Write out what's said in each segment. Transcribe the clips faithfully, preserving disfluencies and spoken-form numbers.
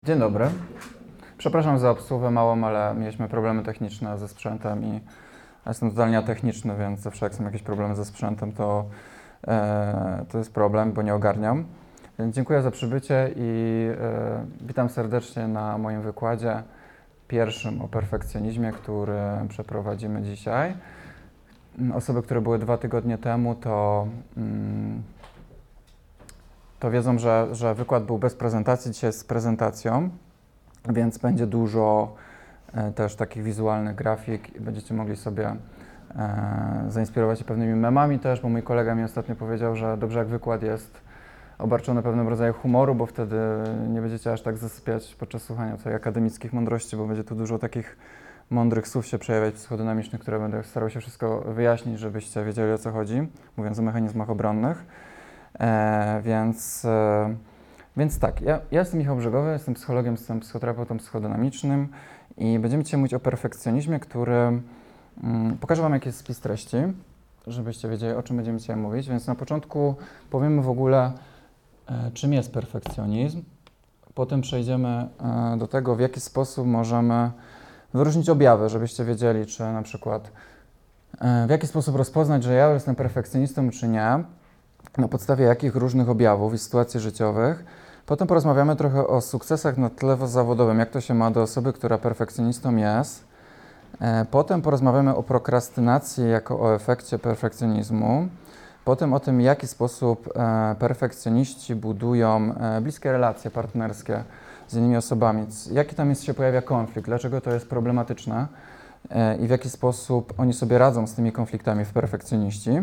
Dzień dobry. Przepraszam za obsługę małą, ale mieliśmy problemy techniczne ze sprzętem i jestem totalnie atechniczny, więc zawsze jak są jakieś problemy ze sprzętem, to, e, to jest problem, bo nie ogarniam. Więc dziękuję za przybycie i e, witam serdecznie na moim wykładzie pierwszym o perfekcjonizmie, który przeprowadzimy dzisiaj. Osoby, które były dwa tygodnie temu, to, mm, to wiedzą, że, że wykład był bez prezentacji, dzisiaj jest z prezentacją. Więc będzie dużo e, też takich wizualnych grafik i będziecie mogli sobie e, zainspirować się pewnymi memami też, bo mój kolega mi ostatnio powiedział, że dobrze jak wykład jest obarczony pewnym rodzajem humoru, bo wtedy nie będziecie aż tak zasypiać podczas słuchania tutaj akademickich mądrości, bo będzie tu dużo takich mądrych słów się przejawiać psychodynamicznych, które będę starał się wszystko wyjaśnić, żebyście wiedzieli, o co chodzi, mówiąc o mechanizmach obronnych. E, więc... E, Więc tak, ja, ja jestem Michał Brzegowy, jestem psychologiem, jestem psychoterapeutą psychodynamicznym i będziemy dzisiaj mówić o perfekcjonizmie, który mm, pokażę Wam, jaki jest spis treści, żebyście wiedzieli, o czym będziemy dzisiaj mówić. Więc na początku powiemy w ogóle, e, czym jest perfekcjonizm. Potem przejdziemy e, do tego, w jaki sposób możemy wyróżnić objawy, żebyście wiedzieli, czy na przykład e, w jaki sposób rozpoznać, że ja jestem perfekcjonistą, czy nie. Na podstawie jakich różnych objawów i sytuacji życiowych. Potem porozmawiamy trochę o sukcesach na tle zawodowym, jak to się ma do osoby, która perfekcjonistą jest. Potem porozmawiamy o prokrastynacji jako o efekcie perfekcjonizmu. Potem o tym, w jaki sposób perfekcjoniści budują bliskie relacje partnerskie z innymi osobami. Jaki tam jest, się pojawia konflikt, dlaczego to jest problematyczne i w jaki sposób oni sobie radzą z tymi konfliktami w perfekcjoniści.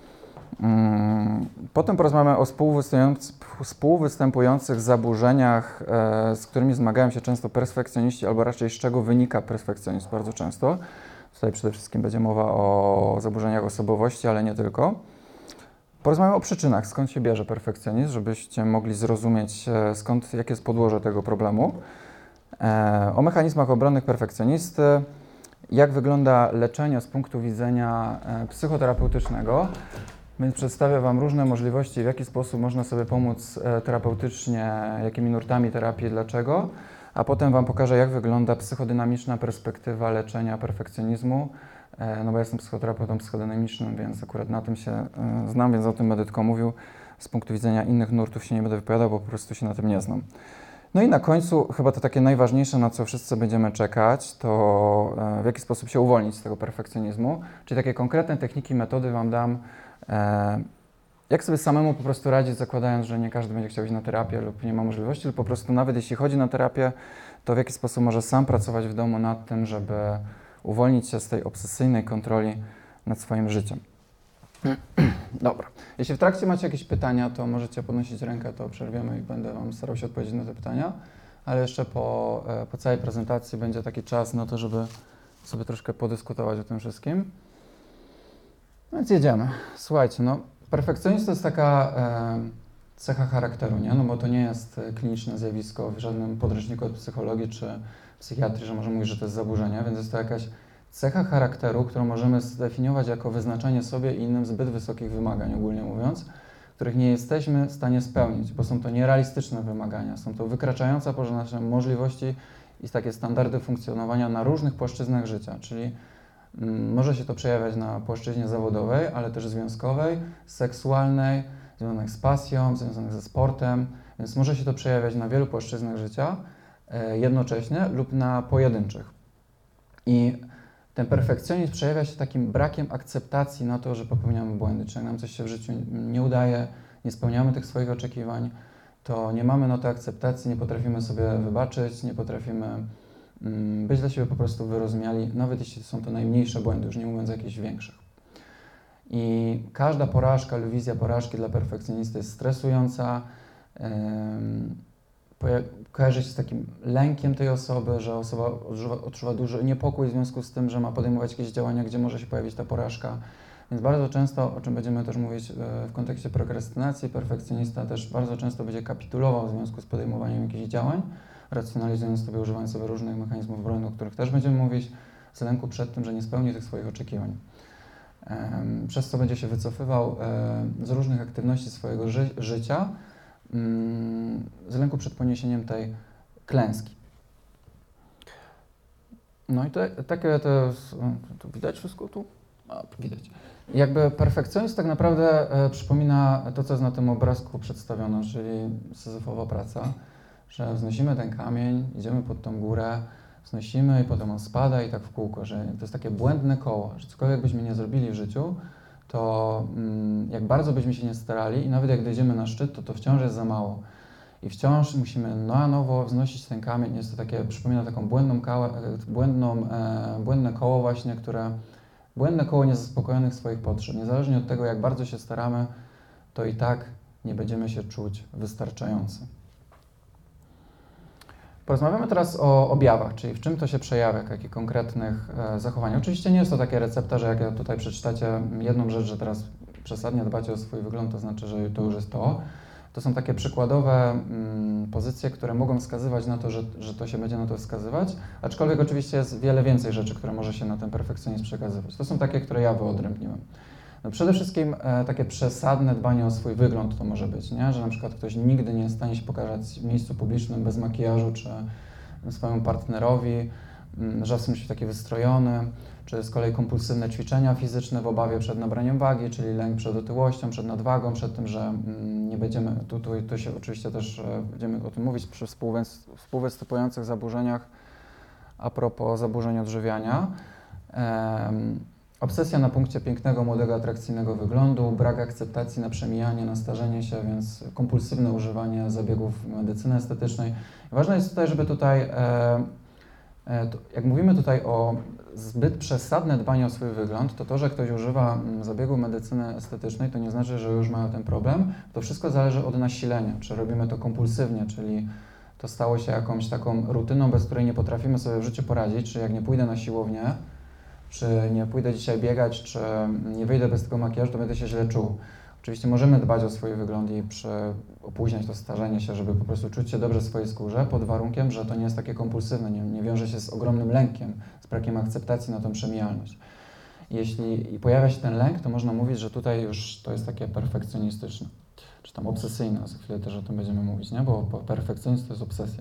Potem porozmawiamy o współwystępujących zaburzeniach, e, z którymi zmagają się często perfekcjoniści, albo raczej z czego wynika perfekcjonizm bardzo często. Tutaj przede wszystkim będzie mowa o zaburzeniach osobowości, ale nie tylko. Porozmawiamy o przyczynach, skąd się bierze perfekcjonizm, żebyście mogli zrozumieć, e, skąd, jakie jest podłoże tego problemu. E, o mechanizmach obronnych perfekcjonisty, jak wygląda leczenie z punktu widzenia e, psychoterapeutycznego. Więc przedstawię Wam różne możliwości, w jaki sposób można sobie pomóc e, terapeutycznie, jakimi nurtami terapii, dlaczego, a potem Wam pokażę, jak wygląda psychodynamiczna perspektywa leczenia perfekcjonizmu, e, no bo ja jestem psychoterapeutą psychodynamicznym, więc akurat na tym się e, znam, więc o tym będę tylko mówił. Z punktu widzenia innych nurtów się nie będę wypowiadał, bo po prostu się na tym nie znam. No i na końcu, chyba to takie najważniejsze, na co wszyscy będziemy czekać, to e, w jaki sposób się uwolnić z tego perfekcjonizmu, czyli takie konkretne techniki, metody Wam dam, jak sobie samemu po prostu radzić, zakładając, że nie każdy będzie chciał iść na terapię lub nie ma możliwości, lub po prostu nawet jeśli chodzi na terapię, to w jaki sposób może sam pracować w domu nad tym, żeby uwolnić się z tej obsesyjnej kontroli nad swoim życiem. Dobra. Jeśli w trakcie macie jakieś pytania, to możecie podnosić rękę, to przerwiemy i będę Wam starał się odpowiedzieć na te pytania, ale jeszcze po, po całej prezentacji będzie taki czas na to, żeby sobie troszkę podyskutować o tym wszystkim. No więc jedziemy. Słuchajcie, no perfekcjonizm to jest taka e, cecha charakteru, nie? No bo to nie jest kliniczne zjawisko w żadnym podręczniku od psychologii czy psychiatrii, że możemy mówić, że to jest zaburzenie, więc jest to jakaś cecha charakteru, którą możemy zdefiniować jako wyznaczenie sobie i innym zbyt wysokich wymagań, ogólnie mówiąc, których nie jesteśmy w stanie spełnić, bo są to nierealistyczne wymagania, są to wykraczające poza nasze możliwości i takie standardy funkcjonowania na różnych płaszczyznach życia, czyli może się to przejawiać na płaszczyźnie zawodowej, ale też związkowej, seksualnej, związanych z pasją, związanych ze sportem, więc może się to przejawiać na wielu płaszczyznach życia e, jednocześnie lub na pojedynczych. I ten perfekcjonizm przejawia się takim brakiem akceptacji na to, że popełniamy błędy, czy jak nam coś się w życiu nie udaje, nie spełniamy tych swoich oczekiwań, to nie mamy na to akceptacji, nie potrafimy sobie wybaczyć, nie potrafimy być dla siebie po prostu wyrozumiali, nawet jeśli są to najmniejsze błędy, już nie mówiąc o jakichś większych. I każda porażka lub wizja porażki dla perfekcjonisty jest stresująca, yy, kojarzy się z takim lękiem tej osoby, że osoba odczuwa, odczuwa duży niepokój w związku z tym, że ma podejmować jakieś działania, gdzie może się pojawić ta porażka. Więc bardzo często, o czym będziemy też mówić w kontekście prokrastynacji, perfekcjonista też bardzo często będzie kapitulował w związku z podejmowaniem jakichś działań, racjonalizując sobie, używając sobie różnych mechanizmów obronnych, o których też będziemy mówić, z lęku przed tym, że nie spełni tych swoich oczekiwań. Przez co będzie się wycofywał z różnych aktywności swojego ży- życia, z lęku przed poniesieniem tej klęski. No i te, takie to, tu widać wszystko tu? A, widać. Jakby perfekcjonizm tak naprawdę e, przypomina to, co jest na tym obrazku przedstawione, czyli syzyfowa praca, że wznosimy ten kamień, idziemy pod tą górę, wznosimy i potem on spada i tak w kółko, że to jest takie błędne koło, że cokolwiek byśmy nie zrobili w życiu, to mm, jak bardzo byśmy się nie starali i nawet jak dojdziemy na szczyt, to to wciąż jest za mało. I wciąż musimy na nowo wznosić ten kamień. Jest to takie, przypomina taką błędną, kałę, błędną e, błędne koło właśnie, które, błędne koło niezaspokojonych swoich potrzeb. Niezależnie od tego, jak bardzo się staramy, to i tak nie będziemy się czuć wystarczający. Porozmawiamy teraz o objawach, czyli w czym to się przejawia, jakich konkretnych e, zachowań. Oczywiście nie jest to takie recepta, że jak tutaj przeczytacie jedną rzecz, że teraz przesadnie dbacie o swój wygląd, to znaczy, że to już jest to. To są takie przykładowe mm, pozycje, które mogą wskazywać na to, że, że to się będzie na to wskazywać, aczkolwiek oczywiście jest wiele więcej rzeczy, które może się na ten perfekcjonizm przekazywać. To są takie, które ja wyodrębniłem. No przede wszystkim e, takie przesadne dbanie o swój wygląd to może być, nie? Że na przykład ktoś nigdy nie jest w stanie się pokazać w miejscu publicznym bez makijażu, czy swojemu partnerowi, m, że zawsze musi być taki wystrojony, czy z kolei kompulsywne ćwiczenia fizyczne w obawie przed nabraniem wagi, czyli lęk przed otyłością, przed nadwagą, przed tym, że mm, nie będziemy, tu, tu, tu się oczywiście też e, będziemy o tym mówić przy współwystępujących zaburzeniach a propos zaburzeń odżywiania. Ehm, Obsesja na punkcie pięknego, młodego, atrakcyjnego wyglądu, brak akceptacji na przemijanie, na starzenie się, więc kompulsywne używanie zabiegów medycyny estetycznej. Ważne jest tutaj, żeby tutaj, e, e, to, jak mówimy tutaj o zbyt przesadne dbanie o swój wygląd, to to, że ktoś używa zabiegu medycyny estetycznej, to nie znaczy, że już ma ten problem. To wszystko zależy od nasilenia, czy robimy to kompulsywnie, czyli to stało się jakąś taką rutyną, bez której nie potrafimy sobie w życiu poradzić, czy jak nie pójdę na siłownię, czy nie pójdę dzisiaj biegać, czy nie wyjdę bez tego makijażu, to będę się źle czuł. Oczywiście możemy dbać o swój wygląd i przy, opóźniać to starzenie się, żeby po prostu czuć się dobrze w swojej skórze, pod warunkiem, że to nie jest takie kompulsywne, nie, nie wiąże się z ogromnym lękiem, z brakiem akceptacji na tą przemijalność. Jeśli pojawia się ten lęk, to można mówić, że tutaj już to jest takie perfekcjonistyczne, czy tam obsesyjne, za chwilę też o tym będziemy mówić, nie? Bo perfekcjonizm to jest obsesja.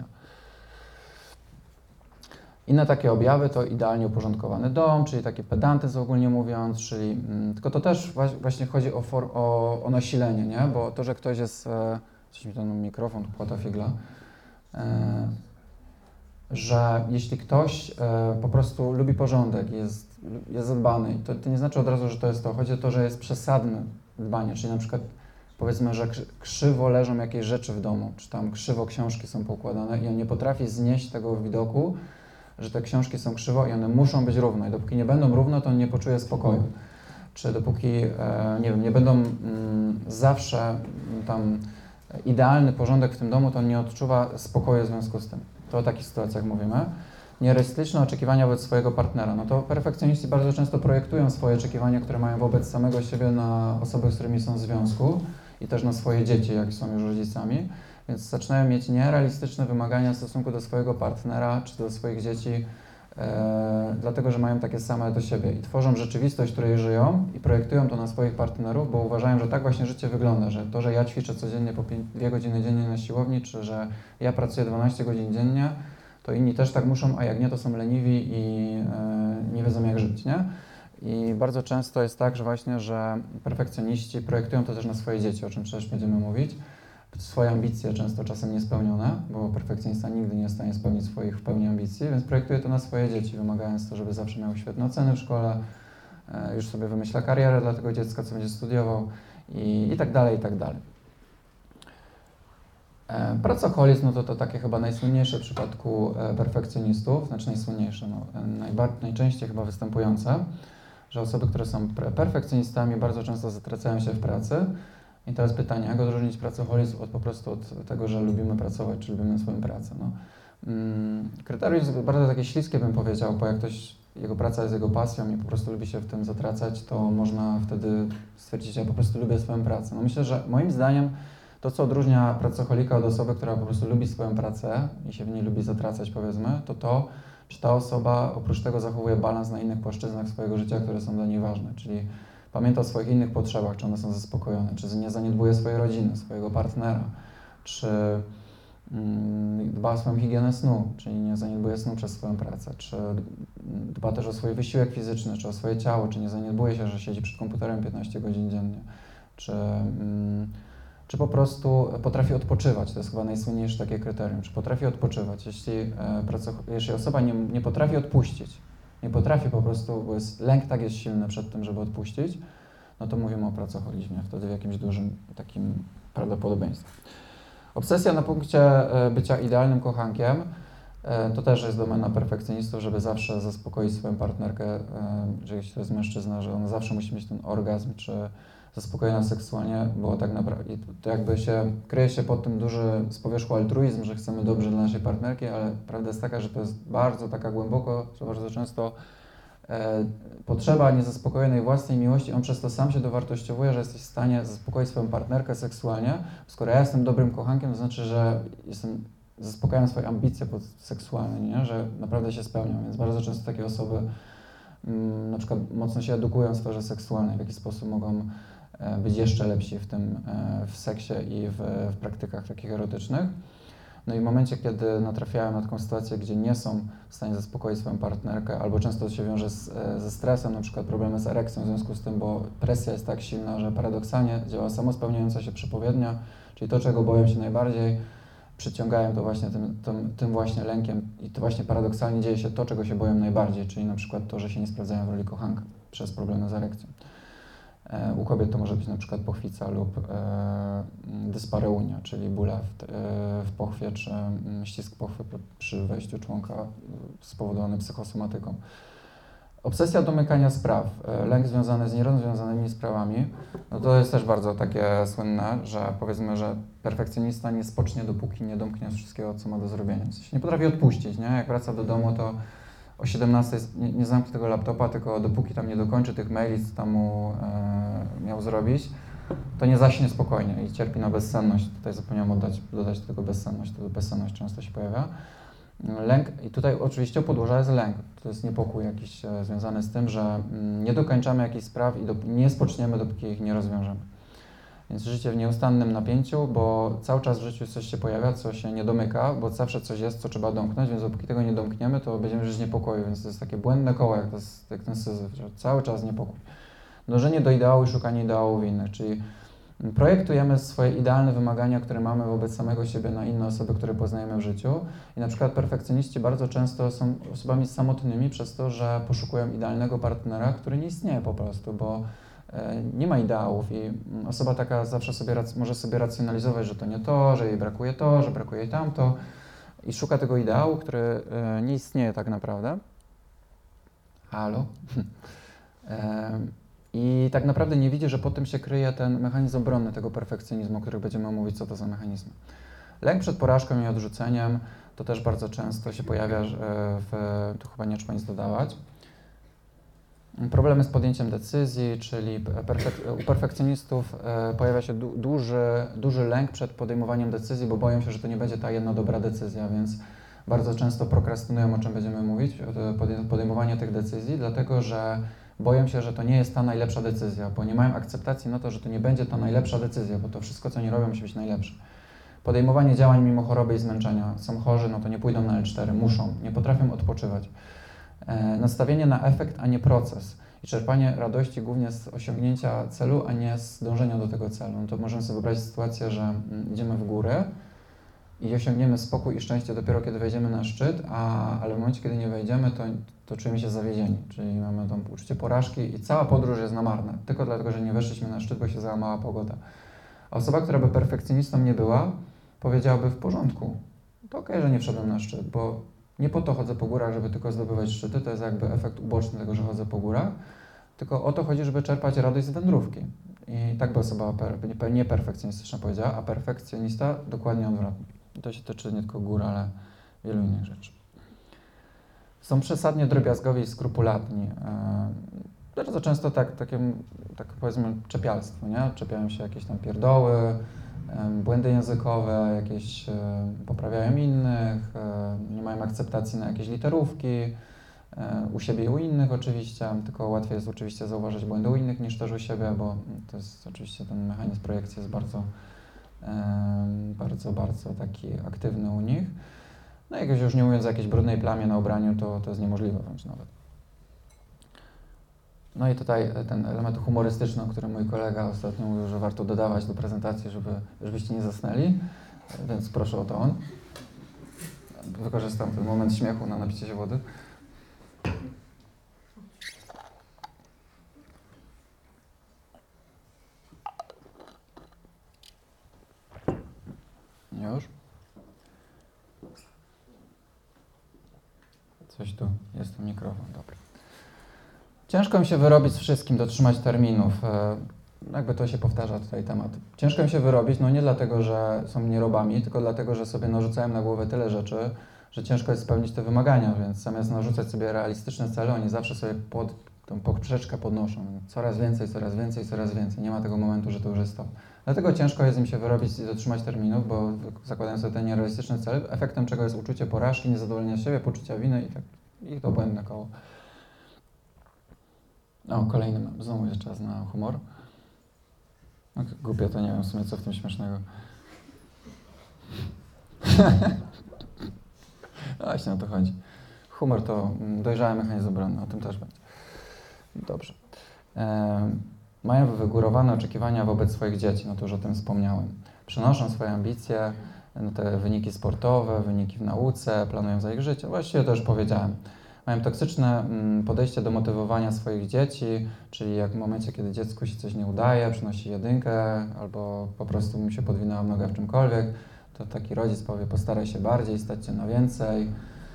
Inne takie objawy to idealnie uporządkowany dom, czyli taki pedantyzm ogólnie mówiąc, czyli mm, tylko to też właśnie chodzi o, for, o, o nasilenie, nie? Bo to, że ktoś jest, e, coś mi ten mikrofon, tu płata figla, e, że jeśli ktoś e, po prostu lubi porządek, jest, jest zadbany, to, to nie znaczy od razu, że to jest to. Chodzi o to, że jest przesadne dbanie, czyli na przykład powiedzmy, że krzywo leżą jakieś rzeczy w domu, czy tam krzywo książki są poukładane i on nie potrafi znieść tego widoku, że te książki są krzywo i one muszą być równe. I dopóki nie będą równe, to on nie poczuje spokoju. Czy dopóki, e, nie wiem, nie będą mm, zawsze m, tam idealny porządek w tym domu, to on nie odczuwa spokoju w związku z tym. To o takich sytuacjach mówimy. Nierealistyczne oczekiwania wobec swojego partnera. No to perfekcjoniści bardzo często projektują swoje oczekiwania, które mają wobec samego siebie na osoby, z którymi są w związku i też na swoje dzieci, jak są już rodzicami. Więc zaczynają mieć nierealistyczne wymagania w stosunku do swojego partnera czy do swoich dzieci, e, dlatego że mają takie same do siebie i tworzą rzeczywistość, w której żyją i projektują to na swoich partnerów, bo uważają, że tak właśnie życie wygląda, że to, że ja ćwiczę codziennie po dwie godziny dziennie na siłowni, czy że ja pracuję dwanaście godzin dziennie, to inni też tak muszą, a jak nie, to są leniwi i e, nie wiedzą, jak żyć, nie? I bardzo często jest tak, że właśnie, że perfekcjoniści projektują to też na swoje dzieci, o czym przecież będziemy mówić. Swoje ambicje często czasem niespełnione, bo perfekcjonista nigdy nie jest w stanie spełnić swoich w pełni ambicji, więc projektuje to na swoje dzieci, wymagając to, żeby zawsze miały świetne oceny w szkole, e, już sobie wymyśla karierę dla tego dziecka, co będzie studiował i, i tak dalej, i tak dalej. E, pracoholizm, no to to takie chyba najsłynniejsze w przypadku e, perfekcjonistów, znaczy najsłynniejsze, no, e, najbar- najczęściej chyba występujące, że osoby, które są pre- perfekcjonistami bardzo często zatracają się w pracy. I teraz pytanie, jak odróżnić pracoholizm od po prostu od tego, że lubimy pracować, czy lubimy swoją pracę. No. Mm, kryterium jest bardzo takie śliskie, bym powiedział, bo jak ktoś, jego praca jest jego pasją i po prostu lubi się w tym zatracać, to można wtedy stwierdzić, że ja po prostu lubię swoją pracę. No myślę, że moim zdaniem to, co odróżnia pracoholika od osoby, która po prostu lubi swoją pracę i się w niej lubi zatracać, powiedzmy, to to, czy ta osoba oprócz tego zachowuje balans na innych płaszczyznach swojego życia, które są dla niej ważne, czyli pamięta o swoich innych potrzebach, czy one są zaspokojone, czy nie zaniedbuje swojej rodziny, swojego partnera, czy dba o swoją higienę snu, czyli nie zaniedbuje snu przez swoją pracę, czy dba też o swój wysiłek fizyczny, czy o swoje ciało, czy nie zaniedbuje się, że siedzi przed komputerem piętnaście godzin dziennie, czy, czy po prostu potrafi odpoczywać, to jest chyba najsłynniejsze takie kryterium, czy potrafi odpoczywać. Jeśli, jeśli osoba nie, nie potrafi odpuścić, nie potrafi po prostu, bo jest, lęk tak jest silny przed tym, żeby odpuścić, no to mówimy o pracoholizmie, wtedy w jakimś dużym takim prawdopodobieństwie. Obsesja na punkcie bycia idealnym kochankiem to też jest domena perfekcjonistów, żeby zawsze zaspokoić swoją partnerkę, że jeśli to jest mężczyzna, że on zawsze musi mieć ten orgazm, czy zaspokojona seksualnie, bo tak naprawdę to jakby się kryje się pod tym duży z powierzchu altruizm, że chcemy dobrze dla naszej partnerki, ale prawda jest taka, że to jest bardzo taka głęboko, że bardzo często e, potrzeba niezaspokojonej własnej miłości, on przez to sam się dowartościowuje, że jesteś w stanie zaspokoić swoją partnerkę seksualnie. Skoro ja jestem dobrym kochankiem, to znaczy, że jestem, zaspokajam swoje ambicje seksualne, nie? Że naprawdę się spełniam, więc bardzo często takie osoby mm, na przykład mocno się edukują w sferze seksualnej, w jaki sposób mogą e, być jeszcze lepsi w tym, e, w seksie i w, w praktykach takich erotycznych. No i w momencie, kiedy natrafiają na taką sytuację, gdzie nie są w stanie zaspokoić swoją partnerkę, albo często to się wiąże z, ze stresem, na przykład problemy z erekcją w związku z tym, bo presja jest tak silna, że paradoksalnie działa samospełniająca się przepowiednia, czyli to, czego boją się najbardziej, przyciągają to właśnie tym, tym, tym właśnie lękiem i to właśnie paradoksalnie dzieje się to, czego się boją najbardziej, czyli na przykład to, że się nie sprawdzają w roli kochanka przez problemy z erekcją. U kobiet to może być na przykład pochwica lub e, dyspareunia, czyli bóle w, e, w pochwie, czy ścisk pochwy przy wejściu członka spowodowany psychosomatyką. Obsesja domykania spraw, lęk związany z nierozwiązanymi sprawami, no to jest też bardzo takie słynne, że powiedzmy, że perfekcjonista nie spocznie, dopóki nie domknie wszystkiego, co ma do zrobienia. W sensie nie potrafi odpuścić, nie? Jak wraca do domu, to o siedemnastej nie, nie zamknie tego laptopa, tylko dopóki tam nie dokończy tych maili, co tam mu e, miał zrobić, to nie zaśnie spokojnie i cierpi na bezsenność. Tutaj zapomniałem oddać, dodać do tego bezsenność, to bezsenność często się pojawia. Lęk, i tutaj oczywiście podłoża jest lęk, to jest niepokój jakiś e, związany z tym, że mm, nie dokończamy jakichś spraw i do, nie spoczniemy, dopóki ich nie rozwiążemy. Więc życie w nieustannym napięciu, bo cały czas w życiu coś się pojawia, co się nie domyka, bo zawsze coś jest, co trzeba domknąć, więc dopóki tego nie domkniemy, to będziemy żyć w niepokoju, więc to jest takie błędne koło, jak, to jest, jak ten syzyf, że cały czas niepokój. Dążenie do ideału i szukanie ideałów innych, czyli projektujemy swoje idealne wymagania, które mamy wobec samego siebie na inne osoby, które poznajemy w życiu i na przykład perfekcjoniści bardzo często są osobami samotnymi przez to, że poszukują idealnego partnera, który nie istnieje po prostu, bo nie ma ideałów i osoba taka zawsze sobie może sobie racjonalizować, że to nie to, że jej brakuje to, że brakuje jej tamto i szuka tego ideału, który nie istnieje tak naprawdę. Halo? I tak naprawdę nie widzi, że po tym się kryje ten mechanizm obronny tego perfekcjonizmu, o którym będziemy mówić, co to za mechanizmy. Lęk przed porażką i odrzuceniem to też bardzo często się pojawia w, tu chyba nie trzeba nic dodawać. Problemy z podjęciem decyzji, czyli perfek- u perfekcjonistów e, pojawia się du- duży, duży lęk przed podejmowaniem decyzji, bo boją się, że to nie będzie ta jedna dobra decyzja, więc bardzo często prokrastynują, o czym będziemy mówić, podejmowanie tych decyzji, dlatego że boją się, że to nie jest ta najlepsza decyzja, bo nie mają akceptacji na to, że to nie będzie ta najlepsza decyzja, bo to wszystko, co oni robią, musi być najlepsze. Podejmowanie działań mimo choroby i zmęczenia. Są chorzy, no to nie pójdą na L cztery, muszą, nie potrafią odpoczywać. E, nastawienie na efekt, a nie proces. I czerpanie radości głównie z osiągnięcia celu, a nie z dążenia do tego celu. No to możemy sobie wyobrazić sytuację, że mm, idziemy w górę i osiągniemy spokój i szczęście dopiero kiedy wejdziemy na szczyt, a, ale w momencie, kiedy nie wejdziemy, to, to czujemy się zawiedzieni, czyli mamy tam uczucie porażki i cała podróż jest na marne, tylko dlatego, że nie weszliśmy na szczyt, bo się załamała pogoda. A osoba, która by perfekcjonistą nie była, powiedziałaby w porządku, to okej, że nie wszedłem na szczyt, bo nie po to chodzę po górach, żeby tylko zdobywać szczyty, to jest jakby efekt uboczny tego, że chodzę po górach, tylko o to chodzi, żeby czerpać radość z wędrówki. I tak by osoba per, nie perfekcjonistyczna powiedziała, a perfekcjonista dokładnie odwrotnie. I to się tyczy nie tylko gór, ale wielu innych rzeczy. Są przesadnie drobiazgowi i skrupulatni. Bardzo często tak, takie, tak powiedzmy czepialstwo, nie? Czepiają się jakieś tam pierdoły, błędy językowe, jakieś poprawiają innych, nie mają akceptacji na jakieś literówki, u siebie i u innych oczywiście, tylko łatwiej jest oczywiście zauważyć błędy u innych niż też u siebie, bo to jest oczywiście ten mechanizm projekcji jest bardzo bardzo, bardzo taki aktywny u nich. No jakoś już nie mówiąc o jakiejś brudnej plamie na ubraniu, to, to jest niemożliwe wręcz nawet. No i tutaj ten element humorystyczny, o którym mój kolega ostatnio mówił, że warto dodawać do prezentacji, żeby, żebyście nie zasnęli, więc proszę o to on. Wykorzystam ten moment śmiechu na napicie się wody. Już? Coś tu, jest tu mikrofon, dobra. Ciężko mi się wyrobić z wszystkim, dotrzymać terminów. Jakby to się powtarza tutaj temat. Ciężko mi się wyrobić, no nie dlatego, że są nierobami, tylko dlatego, że sobie narzucałem na głowę tyle rzeczy, że ciężko jest spełnić te wymagania, więc zamiast narzucać sobie realistyczne cele, oni zawsze sobie pod tą poprzeczkę podnoszą. Coraz więcej, coraz więcej, coraz więcej. Nie ma tego momentu, że to już jest to. Dlatego ciężko jest im się wyrobić i dotrzymać terminów, bo zakładają sobie te nierealistyczne cele, efektem czego jest uczucie porażki, niezadowolenia siebie, poczucia winy i tak, i to błędne koło. O, kolejny mam. Znowu jest czas na humor. No, głupie to nie wiem w sumie, co w tym śmiesznego. No właśnie o to chodzi. Humor to dojrzały mechanizm obronny, o tym też będzie. Dobrze. E, mają wygórowane oczekiwania wobec swoich dzieci, no to już o tym wspomniałem. Przenoszą swoje ambicje, no te wyniki sportowe, wyniki w nauce, planują za ich życie. Właściwie to już powiedziałem. Mają toksyczne podejście do motywowania swoich dzieci, czyli jak w momencie, kiedy dziecku się coś nie udaje, przynosi jedynkę albo po prostu mu się podwinęła noga w czymkolwiek, to taki rodzic powie, postaraj się bardziej, stać się na więcej.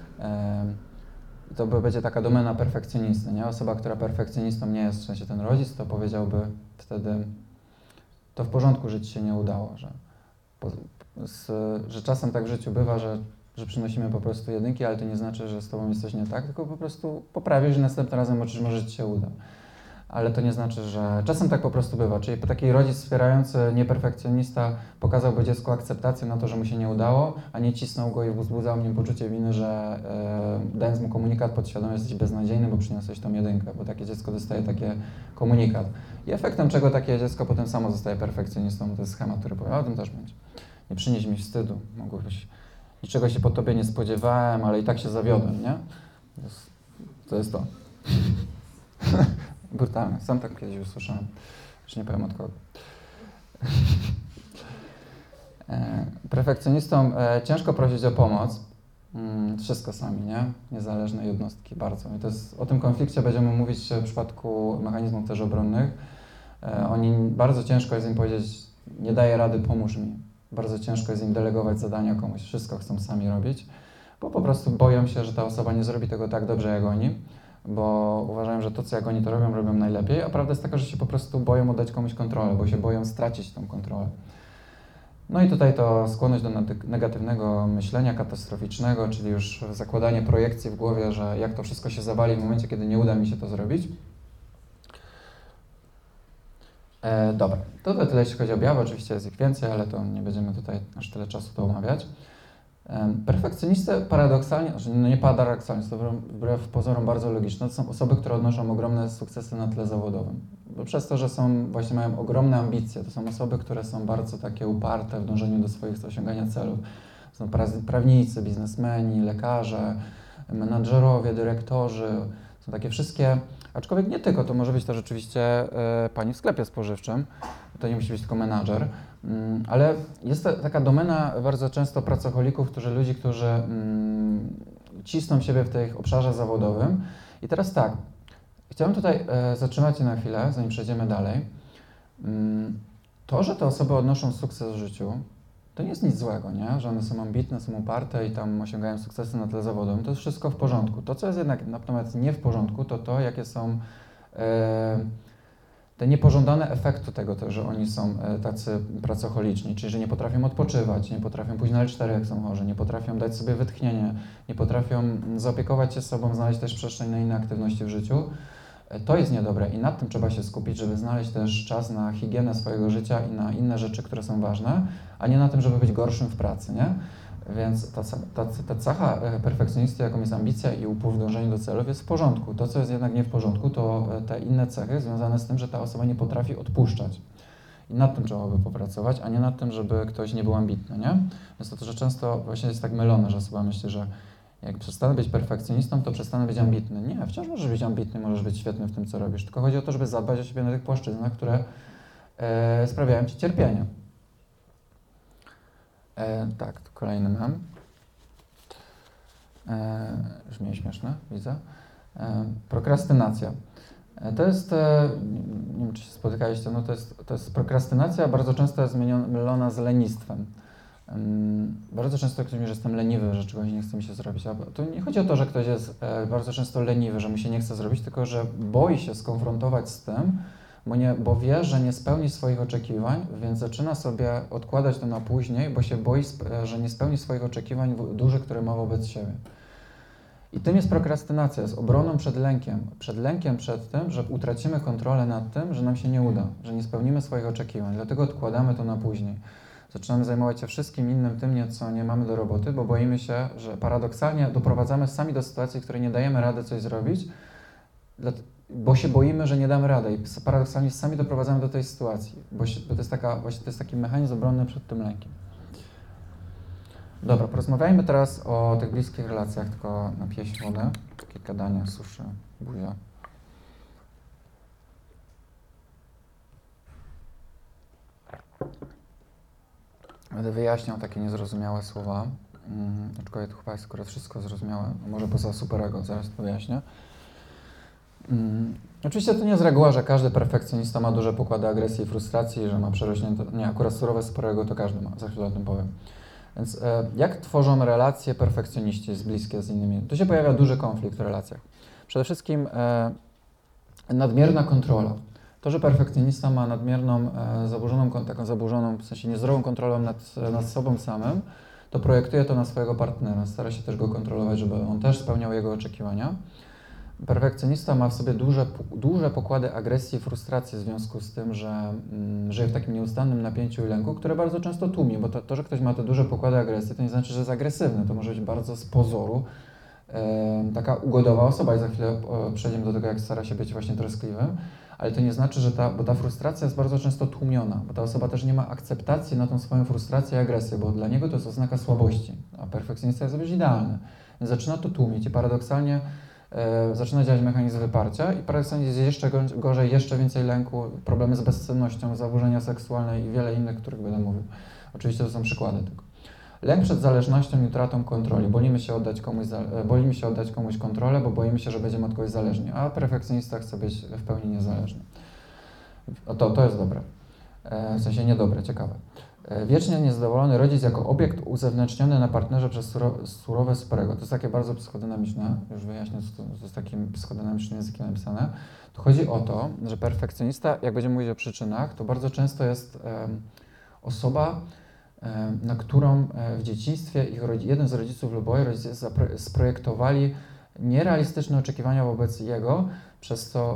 I to będzie taka domena perfekcjonisty, nie? Osoba, która perfekcjonistą nie jest, w sensie ten rodzic, to powiedziałby wtedy, to w porządku, że ci się nie udało, że, z, że czasem tak w życiu bywa, że że przynosimy po prostu jedynki, ale to nie znaczy, że z tobą jest coś nie tak, tylko po prostu poprawisz i następnym razem może, może ci się uda. Ale to nie znaczy, że czasem tak po prostu bywa. Czyli taki rodzic wspierający, nieperfekcjonista pokazałby dziecku akceptację na to, że mu się nie udało, a nie cisnął go i wzbudzał w nim poczucie winy, że e, dając mu komunikat podświadomie jesteś beznadziejny, bo przyniosłeś tą jedynkę, bo takie dziecko dostaje taki komunikat. I efektem czego takie dziecko potem samo zostaje perfekcjonistą, to jest schemat, który powie, o tym też będzie. Nie przynieś mi wstydu, mogłybyś... Niczego się po tobie nie spodziewałem, ale i tak się zawiodłem, nie? To jest to. Jest to. Brutalne. Sam tak kiedyś usłyszałem. Już nie powiem od kogo. e, perfekcjonistom e, ciężko prosić o pomoc. Mm, wszystko sami, nie? Niezależne jednostki bardzo. I to jest, o tym konflikcie będziemy mówić w przypadku mechanizmów też obronnych. E, oni bardzo ciężko jest im powiedzieć, nie daję rady, pomóż mi. Bardzo ciężko jest im delegować zadania komuś, wszystko chcą sami robić, bo po prostu boją się, że ta osoba nie zrobi tego tak dobrze jak oni, bo uważają, że to, co jak oni to robią, robią najlepiej, a prawda jest taka, że się po prostu boją oddać komuś kontrolę, bo się boją stracić tą kontrolę. No i tutaj to skłonność do negatywnego myślenia, katastroficznego, czyli już zakładanie projekcji w głowie, że jak to wszystko się zawali w momencie, kiedy nie uda mi się to zrobić. E, dobra, to, to tyle jeśli chodzi o objawy, oczywiście jest ich więcej, ale to nie będziemy tutaj aż tyle czasu to omawiać. E, perfekcjonisty paradoksalnie, znaczy no nie paradoksalnie, to wbrew pozorom bardzo logiczne, to są osoby, które odnoszą ogromne sukcesy na tle zawodowym. Bo przez to, że są, właśnie mają ogromne ambicje, to są osoby, które są bardzo takie uparte w dążeniu do swoich osiągania celów. Są prawnicy, biznesmeni, lekarze, menadżerowie, dyrektorzy, są takie wszystkie. Aczkolwiek nie tylko, to może być to rzeczywiście y, pani w sklepie spożywczym, to nie musi być tylko menadżer, y, ale jest to taka domena bardzo często pracocholików, którzy, ludzi, którzy y, cisną siebie w tym obszarze zawodowym. I teraz tak, chciałem tutaj y, zatrzymać się na chwilę, zanim przejdziemy dalej. Y, to, że te osoby odnoszą sukces w życiu, to nie jest nic złego, nie? Że one są ambitne, są uparte i tam osiągają sukcesy na tle zawodowym, to jest wszystko w porządku. To, co jest jednak natomiast nie w porządku, to to, jakie są e, te niepożądane efekty tego, to, że oni są e, tacy pracocholiczni, czyli że nie potrafią odpoczywać, nie potrafią pójść na L cztery, jak są chorzy, nie potrafią dać sobie wytchnienie, nie potrafią zaopiekować się sobą, znaleźć też przestrzeń na inne aktywności w życiu. To jest niedobre i nad tym trzeba się skupić, żeby znaleźć też czas na higienę swojego życia i na inne rzeczy, które są ważne, a nie na tym, żeby być gorszym w pracy, nie? Więc ta, ta, ta cecha perfekcjonisty, jaką jest ambicja i upór w dążeniu do celów, jest w porządku. To, co jest jednak nie w porządku, to te inne cechy związane z tym, że ta osoba nie potrafi odpuszczać. I nad tym trzeba by popracować, a nie nad tym, żeby ktoś nie był ambitny, nie? Więc to, że często właśnie jest tak mylone, że osoba myśli, że jak przestanę być perfekcjonistą, to przestanę być ambitny. Nie, wciąż możesz być ambitny, możesz być świetny w tym, co robisz. Tylko chodzi o to, żeby zadbać o siebie na tych płaszczyznach, które e, sprawiają ci cierpienie. E, tak, to kolejny mem. E, już mnie śmieszne, widzę. E, prokrastynacja. E, to jest, e, nie wiem, czy się spotykaliście, no to jest, to jest prokrastynacja, bardzo często jest mylona z lenistwem. Bardzo często ktoś mówi, że jestem leniwy, że czegoś nie chce mi się zrobić. A to nie chodzi o to, że ktoś jest bardzo często leniwy, że mu się nie chce zrobić, tylko że boi się skonfrontować z tym, bo, nie, bo wie, że nie spełni swoich oczekiwań, więc zaczyna sobie odkładać to na później, bo się boi, że nie spełni swoich oczekiwań dużych, które ma wobec siebie. I tym jest prokrastynacja, jest obroną przed lękiem. Przed lękiem przed tym, że utracimy kontrolę nad tym, że nam się nie uda, że nie spełnimy swoich oczekiwań. Dlatego odkładamy to na później. Zaczynamy zajmować się wszystkim innym tym, nie, co nie mamy do roboty, bo boimy się, że paradoksalnie doprowadzamy sami do sytuacji, w której nie dajemy rady coś zrobić, bo się boimy, że nie damy rady i paradoksalnie sami doprowadzamy do tej sytuacji, bo, się, bo to jest taka, właśnie to jest taki mechanizm obronny przed tym lękiem. Dobra, porozmawiajmy teraz o tych bliskich relacjach, tylko napiję się wodę, kilka dania, suszy, buzia. Będę wyjaśniał takie niezrozumiałe słowa, mm, aczkolwiek chyba jest akurat wszystko zrozumiałe, może poza superego, zaraz to wyjaśnię. Mm, oczywiście to nie jest reguła, że każdy perfekcjonista ma duże pokłady agresji i frustracji, że ma przerośnięte, nie, akurat surowe superego to każdy ma, za chwilę o tym powiem. Więc e, jak tworzą relacje perfekcjoniści z bliskie z innymi? Tu się pojawia duży konflikt w relacjach. Przede wszystkim e, nadmierna kontrola. To, że perfekcjonista ma nadmierną, e, zaburzoną, taką zaburzoną, w sensie niezdrową kontrolę nad, nad sobą samym, to projektuje to na swojego partnera. Stara się też go kontrolować, żeby on też spełniał jego oczekiwania. Perfekcjonista ma w sobie duże, duże pokłady agresji i frustracji w związku z tym, że mm, żyje w takim nieustannym napięciu i lęku, które bardzo często tłumi, bo to, to, że ktoś ma te duże pokłady agresji, to nie znaczy, że jest agresywny. To może być bardzo z pozoru e, taka ugodowa osoba i za chwilę e, przejdziemy do tego, jak stara się być właśnie troskliwym, ale to nie znaczy, że ta, bo ta frustracja jest bardzo często tłumiona, bo ta osoba też nie ma akceptacji na tą swoją frustrację i agresję, bo dla niego to jest oznaka słabości, a perfekcjonista jest już idealny. Więc zaczyna to tłumić i paradoksalnie e, zaczyna działać mechanizm wyparcia i paradoksalnie jest jeszcze gorzej, jeszcze więcej lęku, problemy z bezsennością, zaburzenia seksualne i wiele innych, o których będę mówił. Oczywiście to są przykłady tylko. Lęk przed zależnością i utratą kontroli. Bolimy się oddać komuś, bolimy się oddać komuś kontrolę, bo boimy się, że będziemy od kogoś zależni, a perfekcjonista chce być w pełni niezależny. To, to jest dobre. W sensie niedobre, ciekawe. Wiecznie niezadowolony rodzic jako obiekt uzewnętrzniony na partnerze przez surowe superego. To jest takie bardzo psychodynamiczne, już wyjaśnię, co to, to jest takim psychodynamicznym językiem napisane. Tu chodzi o to, że perfekcjonista, jak będziemy mówić o przyczynach, to bardzo często jest um, osoba, na którą w dzieciństwie ich jeden z rodziców lub oboje rodzice sprojektowali nierealistyczne oczekiwania wobec jego, przez co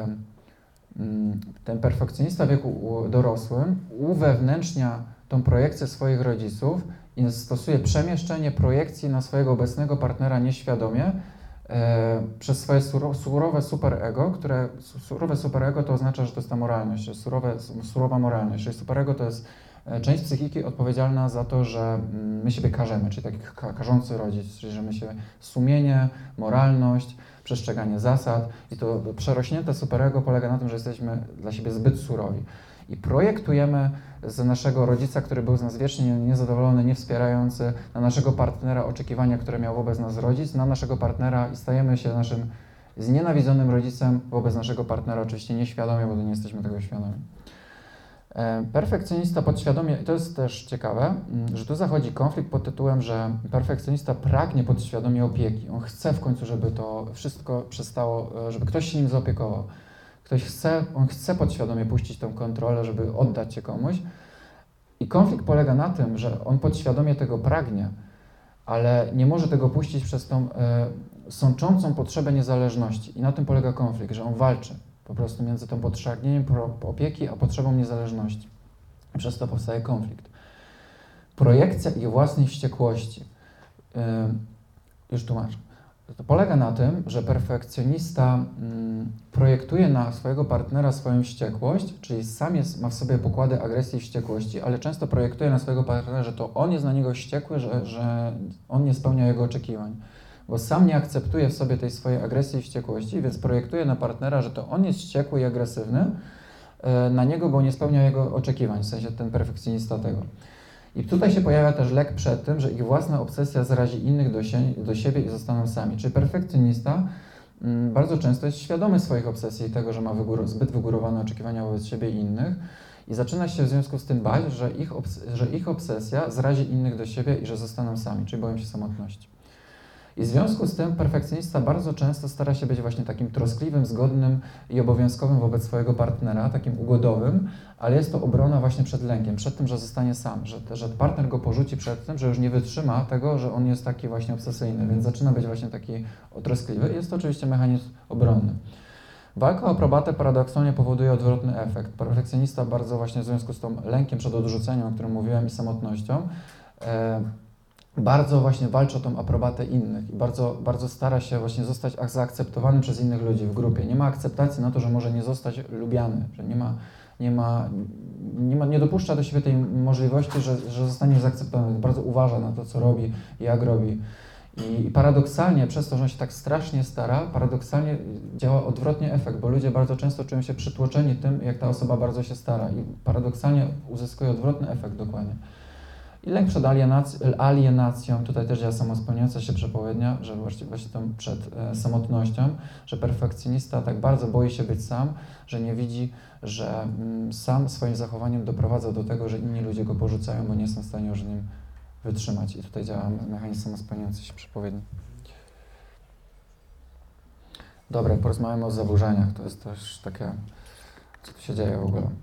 ten perfekcjonista w wieku dorosłym uwewnętrznia tą projekcję swoich rodziców i stosuje przemieszczenie projekcji na swojego obecnego partnera nieświadomie e, przez swoje suro, surowe superego, które surowe superego to oznacza, że to jest ta moralność, surowe, surowa moralność, czyli superego to jest część psychiki odpowiedzialna za to, że my siebie karzemy, czyli taki karzący rodzic, czyli że my się sumienie, moralność, przestrzeganie zasad i to przerośnięte superego polega na tym, że jesteśmy dla siebie zbyt surowi. I projektujemy z naszego rodzica, który był z nas wiecznie niezadowolony, niewspierający, na naszego partnera oczekiwania, które miał wobec nas rodzic, na naszego partnera i stajemy się naszym znienawidzonym rodzicem wobec naszego partnera, oczywiście nieświadomie, bo nie jesteśmy tego świadomi. Perfekcjonista podświadomie, i to jest też ciekawe, że tu zachodzi konflikt pod tytułem, że perfekcjonista pragnie podświadomie opieki. On chce w końcu, żeby to wszystko przestało, żeby ktoś się nim zaopiekował. Ktoś chce, on chce podświadomie puścić tę kontrolę, żeby oddać się komuś. I konflikt polega na tym, że on podświadomie tego pragnie, ale nie może tego puścić przez tą e, sączącą potrzebę niezależności. I na tym polega konflikt, że on walczy po prostu między tym pragnieniem opieki a potrzebą niezależności. Przez to powstaje konflikt. Projekcja ich własnej wściekłości. Yy, już tłumaczę. To polega na tym, że perfekcjonista mm, projektuje na swojego partnera swoją wściekłość, czyli sam jest, ma w sobie pokłady agresji i wściekłości, ale często projektuje na swojego partnera, że to on jest na niego wściekły, że, że on nie spełnia jego oczekiwań. Bo sam nie akceptuje w sobie tej swojej agresji i wściekłości, więc projektuje na partnera, że to on jest wściekły i agresywny e, na niego, bo nie spełnia jego oczekiwań, w sensie ten perfekcjonista tego. I tutaj się pojawia też lek przed tym, że ich własna obsesja zrazi innych do, sie do siebie i zostaną sami. Czyli perfekcjonista mm, bardzo często jest świadomy swoich obsesji i tego, że ma wygór zbyt wygórowane oczekiwania wobec siebie i innych i zaczyna się w związku z tym bać, że ich, że ich obsesja zrazi innych do siebie i że zostaną sami, czyli boją się samotności. I w związku z tym perfekcjonista bardzo często stara się być właśnie takim troskliwym, zgodnym i obowiązkowym wobec swojego partnera, takim ugodowym, ale jest to obrona właśnie przed lękiem, przed tym, że zostanie sam, że, że partner go porzuci przed tym, że już nie wytrzyma tego, że on jest taki właśnie obsesyjny, więc zaczyna być właśnie taki troskliwy. Jest to oczywiście mechanizm obronny. Walka o aprobatę paradoksalnie powoduje odwrotny efekt. Perfekcjonista bardzo właśnie w związku z tym lękiem przed odrzuceniem, o którym mówiłem, i samotnością, e, bardzo właśnie walczy o tą aprobatę innych i bardzo, bardzo stara się właśnie zostać zaakceptowany przez innych ludzi w grupie. Nie ma akceptacji na to, że może nie zostać lubiany, że nie ma, nie ma, nie ma, nie dopuszcza do siebie tej możliwości, że, że zostanie zaakceptowany. Bardzo uważa na to, co robi i jak robi. I, I paradoksalnie, przez to, że on się tak strasznie stara, paradoksalnie działa odwrotnie efekt, bo ludzie bardzo często czują się przytłoczeni tym, jak ta osoba bardzo się stara i paradoksalnie uzyskuje odwrotny efekt dokładnie. I lęk przed alienacją, alienacją, tutaj też działa samospełniająca się przepowiednia, że właśnie, właśnie tą przed e, samotnością, że perfekcjonista tak bardzo boi się być sam, że nie widzi, że mm, sam swoim zachowaniem doprowadza do tego, że inni ludzie go porzucają, bo nie są w stanie już nim wytrzymać. I tutaj działa mechanizm samospełniający się przepowiedni. Dobra, porozmawiamy o zaburzeniach. To jest też takie, co tu się dzieje w ogóle.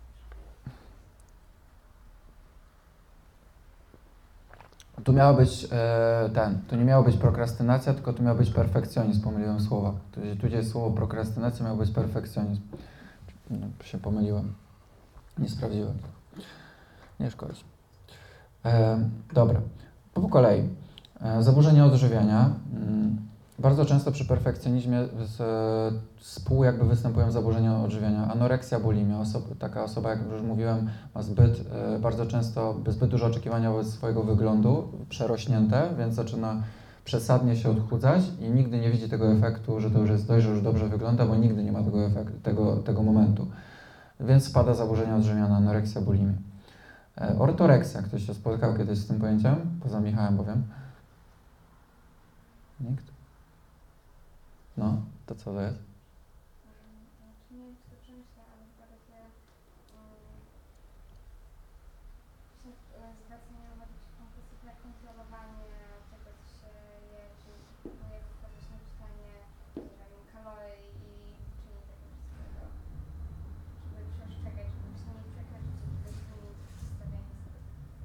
Tu miało być e, ten, tu nie miało być prokrastynacja, tylko tu miał być perfekcjonizm, pomyliłem słowa. Tu, tu gdzie jest słowo prokrastynacja, miał być perfekcjonizm. No, się pomyliłem. Nie sprawdziłem. Nie szkodzi. E, dobra, po kolei. E, zaburzenia odżywiania. Mm. Bardzo często przy perfekcjonizmie z, współ jakby występują zaburzenia odżywiania. Anoreksja, bulimia. Osoba, taka osoba, jak już mówiłem, ma zbyt, e, bardzo często zbyt duże oczekiwania wobec swojego wyglądu, przerośnięte, więc zaczyna przesadnie się odchudzać i nigdy nie widzi tego efektu, że to już jest dość, że już dobrze wygląda, bo nigdy nie ma tego efektu, tego, tego momentu. Więc spada zaburzenia odżywiania, anoreksja, bulimia. E, ortoreksja. Ktoś się spotkał kiedyś z tym pojęciem? Poza Michałem powiem. Nikt? No, to co to jest? Nie wiem, czy to przemyślę, ale chyba takie um, zwracanie uwagi, czy kompulsywne kontrolowanie tego, co się je, czy próbuje dostatecznie czytanie kalorii i liczenie tego wszystkiego, żeby przestrzegać, żeby się nie przekraczać, żeby zmienić przedstawianie sobie.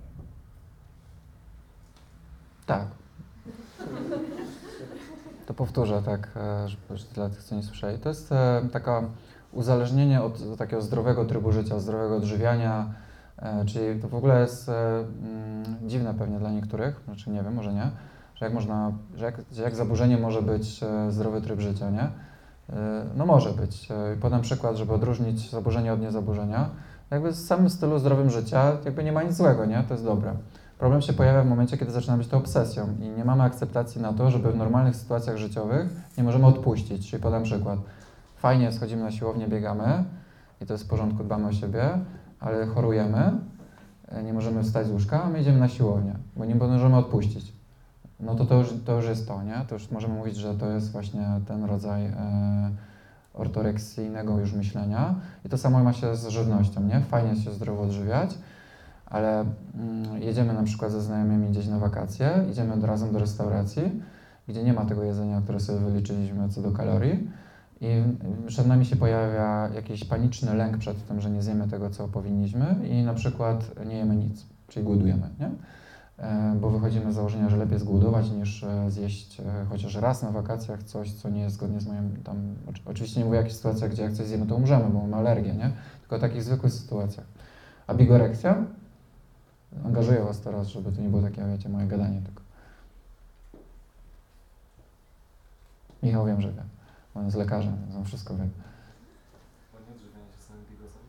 Tak. To powtórzę, tak, żeby dla tych, co nie słyszeli. To jest e, taka uzależnienie od takiego zdrowego trybu życia, zdrowego odżywiania, e, czyli to w ogóle jest e, mm, dziwne pewnie dla niektórych, znaczy nie wiem, może nie, że jak można, że jak, że jak zaburzenie może być e, zdrowy tryb życia, nie? E, no może być. E, podam przykład, żeby odróżnić zaburzenie od niezaburzenia. Jakby w samym stylu zdrowym życia jakby nie ma nic złego, nie? To jest dobre. Problem się pojawia w momencie, kiedy zaczyna być to obsesją i nie mamy akceptacji na to, żeby w normalnych sytuacjach życiowych nie możemy odpuścić. Czyli podam przykład. Fajnie, schodzimy na siłownię, biegamy i to jest w porządku, dbamy o siebie, ale chorujemy, nie możemy wstać z łóżka, a my idziemy na siłownię, bo nie możemy odpuścić. No to to już, to już jest to, nie? To już możemy mówić, że to jest właśnie ten rodzaj e, ortoreksyjnego już myślenia. I to samo ma się z żywnością, nie? Fajnie się zdrowo odżywiać, ale mm, jedziemy na przykład ze znajomymi gdzieś na wakacje, idziemy od razu do restauracji, gdzie nie ma tego jedzenia, które sobie wyliczyliśmy co do kalorii i przed nami się pojawia jakiś paniczny lęk przed tym, że nie zjemy tego, co powinniśmy i na przykład nie jemy nic, czyli głodujemy, nie? E, bo wychodzimy z założenia, że lepiej zgłodować niż e, zjeść e, chociaż raz na wakacjach coś, co nie jest zgodnie z moim tam, oczy, oczywiście nie mówię o jakichś sytuacjach, gdzie jak coś zjemy, to umrzemy, bo mamy alergię, nie? Tylko o takich zwykłych sytuacjach. A bigoreksja? Angażuję Was teraz, żeby to nie było takie, wiecie, moje gadanie tylko. Michał wiem, że wie. On jest lekarzem, więc on wszystko wie. Ładnie odżywianie się samym bigosem.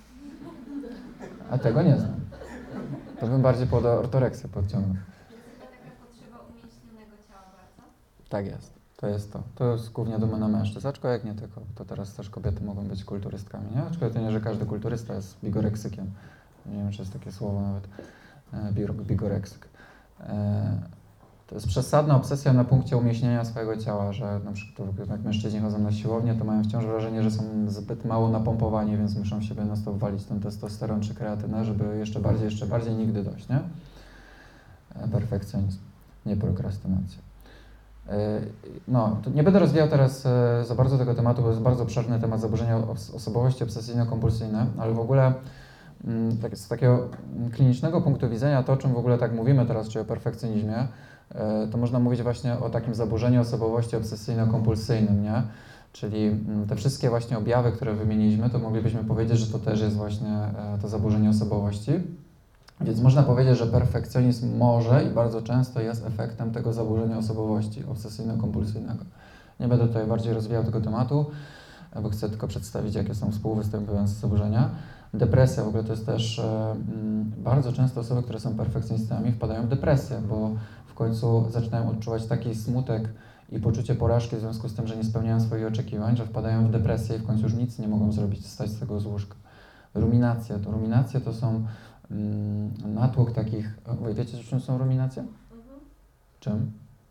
A tego nie znam. To bym bardziej pod ortoreksję podciągnął. Jest chyba taka potrzeba umięśnionego ciała bardzo. Tak jest. To jest to. To jest głównie domena mężczyzn, aczkolwiek nie tylko. To teraz też kobiety mogą być kulturystkami, nie? Aczkolwiek to nie, że każdy kulturysta jest bigoreksykiem. Nie wiem, czy jest takie słowo nawet. E, bigoreksyk. E, to jest przesadna obsesja na punkcie umieśnienia swojego ciała, że na przykład jak mężczyźni chodzą na siłownię, to mają wciąż wrażenie, że są zbyt mało napompowani, więc muszą w siebie na stop walić ten testosteron czy kreatynę, żeby jeszcze bardziej, jeszcze bardziej nigdy dojść, nie? E, perfekcjonizm, nie prokrastynacja. No, to nie będę rozwijał teraz za bardzo tego tematu, bo jest bardzo obszerny temat zaburzenia osobowości obsesyjno-kompulsyjne, ale w ogóle tak, z takiego klinicznego punktu widzenia to, o czym w ogóle tak mówimy teraz, czyli o perfekcjonizmie, to można mówić właśnie o takim zaburzeniu osobowości obsesyjno-kompulsyjnym, nie? Czyli te wszystkie właśnie objawy, które wymieniliśmy, to moglibyśmy powiedzieć, że to też jest właśnie to zaburzenie osobowości. Więc można powiedzieć, że perfekcjonizm może i bardzo często jest efektem tego zaburzenia osobowości obsesyjno-kompulsyjnego. Nie będę tutaj bardziej rozwijał tego tematu, bo chcę tylko przedstawić, jakie są współwystępujące zaburzenia. Depresja w ogóle to jest też mm, bardzo często osoby, które są perfekcjonistami, wpadają w depresję, bo w końcu zaczynają odczuwać taki smutek i poczucie porażki w związku z tym, że nie spełniają swoich oczekiwań, że wpadają w depresję i w końcu już nic nie mogą zrobić, wstać z tego z łóżka. Ruminacje. To ruminacje to są mm, natłok takich... Wy wiecie, czym są ruminacje? Mhm. Czym?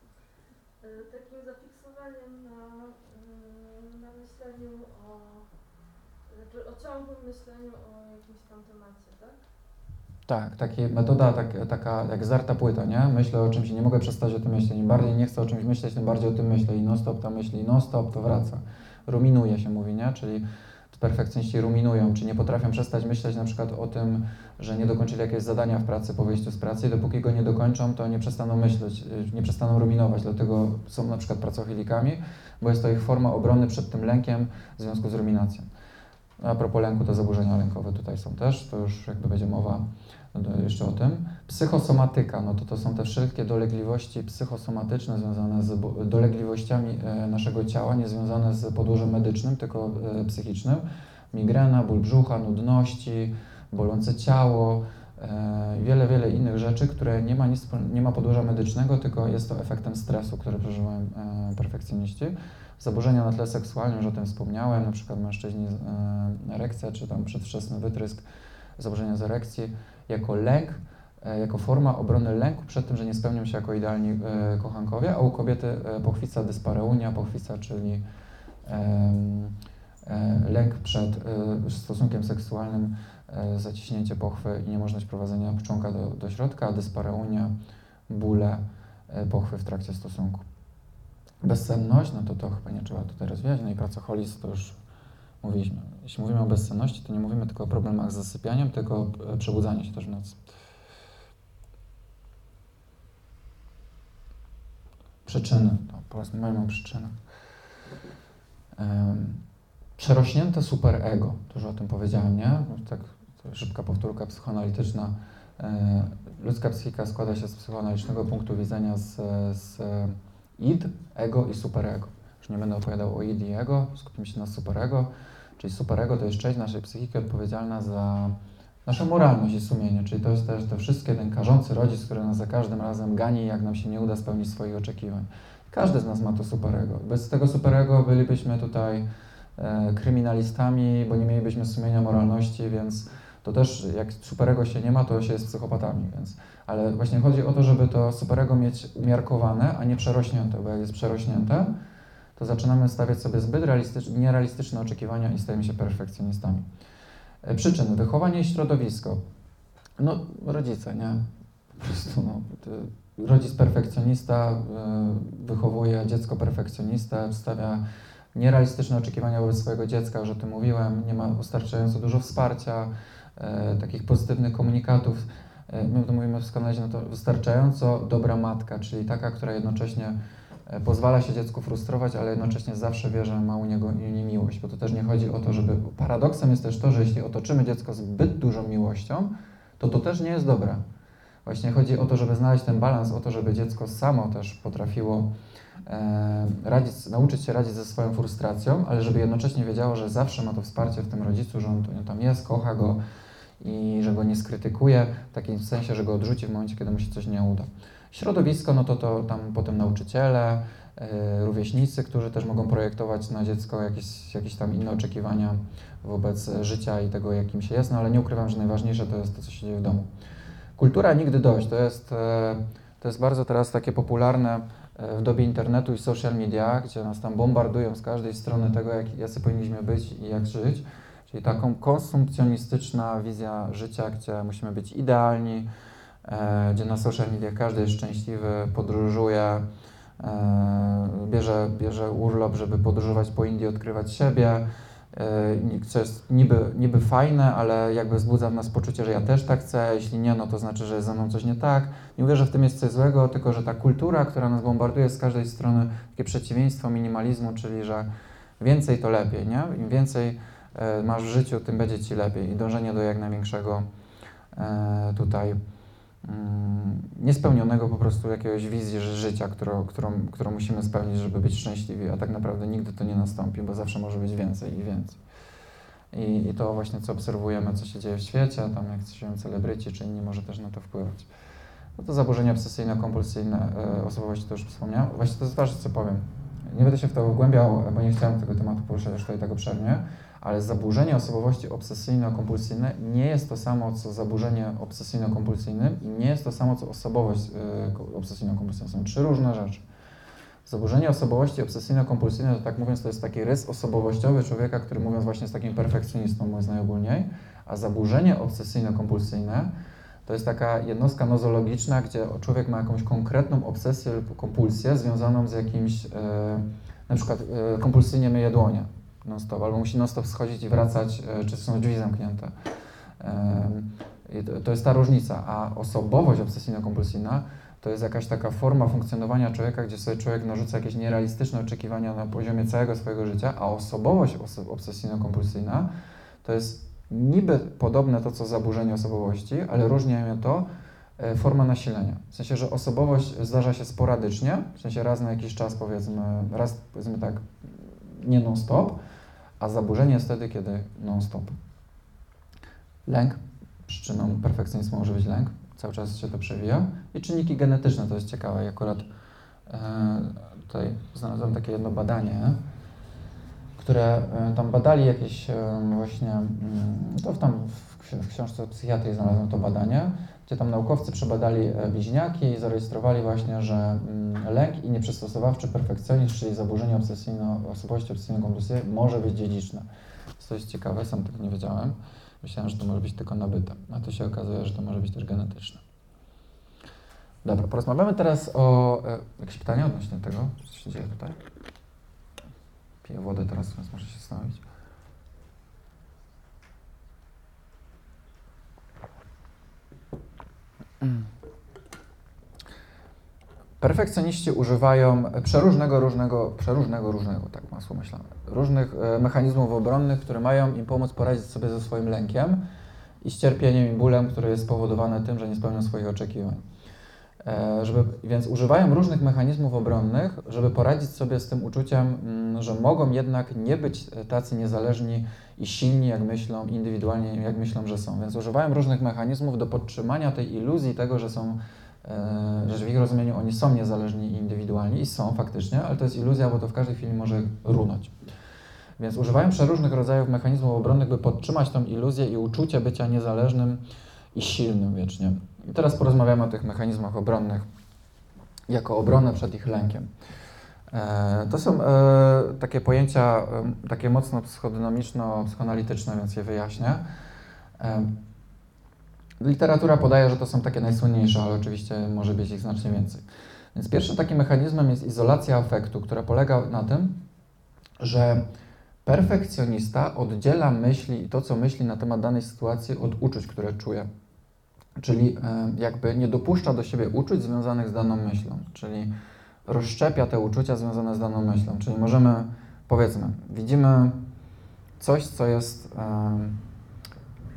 Y, Takim zafiksowaniem na, y, na myśleniu o, znaczy o ciągłym myśleniu o jakimś tam temacie, tak? Tak, taki, metoda tak, taka jak zdarta płyta, nie? Myślę o czymś i nie mogę przestać o tym myśleć. Im bardziej nie chcę o czymś myśleć, tym bardziej o tym myślę i non-stop ta myśli, non-stop to wraca. Ruminuje się mówi, nie? Czyli perfekcjoniści ruminują, czy nie potrafią przestać myśleć na przykład o tym, że nie dokończyli jakieś zadania w pracy po wyjściu z pracy i dopóki go nie dokończą, to nie przestaną myśleć, nie przestaną ruminować, dlatego są na przykład pracochilikami, bo jest to ich forma obrony przed tym lękiem w związku z ruminacją. A propos lęku, to zaburzenia lękowe tutaj są też, to już jakby będzie mowa jeszcze o tym. Psychosomatyka, no to to są te wszelkie dolegliwości psychosomatyczne związane z dolegliwościami naszego ciała, nie związane z podłożem medycznym, tylko psychicznym. Migrena, ból brzucha, nudności, bolące ciało, wiele, wiele innych rzeczy, które nie ma, nic, nie ma podłoża medycznego, tylko jest to efektem stresu, który przeżywają perfekcjoniści. Zaburzenia na tle seksualnym, już o tym wspomniałem, na przykład mężczyźni erekcja, czy tam przedwczesny wytrysk, zaburzenia z erekcji, jako lęk, jako forma obrony lęku przed tym, że nie spełnią się jako idealni kochankowie, a u kobiety pochwica dyspareunia, pochwica, czyli lęk przed stosunkiem seksualnym, zaciśnięcie pochwy i niemożność prowadzenia członka do, do środka, a dyspareunia, bóle pochwy w trakcie stosunku. Bezsenność, no to to chyba nie trzeba tutaj rozwijać, no i pracoholizm to już mówiliśmy. Jeśli mówimy o bezsenności, to nie mówimy tylko o problemach z zasypianiem, tylko o przebudzaniu się też w nocy. Przyczyny, to porozmawiamy o przyczynach. Um, przerośnięte superego, dużo o tym powiedziałem, nie? Tak, to szybka powtórka psychoanalityczna. E, ludzka psychika składa się z psychoanalitycznego punktu widzenia z, z id, ego i superego. Już nie będę opowiadał o id i ego, skupimy się na superego. Czyli superego to jest część naszej psychiki odpowiedzialna za naszą moralność i sumienie, czyli to jest też te wszystkie, ten karzący rodzic, który nas za każdym razem gani, jak nam się nie uda spełnić swoich oczekiwań. Każdy z nas ma to superego. Bez tego superego bylibyśmy tutaj e, kryminalistami, bo nie mielibyśmy sumienia, moralności, więc to też jak superego się nie ma, to się jest psychopatami, więc... Ale właśnie chodzi o to, żeby to superego mieć umiarkowane, a nie przerośnięte, bo jak jest przerośnięte, to zaczynamy stawiać sobie zbyt realistyczne, nierealistyczne oczekiwania i stajemy się perfekcjonistami. Przyczyny. Wychowanie i środowisko. No, rodzice, nie? Po prostu, no, rodzic perfekcjonista wychowuje dziecko perfekcjonistę, stawia nierealistyczne oczekiwania wobec swojego dziecka, już o tym mówiłem, nie ma wystarczająco dużo wsparcia, e, takich pozytywnych komunikatów. E, my to mówimy w psychoanalizie, no to wystarczająco dobra matka, czyli taka, która jednocześnie pozwala się dziecku frustrować, ale jednocześnie zawsze wie, że ma u niego niemiłość, bo to też nie chodzi o to, żeby... Paradoksem jest też to, że jeśli otoczymy dziecko zbyt dużą miłością, to to też nie jest dobre, Właśnie chodzi o to, żeby znaleźć ten balans, o to, żeby dziecko samo też potrafiło e, radzić, nauczyć się radzić ze swoją frustracją, ale żeby jednocześnie wiedziało, że zawsze ma to wsparcie w tym rodzicu, że on tu- tam jest, kocha go i że go nie skrytykuje, w takim sensie, że go odrzuci w momencie, kiedy mu się coś nie uda. Środowisko, no to, to tam potem nauczyciele, e, rówieśnicy, którzy też mogą projektować na dziecko jakieś, jakieś tam inne oczekiwania wobec życia i tego, jakim się jest, no ale nie ukrywam, że najważniejsze to jest to, co się dzieje w domu. Kultura nigdy dość, to jest, e, to jest bardzo teraz takie popularne e, w dobie internetu i social media, gdzie nas tam bombardują z każdej strony tego, jak, jacy powinniśmy być i jak żyć, czyli taką konsumpcjonistyczna wizja życia, gdzie musimy być idealni, e, gdzie na social media każdy jest szczęśliwy, podróżuje, e, bierze, bierze urlop, żeby podróżować po Indii, odkrywać siebie, co jest niby, niby fajne, ale jakby wzbudza w nas poczucie, że ja też tak chcę, jeśli nie, no to znaczy, że jest ze mną coś nie tak. Nie mówię, że w tym jest coś złego, tylko że ta kultura, która nas bombarduje z każdej strony, takie przeciwieństwo minimalizmu, czyli że więcej to lepiej, nie? Im więcej e, masz w życiu, tym będzie ci lepiej i dążenie do jak największego e, tutaj mm, niespełnionego po prostu jakiegoś wizji ży- życia, którą, którą, którą musimy spełnić, żeby być szczęśliwi, a tak naprawdę nigdy to nie nastąpi, bo zawsze może być więcej i więcej. I, i to właśnie, co obserwujemy, co się dzieje w świecie, tam jak się celebryci czy inni, może też na to wpływać. No to zaburzenia obsesyjno-kompulsyjne e, osobowości, to już wspomniałem. Właśnie to jest ważne, co powiem. Nie będę się w to wgłębiał, bo nie chciałem tego tematu poruszać już tutaj tak obszernie, ale zaburzenie osobowości obsesyjno-kompulsyjne nie jest to samo, co zaburzenie obsesyjno-kompulsyjne i nie jest to samo, co osobowość y, obsesyjno-kompulsyjna. Są trzy różne rzeczy. Zaburzenie osobowości obsesyjno-kompulsyjne, to tak mówiąc, to jest taki rys osobowościowy człowieka, który mówiąc właśnie jest takim perfekcjonistą, mówiąc najogólniej, a zaburzenie obsesyjno-kompulsyjne to jest taka jednostka nozologiczna, gdzie człowiek ma jakąś konkretną obsesję lub kompulsję związaną z jakimś, y, na przykład y, kompulsyjnie myje dłonie non-stop, albo musi non-stop schodzić i wracać, czy są drzwi zamknięte. I to, to jest ta różnica, a osobowość obsesyjno-kompulsyjna to jest jakaś taka forma funkcjonowania człowieka, gdzie sobie człowiek narzuca jakieś nierealistyczne oczekiwania na poziomie całego swojego życia, a osobowość oso- obsesyjno-kompulsyjna to jest niby podobne to, co zaburzenie osobowości, ale różni je to e, forma nasilenia. W sensie, że osobowość zdarza się sporadycznie, w sensie raz na jakiś czas powiedzmy, raz powiedzmy tak, nie non-stop, a zaburzenie jest wtedy, kiedy non-stop. Lęk, przyczyną perfekcjonizmu może być lęk, cały czas się to przewija. I czynniki genetyczne, to jest ciekawe. I akurat e, tutaj znalazłem takie jedno badanie, które e, tam badali jakieś e, właśnie, mm, to w tam w, ksi- w książce o psychiatrii znalazłem to badanie, gdzie tam naukowcy przebadali e, bliźniaki i zarejestrowali właśnie, że mm, lęk i nieprzystosowawczy perfekcjonizm, czyli zaburzenie obsesyjno, osobowości obsesyjno-kompulsyjnej może być dziedziczne. To jest ciekawe, sam tego nie wiedziałem. Myślałem, że to może być tylko nabyte, a tu się okazuje, że to może być też genetyczne. Dobra, porozmawiamy teraz o... E, jakieś pytania odnośnie tego, co się dzieje tutaj? Piję wodę teraz, więc muszę się zastanowić. Perfekcjoniści używają przeróżnego, różnego, przeróżnego, różnego, tak masło myślane, różnych e, mechanizmów obronnych, które mają im pomóc poradzić sobie ze swoim lękiem i z cierpieniem i bólem, które jest spowodowane tym, że nie spełnią swoich oczekiwań. E, żeby, więc używają różnych mechanizmów obronnych, żeby poradzić sobie z tym uczuciem, mm, że mogą jednak nie być tacy niezależni i silni, jak myślą, indywidualnie, jak myślą, że są. Więc używają różnych mechanizmów do podtrzymania tej iluzji tego, że są że w ich rozumieniu oni są niezależni i indywidualni i są faktycznie, ale to jest iluzja, bo to w każdej chwili może runąć. Więc używają przeróżnych rodzajów mechanizmów obronnych, by podtrzymać tą iluzję i uczucie bycia niezależnym i silnym wiecznie. I teraz porozmawiamy o tych mechanizmach obronnych jako obronę przed ich lękiem. E, to są e, takie pojęcia, e, takie mocno psychodynamiczno-psychoanalityczne, więc je wyjaśnię. E, Literatura podaje, że to są takie najsłynniejsze, ale oczywiście może być ich znacznie więcej. Więc pierwszym takim mechanizmem jest izolacja afektu, która polega na tym, że perfekcjonista oddziela myśli i to, co myśli na temat danej sytuacji od uczuć, które czuje. Czyli jakby nie dopuszcza do siebie uczuć związanych z daną myślą, czyli rozszczepia te uczucia związane z daną myślą. Czyli możemy, powiedzmy, widzimy coś, co jest...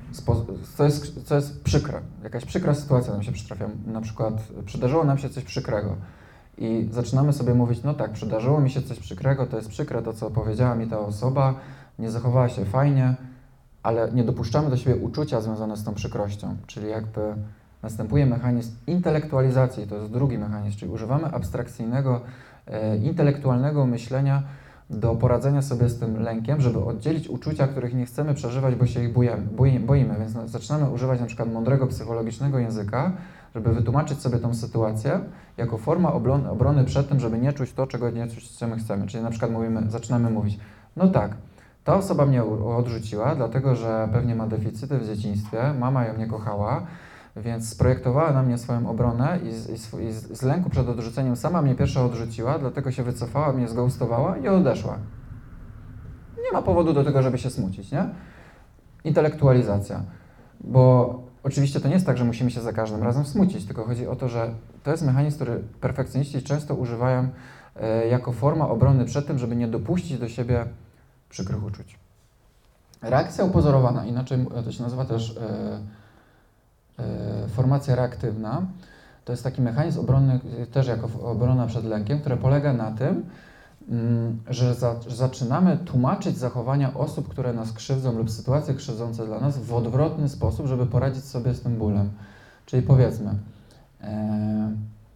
spo, co, jest, co jest przykre. Jakaś przykra sytuacja nam się przytrafia. Na przykład przydarzyło nam się coś przykrego i zaczynamy sobie mówić, no tak, przydarzyło mi się coś przykrego, to jest przykre to, co powiedziała mi ta osoba, nie zachowała się fajnie, ale nie dopuszczamy do siebie uczucia związane z tą przykrością, czyli jakby następuje mechanizm intelektualizacji, to jest drugi mechanizm, czyli używamy abstrakcyjnego, e, intelektualnego myślenia do poradzenia sobie z tym lękiem, żeby oddzielić uczucia, których nie chcemy przeżywać, bo się ich bujemy, boi, boimy, więc no, zaczynamy używać na przykład mądrego psychologicznego języka, żeby wytłumaczyć sobie tą sytuację jako forma obrony, obrony przed tym, żeby nie czuć to, czego nie czuć, co my chcemy. Czyli na przykład mówimy, zaczynamy mówić, no tak, ta osoba mnie odrzuciła, dlatego że pewnie ma deficyty w dzieciństwie, mama ją nie kochała, więc sprojektowała na mnie swoją obronę i z, i, sw- i z, z lęku przed odrzuceniem sama mnie pierwsza odrzuciła, dlatego się wycofała, mnie zghostowała i odeszła. Nie ma powodu do tego, żeby się smucić, nie? Intelektualizacja. Bo oczywiście to nie jest tak, że musimy się za każdym razem smucić, tylko chodzi o to, że to jest mechanizm, który perfekcjoniści często używają e, jako forma obrony przed tym, żeby nie dopuścić do siebie przykrych uczuć. Reakcja upozorowana, inaczej to się nazywa też e, e, formacja reaktywna, to jest taki mechanizm obronny, też jako obrona przed lękiem, który polega na tym, mm, że za, zaczynamy tłumaczyć zachowania osób, które nas krzywdzą lub sytuacje krzywdzące dla nas w odwrotny sposób, żeby poradzić sobie z tym bólem. Czyli powiedzmy, e,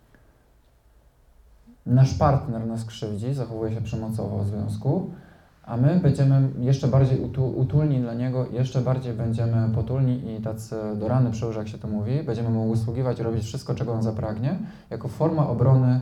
nasz partner nas krzywdzi, zachowuje się przemocowo w związku, a my będziemy jeszcze bardziej utu, utulni dla niego, jeszcze bardziej będziemy potulni i tacy do rany przyłóż, jak się to mówi, będziemy mu usługiwać, robić wszystko, czego on zapragnie, jako forma obrony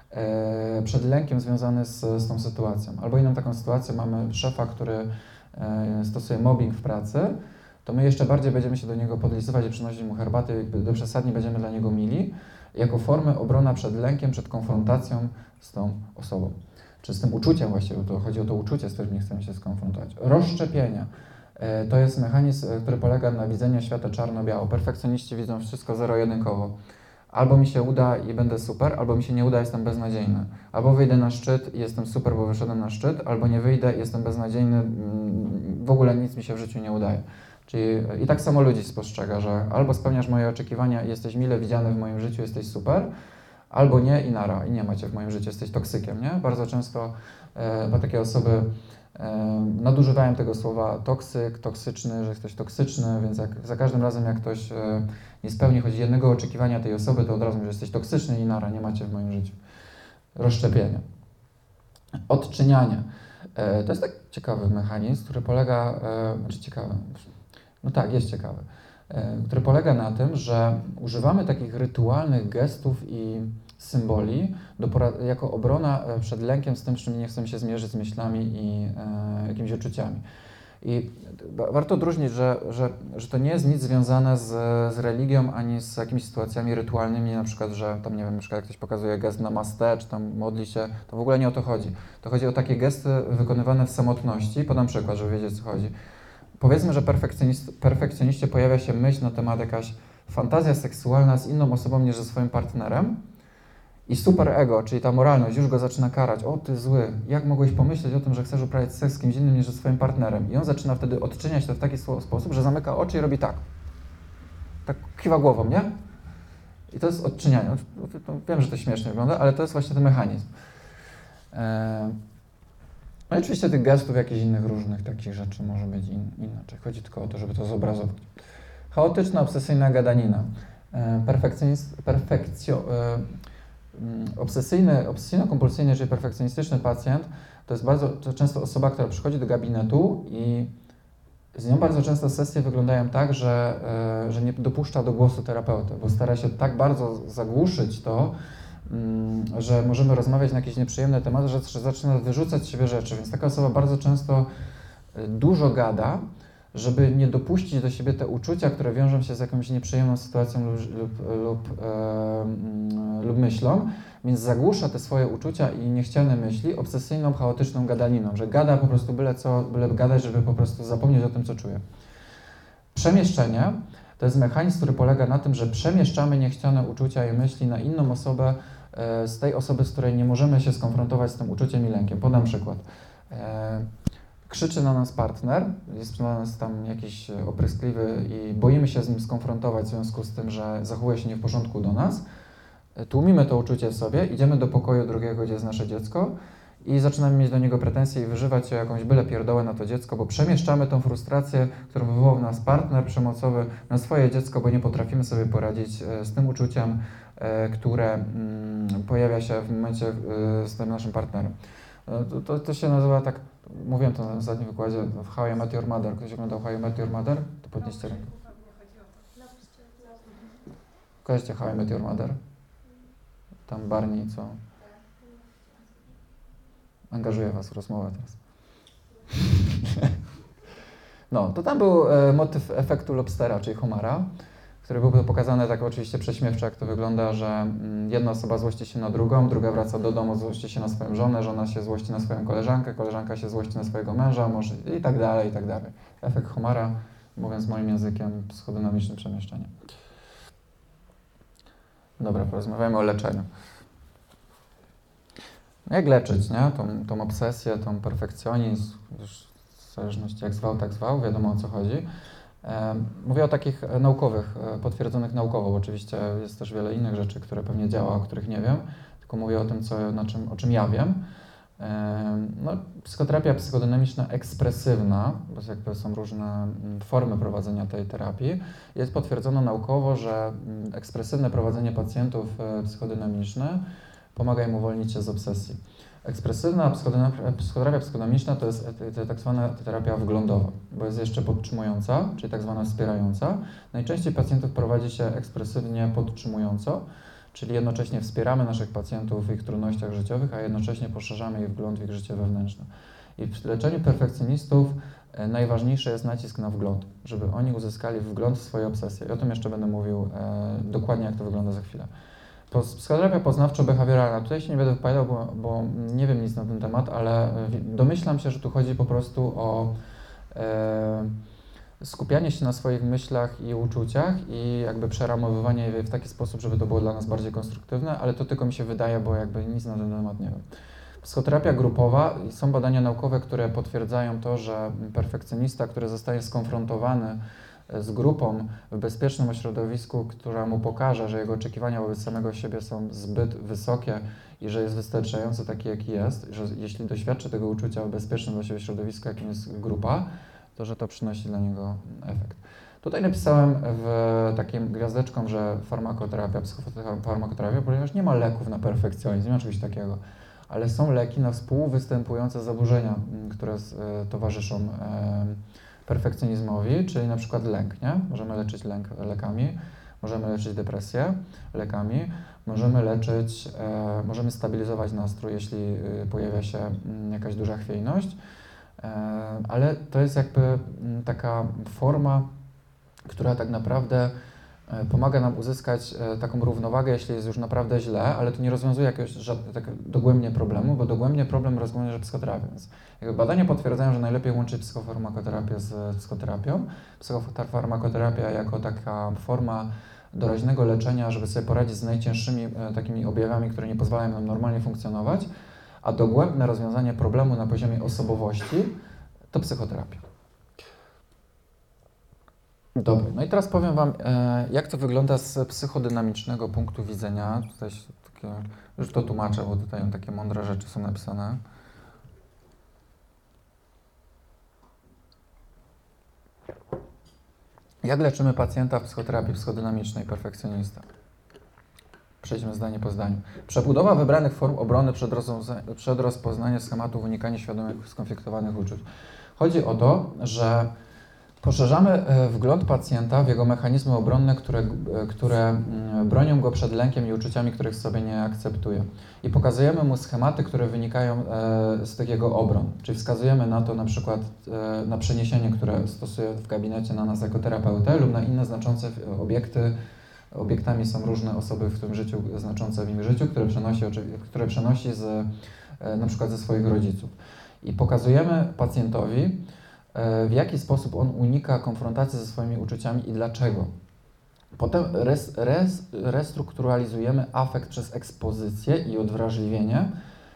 e, przed lękiem związany z, z tą sytuacją. Albo inną taką sytuację, mamy szefa, który e, stosuje mobbing w pracy, to my jeszcze bardziej będziemy się do niego podlizywać i przynosić mu herbatę, do przesadnie będziemy dla niego mili, jako formę obrona przed lękiem, przed konfrontacją z tą osobą. Czy z tym uczuciem właściwie, to chodzi o to uczucie, z którym nie chcemy się skonfrontować. Rozszczepienia. E, to jest mechanizm, który polega na widzeniu świata czarno-biało. Perfekcjoniści widzą wszystko zero-jedynkowo. Albo mi się uda i będę super, albo mi się nie uda, jestem beznadziejny. Albo wyjdę na szczyt i jestem super, bo wyszedłem na szczyt, albo nie wyjdę i jestem beznadziejny, w ogóle nic mi się w życiu nie udaje. Czyli i tak samo ludzi spostrzega, że albo spełniasz moje oczekiwania i jesteś mile widziany w moim życiu, jesteś super, albo nie i nara, i nie macie w moim życiu, jesteś toksykiem, nie? Bardzo często e, bo takie osoby e, nadużywają tego słowa toksyk, toksyczny, że jesteś toksyczny, więc jak, za każdym razem jak ktoś e, nie spełni choć jednego oczekiwania tej osoby, to od razu mówi, że jesteś toksyczny i nara, nie macie w moim życiu. Rozszczepienie. Odczynianie. E, to jest tak ciekawy mechanizm, który polega, e, znaczy ciekawy, no tak, jest ciekawy, e, który polega na tym, że używamy takich rytualnych gestów i symboli do pora- jako obrona przed lękiem z tym, z czym nie chcemy się zmierzyć z myślami i e, jakimiś uczuciami. I wa- warto odróżnić, że, że, że to nie jest nic związane z, z religią, ani z jakimiś sytuacjami rytualnymi, na przykład, że tam, nie wiem, na przykład jak ktoś pokazuje gest namaste, czy tam modli się, to w ogóle nie o to chodzi. To chodzi o takie gesty wykonywane w samotności. Podam przykład, żeby wiedzieć, co chodzi. Powiedzmy, że perfekcjonist, perfekcjoniście pojawia się myśl na temat jakaś fantazja seksualna z inną osobą niż ze swoim partnerem i super ego, czyli ta moralność już go zaczyna karać. O, ty zły, jak mogłeś pomyśleć o tym, że chcesz uprawiać seks z kimś innym niż ze swoim partnerem? I on zaczyna wtedy odczyniać to w taki spo- sposób, że zamyka oczy i robi tak. Tak kiwa głową, nie? I to jest odczynianie. Wiem, że to śmiesznie wygląda, ale to jest właśnie ten mechanizm. Eee... No i oczywiście tych gestów, jakichś innych różnych takich rzeczy może być in, inaczej. Chodzi tylko o to, żeby to zobrazować. Chaotyczna, obsesyjna gadanina. E, perfekcjonist, perfekcjo, e, obsesyjny, obsesyjno-kompulsyjny, czyli perfekcjonistyczny pacjent, to jest bardzo to często osoba, która przychodzi do gabinetu i z nią bardzo często sesje wyglądają tak, że, e, że nie dopuszcza do głosu terapeuty, bo stara się tak bardzo zagłuszyć to, że możemy rozmawiać na jakieś nieprzyjemne tematy, że zaczyna wyrzucać z siebie rzeczy, więc taka osoba bardzo często dużo gada, żeby nie dopuścić do siebie te uczucia, które wiążą się z jakąś nieprzyjemną sytuacją lub, lub, lub, e, lub myślą, więc zagłusza te swoje uczucia i niechciane myśli obsesyjną, chaotyczną gadaniną, że gada po prostu byle co, byle gadać, żeby po prostu zapomnieć o tym, co czuje. Przemieszczenie to jest mechanizm, który polega na tym, że przemieszczamy niechciane uczucia i myśli na inną osobę, e, z tej osoby, z której nie możemy się skonfrontować z tym uczuciem i lękiem. Podam przykład. E, krzyczy na nas partner, jest dla nas tam jakiś opryskliwy i boimy się z nim skonfrontować w związku z tym, że zachowuje się nie w porządku do nas, tłumimy to uczucie w sobie, idziemy do pokoju drugiego, gdzie jest nasze dziecko i zaczynamy mieć do niego pretensje i wyżywać się jakąś byle pierdołę na to dziecko, bo przemieszczamy tą frustrację, którą wywołał w nas partner przemocowy, na swoje dziecko, bo nie potrafimy sobie poradzić z tym uczuciem, które mm, pojawia się w momencie y, z tym naszym partnerem. To, to, to się nazywa tak, mówiłem to na ostatnim wykładzie w How I Met Your Mother. Ktoś oglądał How I Met Your Mother? To podnieście rękę. Kojarzycie How I Met Your Mother? Tam Barney, co? Angażuję was w rozmowę teraz. No, to tam był e, motyw efektu lobstera, czyli homara, który był pokazany tak oczywiście prześmiewczo, jak to wygląda, że mm, jedna osoba złości się na drugą, druga wraca do domu, złości się na swoją żonę, żona się złości na swoją koleżankę, koleżanka się złości na swojego męża, mąż i tak dalej, i tak dalej. Efekt homara, mówiąc moim językiem, psychodynamicznym przemieszczenie. Dobra, porozmawiamy o leczeniu. Jak leczyć, nie? Tą, tą obsesję, tą perfekcjonizm, już w zależności jak zwał, tak zwał, wiadomo o co chodzi. E, mówię o takich naukowych, potwierdzonych naukowo, bo oczywiście jest też wiele innych rzeczy, które pewnie działa, o których nie wiem, tylko mówię o tym, co, na czym, o czym ja wiem. E, no, psychoterapia psychodynamiczna ekspresywna, bo jakby są różne formy prowadzenia tej terapii, jest potwierdzono naukowo, że ekspresywne prowadzenie pacjentów psychodynamiczne pomaga im uwolnić się z obsesji. Ekspresywna psychoterapia psychodynamiczna to jest tak zwana terapia wglądowa, bo jest jeszcze podtrzymująca, czyli tak zwana wspierająca. Najczęściej pacjentów prowadzi się ekspresywnie podtrzymująco, czyli jednocześnie wspieramy naszych pacjentów w ich trudnościach życiowych, a jednocześnie poszerzamy ich wgląd w ich życie wewnętrzne. I w leczeniu perfekcjonistów najważniejszy jest nacisk na wgląd, żeby oni uzyskali wgląd w swoje obsesje. I o tym jeszcze będę mówił e, dokładnie, jak to wygląda za chwilę. Psychoterapia poznawczo-behawioralna. Tutaj się nie będę wypowiadał, bo, bo nie wiem nic na ten temat, ale domyślam się, że tu chodzi po prostu o e, skupianie się na swoich myślach i uczuciach i jakby przeramowywanie je w taki sposób, żeby to było dla nas bardziej konstruktywne, ale to tylko mi się wydaje, bo jakby nic na ten temat nie wiem. Psychoterapia grupowa. Są badania naukowe, które potwierdzają to, że perfekcjonista, który zostaje skonfrontowany z grupą w bezpiecznym środowisku, która mu pokaże, że jego oczekiwania wobec samego siebie są zbyt wysokie i że jest wystarczający taki, jaki jest, że jeśli doświadczy tego uczucia w bezpiecznym dla siebie środowisku, jakim jest grupa, to że to przynosi dla niego efekt. Tutaj napisałem w takim gwiazdeczką, że farmakoterapia, psychofarmakoterapia, ponieważ nie ma leków na perfekcjonizm, nie ma czegoś takiego, ale są leki na współwystępujące zaburzenia, które towarzyszą perfekcjonizmowi, czyli na przykład lęk, nie? Możemy leczyć lęk lekami, możemy leczyć depresję lekami, możemy leczyć, e, możemy stabilizować nastrój, jeśli y, pojawia się y, jakaś duża chwiejność, e, ale to jest jakby y, taka forma, która tak naprawdę y, pomaga nam uzyskać y, taką równowagę, jeśli jest już naprawdę źle, ale to nie rozwiązuje jakiegoś żadnego, tak dogłębnie problemu, bo dogłębnie problem rozwiąże psychoterapia. Więc jakby badania potwierdzają, że najlepiej łączyć psychofarmakoterapię z psychoterapią. Psychofarmakoterapia jako taka forma doraźnego leczenia, żeby sobie poradzić z najcięższymi e, takimi objawami, które nie pozwalają nam normalnie funkcjonować, a dogłębne rozwiązanie problemu na poziomie osobowości to psychoterapia. Dobra, no i teraz powiem Wam, e, jak to wygląda z psychodynamicznego punktu widzenia. Tutaj się takie, już to tłumaczę, bo tutaj takie mądre rzeczy są napisane. Jak leczymy pacjenta w psychoterapii psychodynamicznej perfekcjonista? Przejdźmy zdanie po zdaniu. Przebudowa wybranych form obrony przed, rozpoznaniem, przed rozpoznaniem schematów unikania świadomych skonfliktowanych uczuć. Chodzi o to, że poszerzamy wgląd pacjenta w jego mechanizmy obronne, które, które bronią go przed lękiem i uczuciami, których sobie nie akceptuje. I pokazujemy mu schematy, które wynikają z tych jego obron. Czyli wskazujemy na to na przykład na przeniesienie, które stosuje w gabinecie na nas jako terapeutę lub na inne znaczące obiekty. Obiektami są różne osoby w tym życiu, znaczące w im życiu, które przenosi, które przenosi z, na przykład ze swoich rodziców. I pokazujemy pacjentowi, w jaki sposób on unika konfrontacji ze swoimi uczuciami i dlaczego. Potem res, res, restrukturalizujemy afekt przez ekspozycję i odwrażliwienie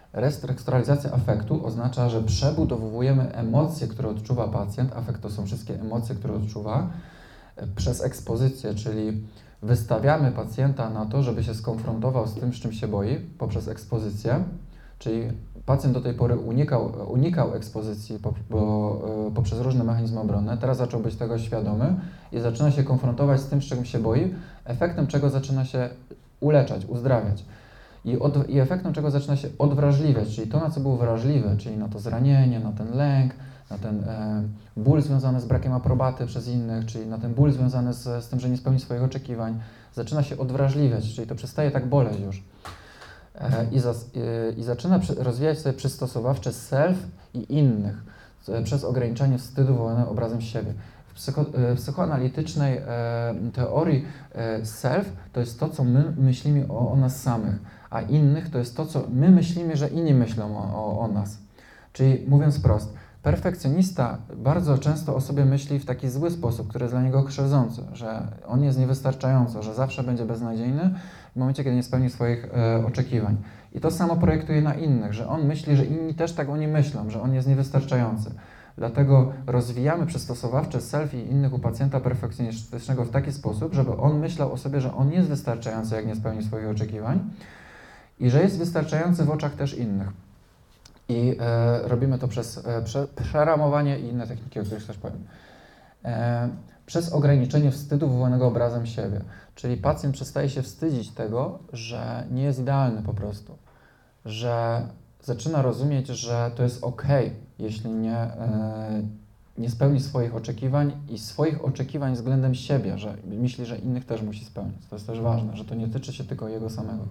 Restrukturalizacja afektu oznacza, że przebudowujemy emocje, które odczuwa pacjent. Afekt to są wszystkie emocje, które odczuwa przez ekspozycję, czyli wystawiamy pacjenta na to, żeby się skonfrontował z tym, z czym się boi, poprzez ekspozycję, czyli pacjent do tej pory unikał, unikał ekspozycji po, bo, poprzez różne mechanizmy obronne, teraz zaczął być tego świadomy i zaczyna się konfrontować z tym, z czym się boi, efektem czego zaczyna się uleczać, uzdrawiać. I, od, I efektem czego zaczyna się odwrażliwiać, czyli to, na co był wrażliwy, czyli na to zranienie, na ten lęk, na ten e, ból związany z brakiem aprobaty przez innych, czyli na ten ból związany z, z tym, że nie spełni swoich oczekiwań, zaczyna się odwrażliwiać, czyli to przestaje tak boleć już. E, i, zas, e, I zaczyna przy, rozwijać sobie przystosowawcze self i innych e, przez ograniczanie wstydu wywołanego obrazem siebie. W psycho, e, psychoanalitycznej e, teorii e, self to jest to, co my myślimy o, o nas samych, a innych to jest to, co my myślimy, że inni myślą o, o, o nas. Czyli mówiąc wprost, perfekcjonista bardzo często o sobie myśli w taki zły sposób, który jest dla niego krzywdzący, że on jest niewystarczający, że zawsze będzie beznadziejny w momencie, kiedy nie spełni swoich e, oczekiwań. I to samo projektuje na innych, że on myśli, że inni też tak o nim myślą, że on jest niewystarczający. Dlatego rozwijamy przystosowawcze self i innych u pacjenta perfekcjonistycznego w taki sposób, żeby on myślał o sobie, że on jest wystarczający, jak nie spełni swoich oczekiwań i że jest wystarczający w oczach też innych. I e, robimy to przez e, prze, przeramowanie i inne techniki, o których też powiem. E, przez ograniczenie wstydu wywołanego obrazem siebie. Czyli pacjent przestaje się wstydzić tego, że nie jest idealny po prostu. Że zaczyna rozumieć, że to jest ok, jeśli nie, e, nie spełni swoich oczekiwań i swoich oczekiwań względem siebie, że myśli, że innych też musi spełnić. To jest też ważne, że to nie tyczy się tylko jego samego,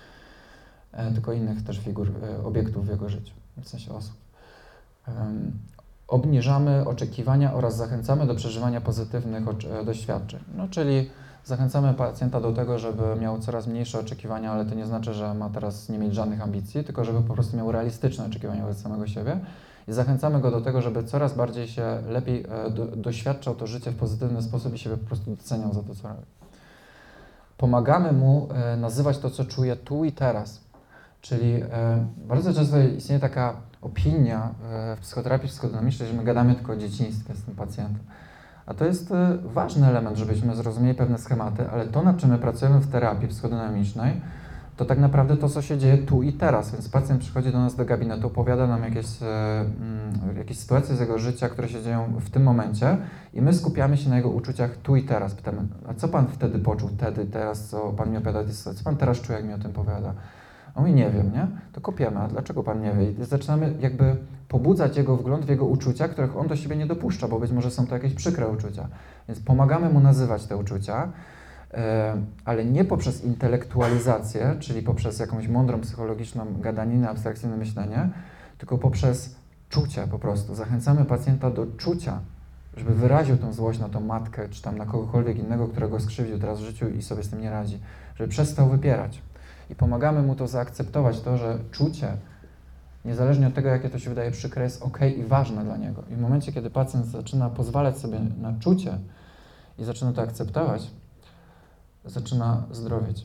e, tylko innych też figur, e, obiektów w jego życiu. W sensie osób. Um, obniżamy oczekiwania oraz zachęcamy do przeżywania pozytywnych doświadczeń. No, czyli zachęcamy pacjenta do tego, żeby miał coraz mniejsze oczekiwania, ale to nie znaczy, że ma teraz nie mieć żadnych ambicji, tylko żeby po prostu miał realistyczne oczekiwania wobec samego siebie i zachęcamy go do tego, żeby coraz bardziej się lepiej do, doświadczał to życie w pozytywny sposób i siebie po prostu doceniał za to, co robi. Pomagamy mu nazywać to, co czuje tu i teraz. Czyli e, bardzo często istnieje taka opinia e, w psychoterapii psychodynamicznej, że my gadamy tylko o dzieciństwie z tym pacjentem. A to jest e, ważny element, żebyśmy zrozumieli pewne schematy, ale to, nad czym my pracujemy w terapii psychodynamicznej, to tak naprawdę to, co się dzieje tu i teraz. Więc pacjent przychodzi do nas do gabinetu, opowiada nam jakieś, e, mm, jakieś sytuacje z jego życia, które się dzieją w tym momencie i my skupiamy się na jego uczuciach tu i teraz. Pytamy, a co pan wtedy poczuł, wtedy, teraz, co pan mi opowiada, co pan teraz czuje, jak mi o tym opowiada? On mówi, nie wiem, nie? To kopiemy, a dlaczego pan nie wie? I zaczynamy jakby pobudzać jego wgląd w jego uczucia, których on do siebie nie dopuszcza, bo być może są to jakieś przykre uczucia. Więc pomagamy mu nazywać te uczucia, ale nie poprzez intelektualizację, czyli poprzez jakąś mądrą psychologiczną gadaninę, abstrakcyjne myślenie, tylko poprzez czucie po prostu. Zachęcamy pacjenta do czucia, żeby wyraził tą złość na tą matkę, czy tam na kogokolwiek innego, którego skrzywdził teraz w życiu i sobie z tym nie radzi. Żeby przestał wypierać. I pomagamy mu to zaakceptować, to, że czucie, niezależnie od tego, jakie to się wydaje przykre, jest ok i ważne dla niego. I w momencie, kiedy pacjent zaczyna pozwalać sobie na czucie i zaczyna to akceptować, zaczyna zdrowieć.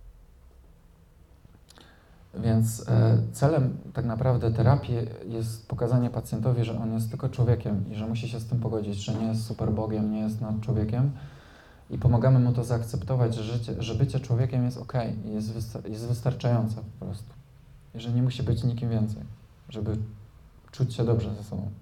Więc e, celem tak naprawdę terapii jest pokazanie pacjentowi, że on jest tylko człowiekiem i że musi się z tym pogodzić, że nie jest super Bogiem, nie jest nad człowiekiem. I pomagamy mu to zaakceptować, że, życie, że bycie człowiekiem jest ok i jest, wystar- jest wystarczające po prostu. I że nie musi być nikim więcej, żeby czuć się dobrze ze sobą.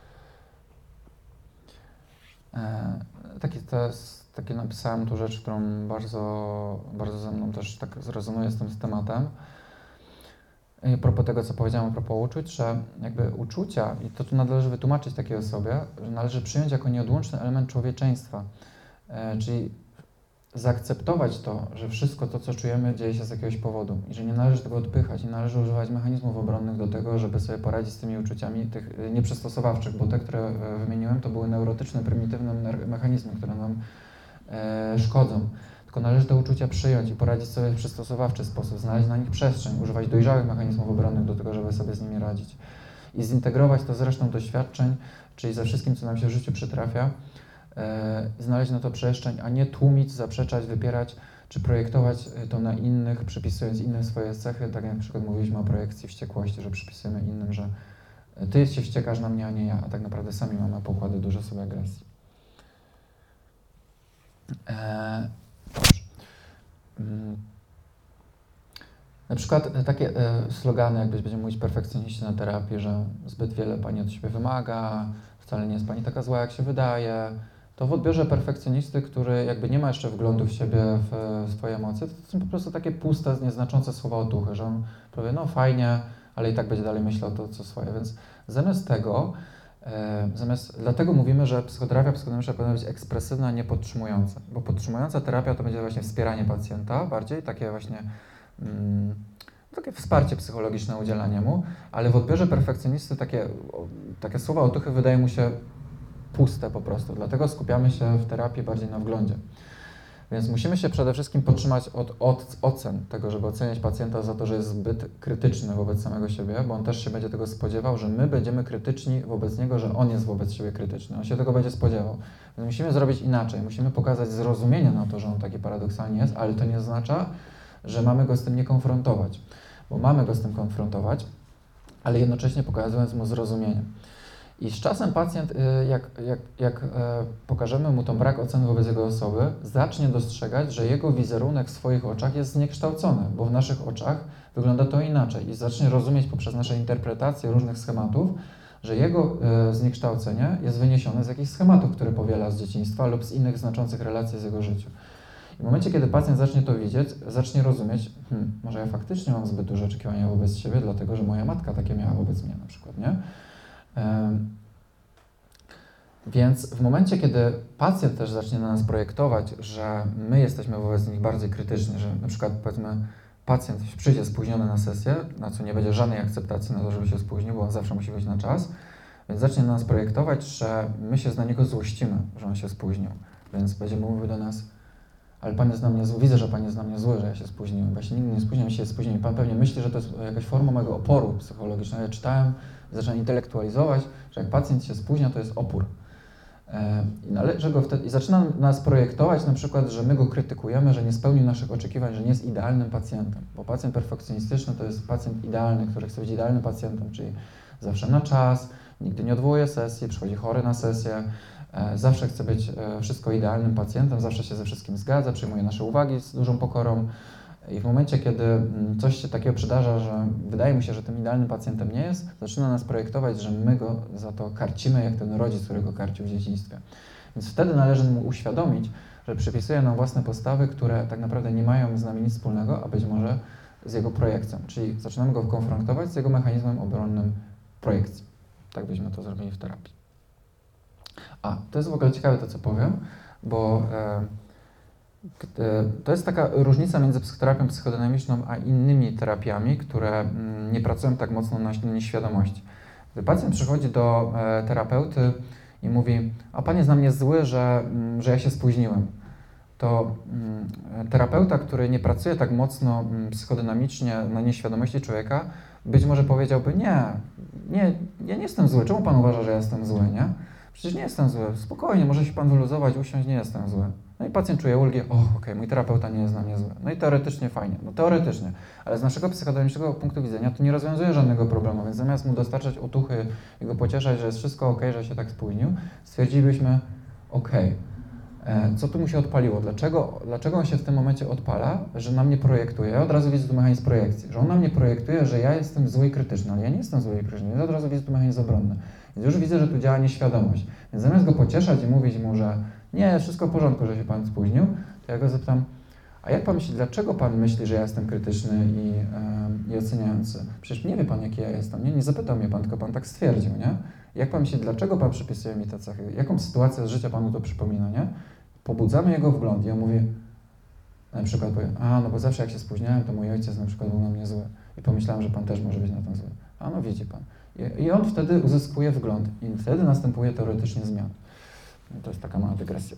E, taki, to jest, takie napisałem tu rzecz, którą bardzo, bardzo ze mną też tak zrezonuje z tym z tematem. I a propos tego, co powiedziałem a propos uczuć, że jakby uczucia, i to tu należy wytłumaczyć takiej osobie, że należy przyjąć jako nieodłączny element człowieczeństwa. E, czyli zaakceptować to, że wszystko to, co czujemy, dzieje się z jakiegoś powodu i że nie należy tego odpychać i należy używać mechanizmów obronnych do tego, żeby sobie poradzić z tymi uczuciami tych nieprzystosowawczych, bo te, które wymieniłem, to były neurotyczne, prymitywne mechanizmy, które nam e, szkodzą. Tylko należy te uczucia przyjąć i poradzić sobie w przystosowawczy sposób, znaleźć na nich przestrzeń, używać dojrzałych mechanizmów obronnych do tego, żeby sobie z nimi radzić. I zintegrować to z resztą doświadczeń, czyli ze wszystkim, co nam się w życiu przytrafia, znaleźć na to przestrzeń, a nie tłumić, zaprzeczać, wypierać, czy projektować to na innych, przypisując innym swoje cechy, tak jak na przykład mówiliśmy o projekcji wściekłości, że przypisujemy innym, że ty się wściekasz na mnie, a nie ja, a tak naprawdę sami mamy pokłady duże sobie agresji. Eee, dobrze. Mm. Na przykład takie e, slogany, jakbyś będziemy mówić perfekcjoniści na terapii, że zbyt wiele pani od siebie wymaga, wcale nie jest pani taka zła, jak się wydaje. To w odbiorze perfekcjonisty, który jakby nie ma jeszcze wglądu w siebie, w, w swoje emocje, to są po prostu takie puste, nieznaczące słowa otuchy, że on powie, no fajnie, ale i tak będzie dalej myślał to, co swoje. Więc zamiast tego, e, zamiast, dlatego mówimy, że psychoterapia psychodynamiczna powinna być ekspresywna, a nie podtrzymująca. Bo podtrzymująca terapia to będzie właśnie wspieranie pacjenta bardziej, takie właśnie mm, takie wsparcie psychologiczne udzielanie mu, ale w odbiorze perfekcjonisty takie, takie słowa otuchy wydają mu się puste po prostu, dlatego skupiamy się w terapii bardziej na wglądzie. Więc musimy się przede wszystkim podtrzymać od, od ocen tego, żeby oceniać pacjenta za to, że jest zbyt krytyczny wobec samego siebie, bo on też się będzie tego spodziewał, że my będziemy krytyczni wobec niego, że on jest wobec siebie krytyczny. On się tego będzie spodziewał. Więc musimy zrobić inaczej. Musimy pokazać zrozumienie na to, że on taki paradoksalnie jest, ale to nie oznacza, że mamy go z tym nie konfrontować, bo mamy go z tym konfrontować, ale jednocześnie pokazując mu zrozumienie. I z czasem pacjent, jak, jak, jak pokażemy mu tą brak oceny wobec jego osoby, zacznie dostrzegać, że jego wizerunek w swoich oczach jest zniekształcony, bo w naszych oczach wygląda to inaczej i zacznie rozumieć poprzez nasze interpretacje różnych schematów, że jego zniekształcenie jest wyniesione z jakichś schematów, które powiela z dzieciństwa lub z innych znaczących relacji z jego życiu. I w momencie, kiedy pacjent zacznie to widzieć, zacznie rozumieć, hmm, może ja faktycznie mam zbyt duże oczekiwania wobec siebie, dlatego że moja matka takie miała wobec mnie na przykład, nie? Więc w momencie, kiedy pacjent też zacznie na nas projektować, że my jesteśmy wobec nich bardziej krytyczni, że na przykład powiedzmy pacjent przyjdzie spóźniony na sesję, na co nie będzie żadnej akceptacji na to, żeby się spóźnił, bo on zawsze musi być na czas, więc zacznie na nas projektować, że my się na niego złościmy, że on się spóźnił. Więc będzie mówił do nas, ale pan jest na mnie zły, widzę, że pan jest na mnie zły, że ja się spóźniłem, bo ja się nigdy nie spóźniłem, się spóźniłem. Pan pewnie myśli, że to jest jakaś forma mojego oporu psychologicznego. Ja czytałem, zacząłem intelektualizować, że jak pacjent się spóźnia, to jest opór. I należy go wtedy, i zaczyna nas projektować na przykład, że my go krytykujemy, że nie spełnił naszych oczekiwań, że nie jest idealnym pacjentem, bo pacjent perfekcjonistyczny to jest pacjent idealny, który chce być idealnym pacjentem, czyli zawsze na czas, nigdy nie odwołuje sesji, przychodzi chory na sesję, zawsze chce być wszystko idealnym pacjentem, zawsze się ze wszystkim zgadza, przyjmuje nasze uwagi z dużą pokorą i w momencie, kiedy coś się takiego przydarza, że wydaje mu się, że tym idealnym pacjentem nie jest, zaczyna nas projektować, że my go za to karcimy, jak ten rodzic, który go karcił w dzieciństwie. Więc wtedy należy mu uświadomić, że przypisuje nam własne postawy, które tak naprawdę nie mają z nami nic wspólnego, a być może z jego projekcją. Czyli zaczynamy go konfrontować z jego mechanizmem obronnym projekcji. Tak byśmy to zrobili w terapii. A, to jest w ogóle ciekawe to, co powiem, bo e, to jest taka różnica między psychoterapią psychodynamiczną a innymi terapiami, które mm, nie pracują tak mocno na nieświadomości. Gdy pacjent przychodzi do e, terapeuty i mówi, a pan jest na mnie zły, że, mm, że ja się spóźniłem, to mm, terapeuta, który nie pracuje tak mocno mm, psychodynamicznie na nieświadomości człowieka, być może powiedziałby, nie, nie, ja nie jestem zły, czemu pan uważa, że ja jestem zły, nie? Przecież nie jestem zły, spokojnie, może się pan wyluzować, usiąść, nie jestem zły. No i pacjent czuje ulgę, o, okej, okay, mój terapeuta nie jest na mnie zły. No i teoretycznie fajnie, no teoretycznie, ale z naszego psychodynamicznego punktu widzenia to nie rozwiązuje żadnego problemu, więc zamiast mu dostarczać otuchy i go pocieszać, że jest wszystko okej, okay, że się tak spóźnił, stwierdzilibyśmy, okej, okay, co tu mu się odpaliło, dlaczego, dlaczego on się w tym momencie odpala, że na mnie projektuje, ja od razu widzę tu mechanizm projekcji, że on na mnie projektuje, że ja jestem zły i krytyczny, ale ja nie jestem zły i krytyczny, ja od razu widzę tu mechanizm obronny. Więc już widzę, że tu działa nieświadomość. Więc zamiast go pocieszać i mówić mu, że nie, wszystko w porządku, że się pan spóźnił, to ja go zapytam, a jak pan myśli, dlaczego pan myśli, że ja jestem krytyczny i, yy, i oceniający? Przecież nie wie pan, jaki ja jestem, nie? Nie zapytał mnie pan, tylko pan tak stwierdził, nie? Jak pan myśli, dlaczego pan przypisuje mi te cechy? Jaką sytuację z życia panu to przypomina, nie? Pobudzamy jego wgląd i ja mówię, na przykład powiem, a no bo zawsze jak się spóźniałem, to mój ojciec na przykład był na mnie zły i pomyślałem, że pan też może być na to zły. A no widzi pan. I on wtedy uzyskuje wgląd i wtedy następuje teoretycznie zmiana. To jest taka mała dygresja.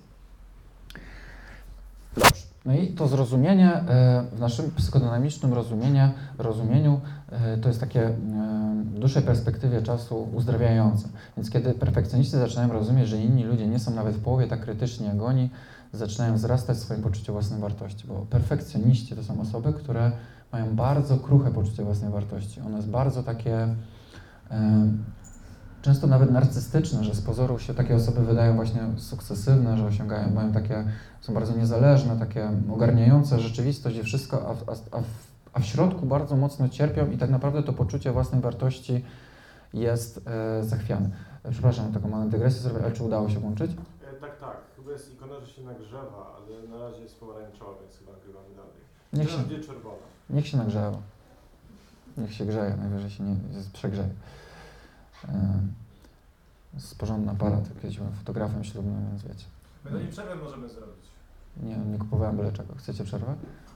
Dobrze. No i to zrozumienie, w naszym psychodynamicznym rozumieniu, rozumieniu to jest takie w dłuższej perspektywie czasu uzdrawiające. Więc kiedy perfekcjoniści zaczynają rozumieć, że inni ludzie nie są nawet w połowie tak krytyczni jak oni, zaczynają wzrastać w swoim poczuciu własnej wartości, bo perfekcjoniści to są osoby, które mają bardzo kruche poczucie własnej wartości. Ono jest bardzo takie, e, często nawet narcystyczne, że z pozoru się takie osoby wydają właśnie sukcesywne, że osiągają, mają takie, są bardzo niezależne, takie ogarniające rzeczywistość i wszystko, a, a, a, w, a w środku bardzo mocno cierpią i tak naprawdę to poczucie własnej wartości jest e, zachwiane. E, przepraszam, taką małą dygresję zrobię, ale czy udało się włączyć? E, tak, tak. Chyba jest ikona, że się nagrzewa, ale na razie jest pomarańczowa, więc chyba nagrywamy dalej. Niech Teraz się, będzie czerwona. niech się nagrzewa. Niech się grzeje, najwyżej się nie przegrzeje. E, jest porządny aparat, kiedyś byłem fotografem ślubnym, więc wiecie. My do niej przerwę możemy zrobić. Nie, nie kupowałem byle czego. Chcecie przerwę?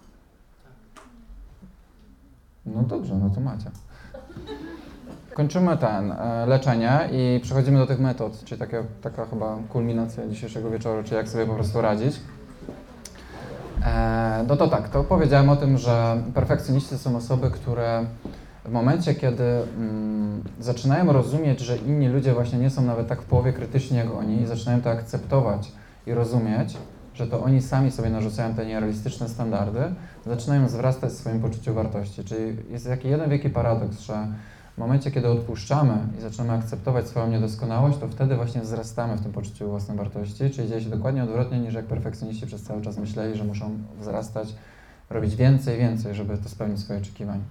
No dobrze, no to macie. Kończymy ten e, leczenie i przechodzimy do tych metod, czyli takie, taka chyba kulminacja dzisiejszego wieczoru, czyli jak sobie po prostu radzić. E, no to tak, to powiedziałem o tym, że perfekcjoniści są osoby, które w momencie, kiedy mm, zaczynają rozumieć, że inni ludzie właśnie nie są nawet tak w połowie krytyczni jak oni i zaczynają to akceptować i rozumieć, że to oni sami sobie narzucają te nierealistyczne standardy, zaczynają wzrastać w swoim poczuciu wartości. Czyli jest taki jeden wielki paradoks, że w momencie, kiedy odpuszczamy i zaczynamy akceptować swoją niedoskonałość, to wtedy właśnie wzrastamy w tym poczuciu własnej wartości, czyli dzieje się dokładnie odwrotnie niż jak perfekcjoniści przez cały czas myśleli, że muszą wzrastać, robić więcej, więcej, żeby to spełnić swoje oczekiwania.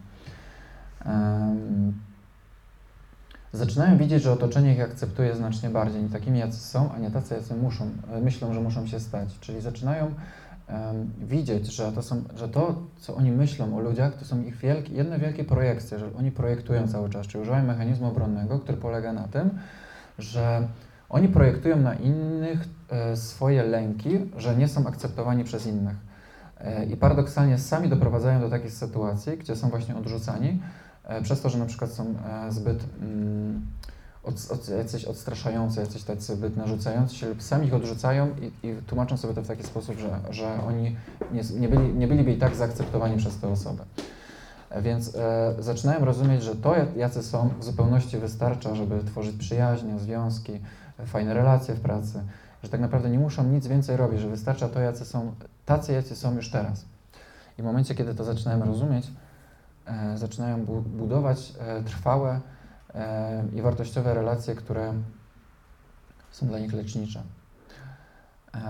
Um, zaczynają widzieć, że otoczenie ich akceptuje znacznie bardziej, nie takimi jacy są, a nie tacy jacy muszą, myślą, że muszą się stać. Czyli zaczynają um, widzieć, że to, są, że to, co oni myślą o ludziach, to są ich wielkie, jedne wielkie projekcje, że oni projektują cały czas, czyli używają mechanizmu obronnego, który polega na tym, że oni projektują na innych e, swoje lęki, że nie są akceptowani przez innych. E, I paradoksalnie sami doprowadzają do takich sytuacji, gdzie są właśnie odrzucani, przez to, że na przykład są zbyt mm, od, od, jacyś odstraszający, jacyś tacy zbyt narzucający się lub sami ich odrzucają i, i tłumaczą sobie to w taki sposób, że, że oni nie, nie, byli, nie byliby i tak zaakceptowani przez tę osobę. Więc e, zaczynają rozumieć, że to, jacy są, w zupełności wystarcza, żeby tworzyć przyjaźnie, związki, fajne relacje w pracy, że tak naprawdę nie muszą nic więcej robić, że wystarcza to, jacy są, tacy, jacy są już teraz. I w momencie, kiedy to zaczynają rozumieć, E, zaczynają bu budować e, trwałe e, i wartościowe relacje, które są dla nich lecznicze. E,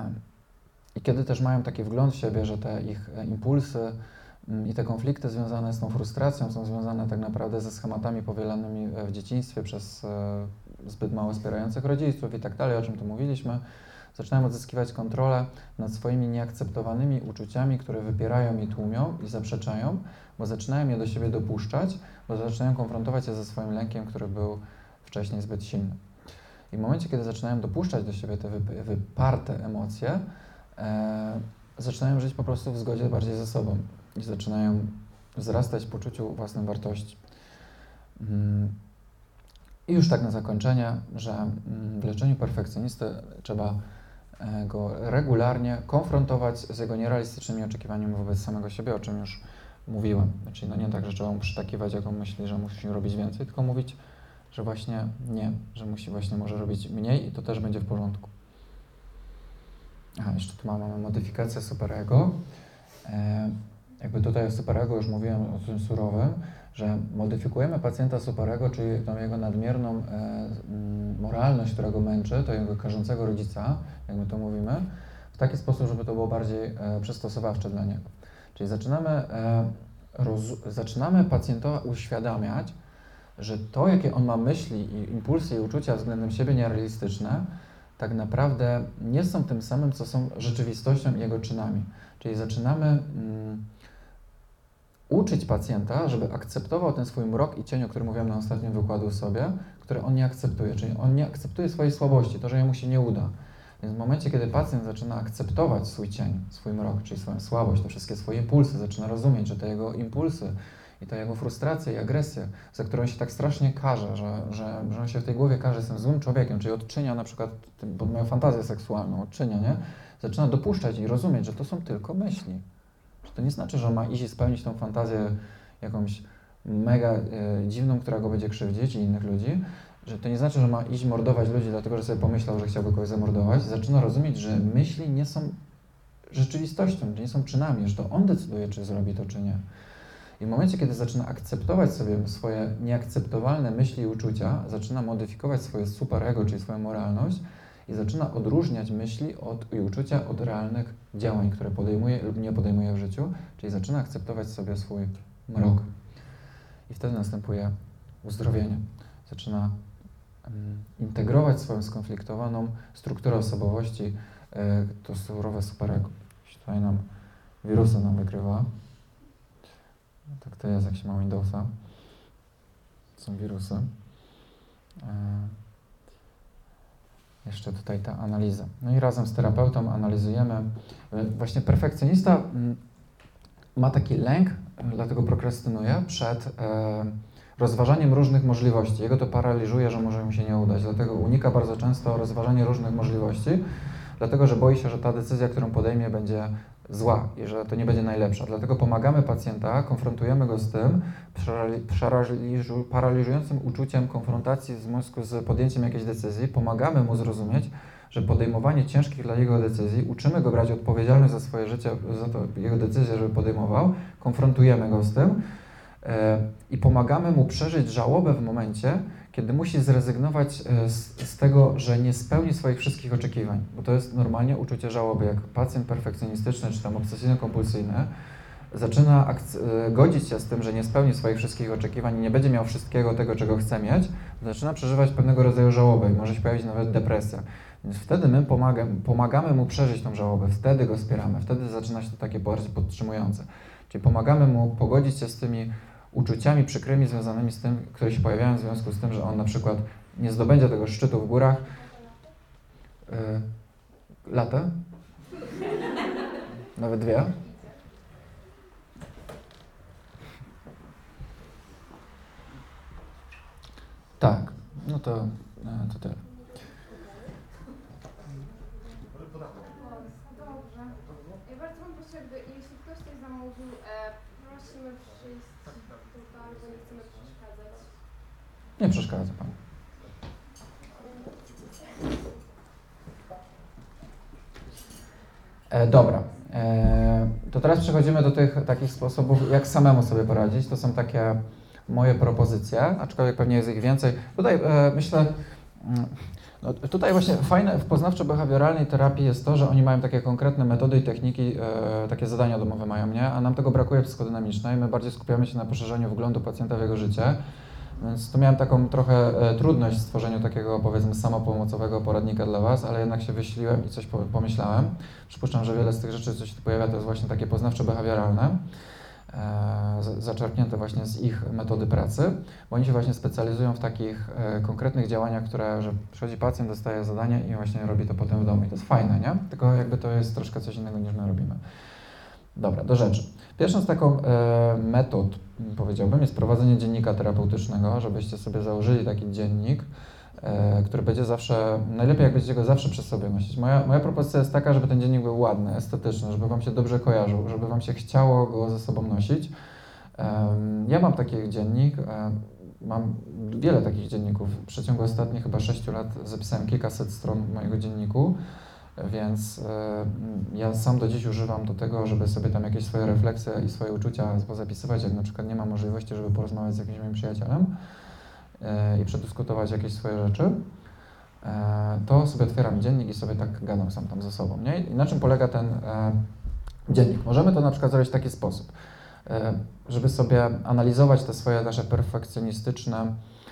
I kiedy też mają taki wgląd w siebie, że te ich e, impulsy m, i te konflikty związane z tą frustracją są związane tak naprawdę ze schematami powielanymi w dzieciństwie przez e, zbyt mało wspierających rodziców i tak dalej, o czym tu mówiliśmy, zaczynają odzyskiwać kontrolę nad swoimi nieakceptowanymi uczuciami, które wypierają i tłumią i zaprzeczają, bo zaczynają je do siebie dopuszczać, bo zaczynają konfrontować się ze swoim lękiem, który był wcześniej zbyt silny. I w momencie, kiedy zaczynają dopuszczać do siebie te wyparte emocje, e, zaczynają żyć po prostu w zgodzie bardziej ze sobą i zaczynają wzrastać w poczuciu własnej wartości. Mm. I już tak na zakończenie, że w leczeniu perfekcjonisty trzeba go regularnie konfrontować z jego nierealistycznymi oczekiwaniami wobec samego siebie, o czym już mówiłem. Czyli no nie tak, że trzeba mu przytakiwać, jak on myśli, że musi robić więcej, tylko mówić, że właśnie nie, że musi właśnie może robić mniej i to też będzie w porządku. A, jeszcze tu mamy modyfikację superego. E, jakby tutaj o superego już mówiłem, o tym surowym, że modyfikujemy pacjenta superego, czyli tą jego nadmierną e, moralność, która go męczy, to jego karzącego rodzica, jak my to mówimy, w taki sposób, żeby to było bardziej e, przystosowawcze dla niego. Czyli zaczynamy, e, roz, zaczynamy pacjentowi uświadamiać, że to, jakie on ma myśli i impulsy i uczucia względem siebie nierealistyczne, tak naprawdę nie są tym samym, co są rzeczywistością i jego czynami. Czyli zaczynamy mm, uczyć pacjenta, żeby akceptował ten swój mrok i cień, o którym mówiłem na ostatnim wykładu sobie, które on nie akceptuje. Czyli on nie akceptuje swojej słabości, to, że jemu się nie uda. Więc w momencie, kiedy pacjent zaczyna akceptować swój cień, swój mrok, czyli swoją słabość, te wszystkie swoje impulsy, zaczyna rozumieć, że te jego impulsy i ta jego frustracja i agresja, za którą on się tak strasznie karze, że, że, że on się w tej głowie karze, że jestem złym człowiekiem, czyli odczynia na przykład, bo mają fantazję seksualną, odczynia, nie? Zaczyna dopuszczać i rozumieć, że to są tylko myśli. Że to nie znaczy, że ma iść i spełnić tą fantazję jakąś mega e, dziwną, która go będzie krzywdzić i innych ludzi, że to nie znaczy, że ma iść mordować ludzi, dlatego że sobie pomyślał, że chciałby kogoś zamordować. Zaczyna rozumieć, że myśli nie są rzeczywistością, że nie są czynami, że to on decyduje, czy zrobi to, czy nie. I w momencie, kiedy zaczyna akceptować sobie swoje nieakceptowalne myśli i uczucia, zaczyna modyfikować swoje superego, czyli swoją moralność i zaczyna odróżniać myśli od, i uczucia od realnych działań, które podejmuje lub nie podejmuje w życiu, czyli zaczyna akceptować sobie swój mrok. I wtedy następuje uzdrowienie. Zaczyna um, integrować swoją skonfliktowaną strukturę osobowości, y, to surowe superego. Tutaj nam wirusy nam wykrywa. Tak to jest, jak się ma Windowsa. Są wirusy. E, jeszcze tutaj ta analiza. No i razem z terapeutą analizujemy. E, właśnie perfekcjonista m, ma taki lęk, dlatego prokrastynuje, przed e, rozważaniem różnych możliwości. Jego to paraliżuje, że może mu się nie udać. Dlatego unika bardzo często rozważania różnych możliwości, dlatego że boi się, że ta decyzja, którą podejmie, będzie zła i że to nie będzie najlepsza. Dlatego pomagamy pacjenta, konfrontujemy go z tym przerali- paraliżującym uczuciem konfrontacji w związku z podjęciem jakiejś decyzji. Pomagamy mu zrozumieć, że podejmowanie ciężkich dla niego decyzji, uczymy go brać odpowiedzialność za swoje życie, za to jego decyzję, żeby podejmował, konfrontujemy go z tym e, i pomagamy mu przeżyć żałobę w momencie, kiedy musi zrezygnować z, z tego, że nie spełni swoich wszystkich oczekiwań, bo to jest normalnie uczucie żałoby, jak pacjent perfekcjonistyczny czy tam obsesyjno-kompulsyjny zaczyna akc- godzić się z tym, że nie spełni swoich wszystkich oczekiwań i nie będzie miał wszystkiego tego, czego chce mieć, zaczyna przeżywać pewnego rodzaju żałobę i może się pojawić nawet depresja. Więc wtedy my pomagamy, pomagamy mu przeżyć tą żałobę, wtedy go wspieramy, wtedy zaczyna się to takie bardziej podtrzymujące. Czyli pomagamy mu pogodzić się z tymi uczuciami przykrymi związanymi z tym, które się pojawiają w związku z tym, że on na przykład nie zdobędzie tego szczytu w górach. Yy, latę? Nawet dwie? Tak, no to, e, to tyle. Dobrze. Ja bardzo bym prosiła, jakby, jeśli ktoś coś zamówił, e, prosimy przyjść tutaj, bo nie chcemy przeszkadzać. Nie przeszkadza Pan. E, dobra. E, to teraz przechodzimy do tych takich sposobów, jak samemu sobie poradzić. To są takie moje propozycje, aczkolwiek pewnie jest ich więcej. Tutaj e, myślę, no, tutaj właśnie fajne w poznawczo-behawioralnej terapii jest to, że oni mają takie konkretne metody i techniki, e, takie zadania domowe mają, nie? A nam tego brakuje w psychodynamicznej. My bardziej skupiamy się na poszerzeniu wglądu pacjenta w jego życie. Więc tu miałem taką trochę e, trudność w stworzeniu takiego, powiedzmy, samopomocowego poradnika dla Was, ale jednak się wyśliłem i coś po, pomyślałem. Przypuszczam, że wiele z tych rzeczy, co się tu pojawia, to jest właśnie takie poznawczo-behawioralne, e, z, zaczerpnięte właśnie z ich metody pracy, bo oni się właśnie specjalizują w takich e, konkretnych działaniach, które, że przychodzi pacjent, dostaje zadanie i właśnie robi to potem w domu. I to jest fajne, nie? Tylko jakby to jest troszkę coś innego niż my robimy. Dobra, do rzeczy. Pierwszą z taką e, metod, powiedziałbym, jest prowadzenie dziennika terapeutycznego, żebyście sobie założyli taki dziennik, e, który będzie zawsze, najlepiej jak będziecie go zawsze przy sobie nosić. Moja, moja propozycja jest taka, żeby ten dziennik był ładny, estetyczny, żeby Wam się dobrze kojarzył, żeby Wam się chciało go ze sobą nosić. E, ja mam taki dziennik, e, mam wiele takich dzienników. W przeciągu ostatnich chyba sześciu lat zapisałem kilkaset stron mojego dzienniku. Więc y, ja sam do dziś używam do tego, żeby sobie tam jakieś swoje refleksje i swoje uczucia pozapisywać, jak na przykład nie mam możliwości, żeby porozmawiać z jakimś moim przyjacielem y, i przedyskutować jakieś swoje rzeczy, y, to sobie otwieram dziennik i sobie tak gadam sam tam ze sobą. Nie? I na czym polega ten y, dziennik? Możemy to na przykład zrobić w taki sposób, y, żeby sobie analizować te swoje nasze perfekcjonistyczne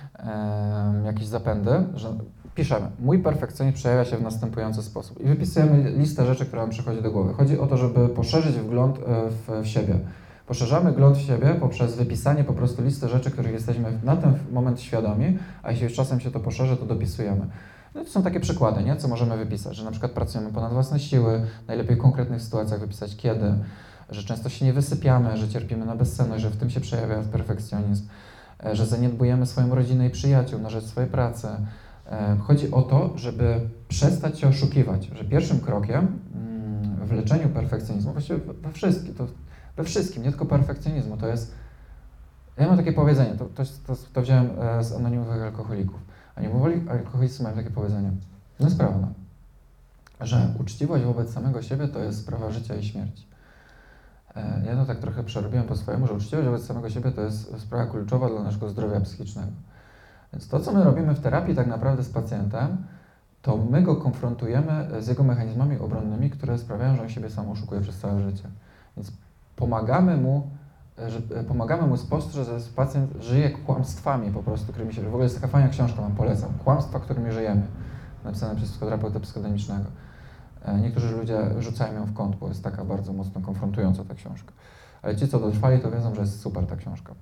y, jakieś zapędy, że piszemy, mój perfekcjonizm przejawia się w następujący sposób i wypisujemy listę rzeczy, która nam przychodzi do głowy. Chodzi o to, żeby poszerzyć wgląd w, w siebie. Poszerzamy wgląd w siebie poprzez wypisanie po prostu listy rzeczy, których jesteśmy na ten moment świadomi, a jeśli już czasem się to poszerzy, to dopisujemy. No to są takie przykłady, nie? Co możemy wypisać, że na przykład pracujemy ponad własne siły, najlepiej w konkretnych sytuacjach wypisać kiedy, że często się nie wysypiamy, że cierpimy na bezsenność, że w tym się przejawia perfekcjonizm, że zaniedbujemy swoją rodzinę i przyjaciół na rzecz swojej pracy. Chodzi o to, żeby przestać się oszukiwać, że pierwszym krokiem w leczeniu perfekcjonizmu, właściwie we wszystkim, to we wszystkim, nie tylko perfekcjonizmu, to jest Ja mam takie powiedzenie, to, to, to, to wziąłem e, z anonimowych alkoholików. Anonimowi alkoholicy mają takie powiedzenie. No jest prawda, że uczciwość wobec samego siebie to jest sprawa życia i śmierci. E, ja to tak trochę przerobiłem po swojemu, że uczciwość wobec samego siebie to jest sprawa kluczowa dla naszego zdrowia psychicznego. Więc to, co my robimy w terapii tak naprawdę z pacjentem, to my go konfrontujemy z jego mechanizmami obronnymi, które sprawiają, że on siebie sam oszukuje przez całe życie. Więc pomagamy mu, że, pomagamy mu spostrzec, że pacjent żyje kłamstwami po prostu, którymi się... W ogóle jest taka fajna książka, wam polecam. Kłamstwa, którymi żyjemy. Napisane przez psychoterapeutę psychodemicznego. Niektórzy ludzie rzucają ją w kąt, bo jest taka bardzo mocno konfrontująca ta książka. Ale ci, co dotrwali, to wiedzą, że jest super ta książka.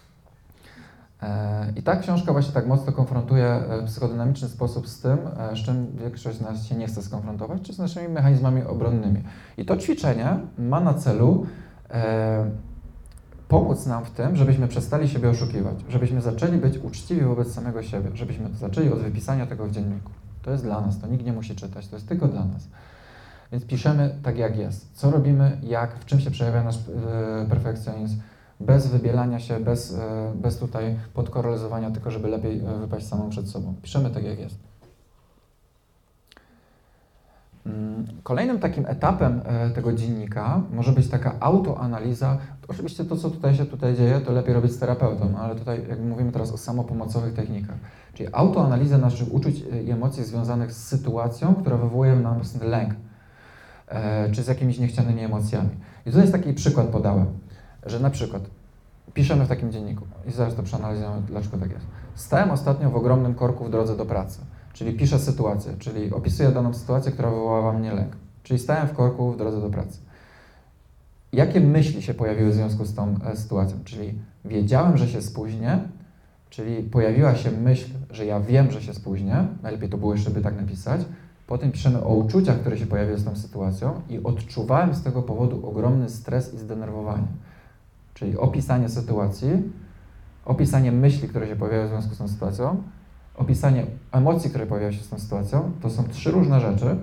I ta książka właśnie tak mocno konfrontuje w psychodynamiczny sposób z tym, z czym większość z nas się nie chce skonfrontować, czy z naszymi mechanizmami obronnymi. I to ćwiczenie ma na celu e, pomóc nam w tym, żebyśmy przestali siebie oszukiwać, żebyśmy zaczęli być uczciwi wobec samego siebie, żebyśmy zaczęli od wypisania tego w dzienniku. To jest dla nas, to nikt nie musi czytać, to jest tylko dla nas. Więc piszemy tak, jak jest. Co robimy, jak, w czym się przejawia nasz e, perfekcjonizm, bez wybielania się, bez, bez tutaj podkorelizowania, tylko żeby lepiej wypaść samą przed sobą. Piszemy tak, jak jest. Kolejnym takim etapem tego dziennika może być taka autoanaliza. Oczywiście to, co tutaj się tutaj dzieje, to lepiej robić z terapeutą, ale tutaj jak mówimy teraz o samopomocowych technikach. Czyli autoanaliza naszych uczuć i emocji związanych z sytuacją, która wywołuje w nas lęk, czy z jakimiś niechcianymi emocjami. I tutaj jest taki przykład podałem. Że na przykład piszemy w takim dzienniku i zaraz to przeanalizujemy, dlaczego tak jest. Stałem ostatnio w ogromnym korku w drodze do pracy, czyli piszę sytuację, czyli opisuję daną sytuację, która wywołała mnie lęk. Czyli stałem w korku w drodze do pracy. Jakie myśli się pojawiły w związku z tą e, sytuacją? Czyli wiedziałem, że się spóźnię, czyli pojawiła się myśl, że ja wiem, że się spóźnię, najlepiej to było jeszcze by tak napisać. Potem piszemy o uczuciach, które się pojawiły z tą sytuacją i odczuwałem z tego powodu ogromny stres i zdenerwowanie. Czyli opisanie sytuacji, opisanie myśli, które się pojawiają w związku z tą sytuacją, opisanie emocji, które pojawiają się z tą sytuacją. To są trzy różne rzeczy.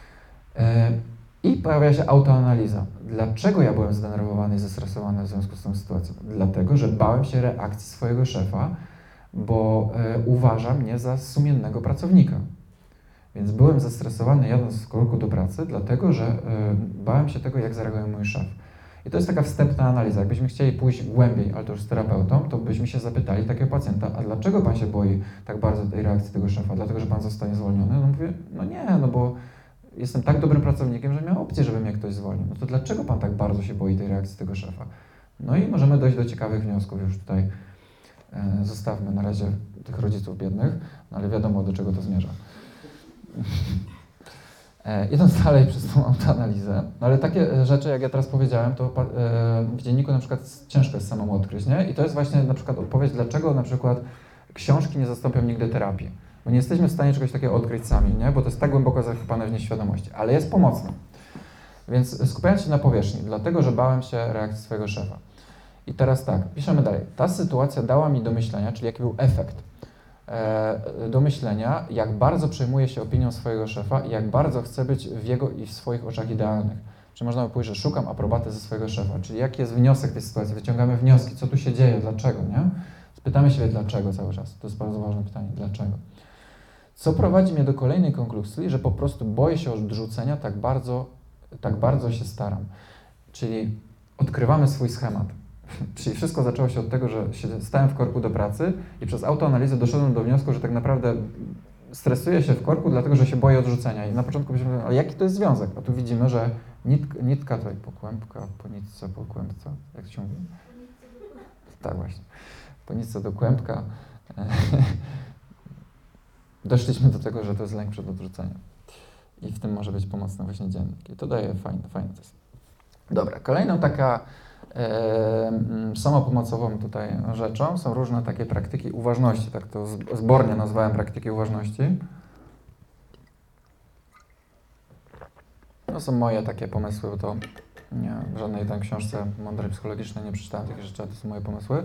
I pojawia się autoanaliza. Dlaczego ja byłem zdenerwowany i zestresowany w związku z tą sytuacją? Dlatego, że bałem się reakcji swojego szefa, bo uważa mnie za sumiennego pracownika. Więc byłem zestresowany jadąc z korku do pracy, dlatego, że bałem się tego, jak zareaguje mój szef. I to jest taka wstępna analiza. Jakbyśmy chcieli pójść głębiej, ale to już z terapeutą, to byśmy się zapytali takiego pacjenta, a dlaczego pan się boi tak bardzo tej reakcji tego szefa? Dlatego, że pan zostanie zwolniony? No mówię, no nie, no bo jestem tak dobrym pracownikiem, że miał opcję, żeby mnie ktoś zwolnił. No to dlaczego pan tak bardzo się boi tej reakcji tego szefa? No i możemy dojść do ciekawych wniosków. Już tutaj e, zostawmy na razie tych rodziców biednych, no ale wiadomo, do czego to zmierza. E, idąc dalej przez tą autoanalizę, no ale takie rzeczy, jak ja teraz powiedziałem, to e, w dzienniku na przykład ciężko jest samemu odkryć, nie? I to jest właśnie na przykład odpowiedź, dlaczego na przykład książki nie zastąpią nigdy terapii. Bo nie jesteśmy w stanie czegoś takiego odkryć sami, nie? Bo to jest tak głęboko zachwycone w nieświadomości, ale jest pomocne. Więc skupiając się na powierzchni, dlatego, że bałem się reakcji swojego szefa. I teraz tak, piszemy dalej. Ta sytuacja dała mi do myślenia, czyli jaki był efekt, e, do myślenia, jak bardzo przejmuję się opinią swojego szefa i jak bardzo chcę być w jego i w swoich oczach idealnych. Czy można by powiedzieć, że szukam aprobaty ze swojego szefa, czyli jaki jest wniosek tej sytuacji, wyciągamy wnioski, co tu się dzieje, dlaczego, nie? Pytamy siebie dlaczego cały czas, to jest bardzo ważne pytanie, dlaczego. Co prowadzi mnie do kolejnej konkluzji, że po prostu boję się odrzucenia, tak bardzo, tak bardzo się staram. Czyli odkrywamy swój schemat. Czyli wszystko zaczęło się od tego, że stałem w korku do pracy i przez autoanalizę doszedłem do wniosku, że tak naprawdę stresuję się w korku, dlatego że się boję odrzucenia. I na początku myślałem, ale jaki to jest związek? A tu widzimy, że nitka, nitka tutaj po kłębka, po nitce, po kłębce, jak się mówi? Tak właśnie. Po nitce do kłębka. Doszliśmy do tego, że to jest lęk przed odrzuceniem. I w tym może być pomocny właśnie dziennik. I to daje fajny, fajny test. Dobra, kolejną taka e, samopomocową tutaj rzeczą są różne takie praktyki uważności. Tak to zbornie nazwałem praktyki uważności. To są moje takie pomysły, bo to nie, w żadnej tam książce mądrej psychologicznej nie przeczytałem takich rzeczy, ale to są moje pomysły.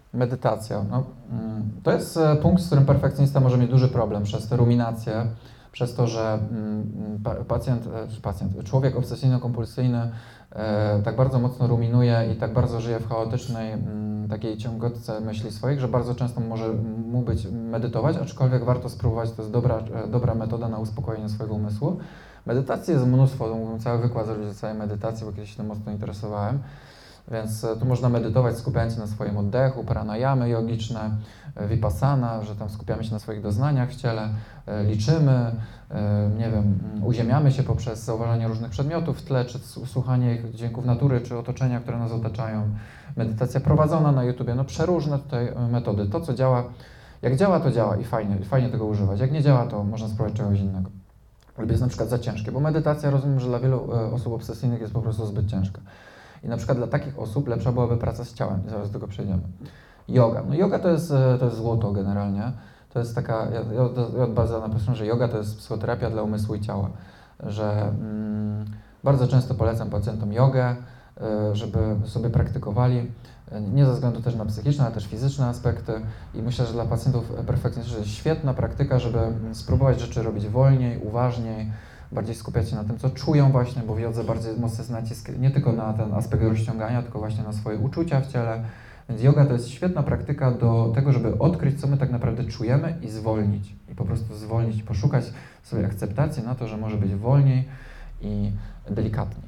Medytacja. No, to jest punkt, z którym perfekcjonista może mieć duży problem przez te ruminacje, przez to, że mm, pa- pacjent, e, czy pacjent, człowiek obsesyjno-kompulsyjny e, tak bardzo mocno ruminuje i tak bardzo żyje w chaotycznej mm, takiej ciągotce myśli swoich, że bardzo często może mu być medytować, aczkolwiek warto spróbować, to jest dobra, e, dobra metoda na uspokojenie swojego umysłu. Medytacji jest mnóstwo, to mógłbym cały wykład zrobić o całej medytacji, bo kiedyś się tym mocno interesowałem. Więc e, tu można medytować, skupiając się na swoim oddechu, pranayamy jogiczne, e, vipassana, że tam skupiamy się na swoich doznaniach w ciele, e, liczymy, e, nie wiem, mm, uziemiamy się poprzez zauważanie różnych przedmiotów w tle, czy s- słuchanie ich dźwięków natury, czy otoczenia, które nas otaczają. Medytacja prowadzona na YouTubie, no przeróżne tutaj e, metody. To, co działa, jak działa, to działa i fajnie, fajnie tego używać. Jak nie działa, to można spróbować czegoś innego. Lub jest na przykład za ciężkie, bo medytacja, rozumiem, że dla wielu e, osób obsesyjnych jest po prostu zbyt ciężka. I na przykład dla takich osób lepsza byłaby praca z ciałem, i zaraz do tego przejdziemy. Yoga. No yoga to jest, e, to jest złoto generalnie. To jest taka, ja, ja, ja od bardzo napisałem, że yoga to jest psychoterapia dla umysłu i ciała. Że mm, bardzo często polecam pacjentom jogę, e, żeby sobie praktykowali, e, nie ze względu też na psychiczne, ale też fizyczne aspekty. I myślę, że dla pacjentów perfekcjonistów jest świetna praktyka, żeby spróbować rzeczy robić wolniej, uważniej, bardziej skupiać się na tym, co czują właśnie, bo w jodze bardzo mocny jest nacisk nie tylko na ten aspekt rozciągania, tylko właśnie na swoje uczucia w ciele. Więc yoga to jest świetna praktyka do tego, żeby odkryć, co my tak naprawdę czujemy i zwolnić. I po prostu zwolnić, poszukać sobie akceptacji na to, że może być wolniej i delikatniej.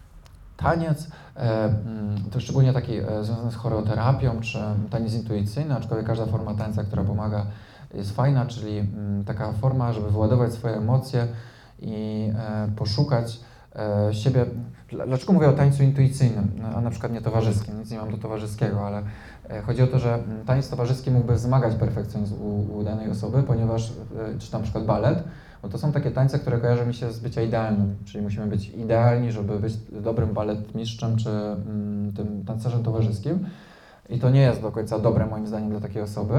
Taniec, e, to szczególnie taki e, związany z choreoterapią, czy taniec intuicyjny, aczkolwiek każda forma tańca, która pomaga, jest fajna, czyli m, taka forma, żeby wyładować swoje emocje i e, poszukać e, siebie. Dlaczego mówię o tańcu intuicyjnym, a na przykład nie towarzyskim? Nic nie mam do towarzyskiego, ale e, chodzi o to, że tańc towarzyski mógłby wzmagać perfekcjonizm u, u danej osoby, ponieważ, e, czy tam na przykład balet, bo to są takie tańce, które kojarzą mi się z bycia idealnym, czyli musimy być idealni, żeby być dobrym baletmistrzem czy mm, tym tancerzem towarzyskim. I to nie jest do końca dobre moim zdaniem dla takiej osoby,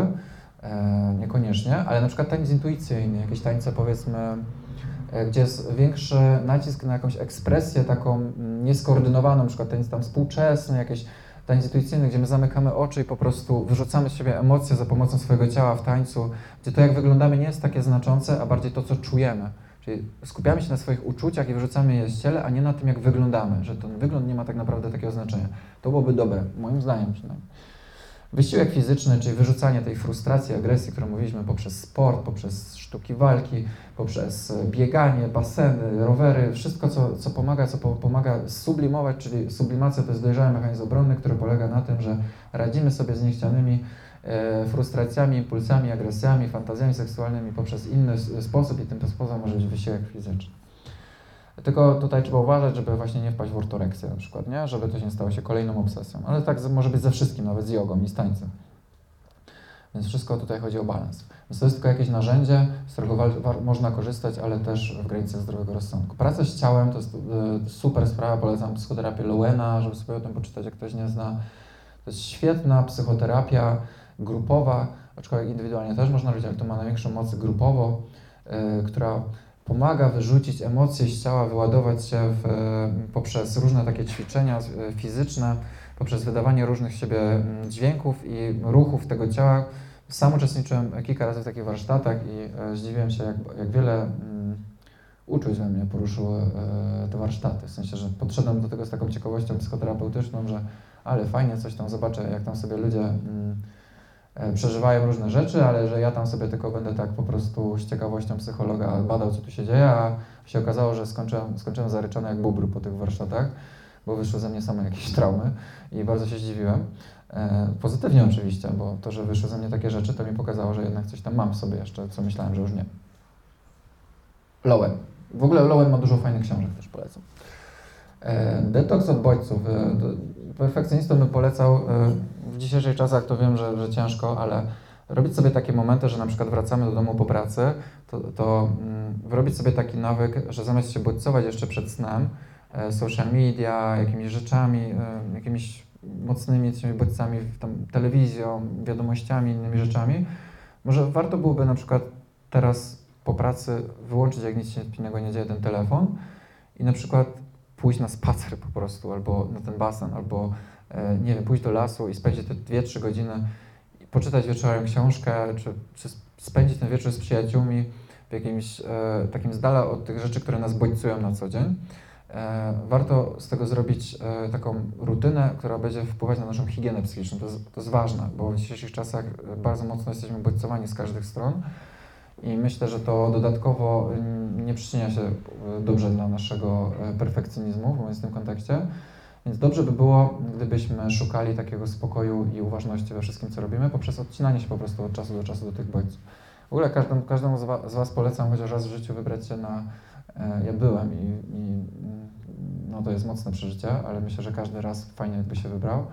e, niekoniecznie, ale na przykład tańc intuicyjny, jakieś tańce powiedzmy, e, gdzie jest większy nacisk na jakąś ekspresję taką mm, nieskoordynowaną, na przykład tańc tam współczesny, jakieś tańc intuicyjny, gdzie my zamykamy oczy i po prostu wyrzucamy z siebie emocje za pomocą swojego ciała w tańcu, gdzie to jak wyglądamy nie jest takie znaczące, a bardziej to, co czujemy. Czyli skupiamy się na swoich uczuciach i wyrzucamy je z ciele, a nie na tym, jak wyglądamy, że ten wygląd nie ma tak naprawdę takiego znaczenia. To byłoby dobre, moim zdaniem przynajmniej. Wysiłek fizyczny, czyli wyrzucanie tej frustracji, agresji, którą mówiliśmy poprzez sport, poprzez sztuki walki, poprzez bieganie, baseny, rowery, wszystko, co, co pomaga, co po, pomaga sublimować, czyli sublimacja to jest dojrzały mechanizm obronny, który polega na tym, że radzimy sobie z niechcianymi e, frustracjami, impulsami, agresjami, fantazjami seksualnymi poprzez inny sposób i tym sposobem może być wysiłek fizyczny. Tylko tutaj trzeba uważać, żeby właśnie nie wpaść w ortoreksję na przykład, nie? Żeby to nie stało się kolejną obsesją. Ale tak może być ze wszystkim, nawet z jogą i z tańcem. Więc wszystko tutaj chodzi o balans. Więc to jest tylko jakieś narzędzie, z którego wa- wa- można korzystać, ale też w granicach zdrowego rozsądku. Praca z ciałem to jest y, super sprawa, polecam psychoterapię Lowena, żeby sobie o tym poczytać, jak ktoś nie zna. To jest świetna psychoterapia grupowa, aczkolwiek indywidualnie też można robić, ale to ma największą moc grupowo, y, która pomaga wyrzucić emocje z ciała, wyładować się w, poprzez różne takie ćwiczenia fizyczne, poprzez wydawanie różnych siebie dźwięków i ruchów tego ciała. Sam uczestniczyłem kilka razy w takich warsztatach i e, zdziwiłem się, jak, jak wiele mm, uczuć we mnie poruszyły e, te warsztaty. W sensie, że podszedłem do tego z taką ciekawością psychoterapeutyczną, że ale fajnie, coś tam zobaczę, jak tam sobie ludzie mm, e, przeżywają różne rzeczy, ale że ja tam sobie tylko będę tak po prostu z ciekawością psychologa badał, co tu się dzieje, a się okazało, że skończyłem, skończyłem zaryczony jak bóbr po tych warsztatach, bo wyszły ze mnie same jakieś traumy i bardzo się zdziwiłem. E, pozytywnie oczywiście, bo to, że wyszły ze mnie takie rzeczy, to mi pokazało, że jednak coś tam mam w sobie jeszcze, co myślałem, że już nie. Lowen. W ogóle Lowen ma dużo fajnych książek, też polecam. E, detoks od bodźców. E, perfekcjonistom bym polecał, e, w dzisiejszych czasach to wiem, że, że ciężko, ale robić sobie takie momenty, że na przykład wracamy do domu po pracy, to, to mm, wyrobić sobie taki nawyk, że zamiast się bodźcować jeszcze przed snem, e, social media, jakimiś rzeczami, e, jakimiś mocnymi tymi bodźcami, tam, telewizją, wiadomościami, innymi rzeczami, może warto byłoby na przykład teraz po pracy wyłączyć, jak nic się innego nie dzieje, ten telefon i na przykład pójść na spacer po prostu, albo na ten basen, albo e, nie wiem, pójść do lasu i spędzić te dwie trzy godziny, poczytać wieczorem książkę, czy, czy spędzić ten wieczór z przyjaciółmi, w jakimś e, takim z dala od tych rzeczy, które nas bodźcują na co dzień. E, warto z tego zrobić e, taką rutynę, która będzie wpływać na naszą higienę psychiczną. To jest, to jest ważne, bo w dzisiejszych czasach bardzo mocno jesteśmy bodźcowani z każdych stron i myślę, że to dodatkowo nie przyczynia się dobrze dla naszego perfekcjonizmu, mówiąc w tym kontekście. Więc dobrze by było, gdybyśmy szukali takiego spokoju i uważności we wszystkim, co robimy, poprzez odcinanie się po prostu od czasu do czasu do tych bodźców. W ogóle każdemu, każdemu z, was, z Was polecam chociaż raz w życiu wybrać się na... E, ja byłem i, i no to jest mocne przeżycie, ale myślę, że każdy raz fajnie jakby się wybrał.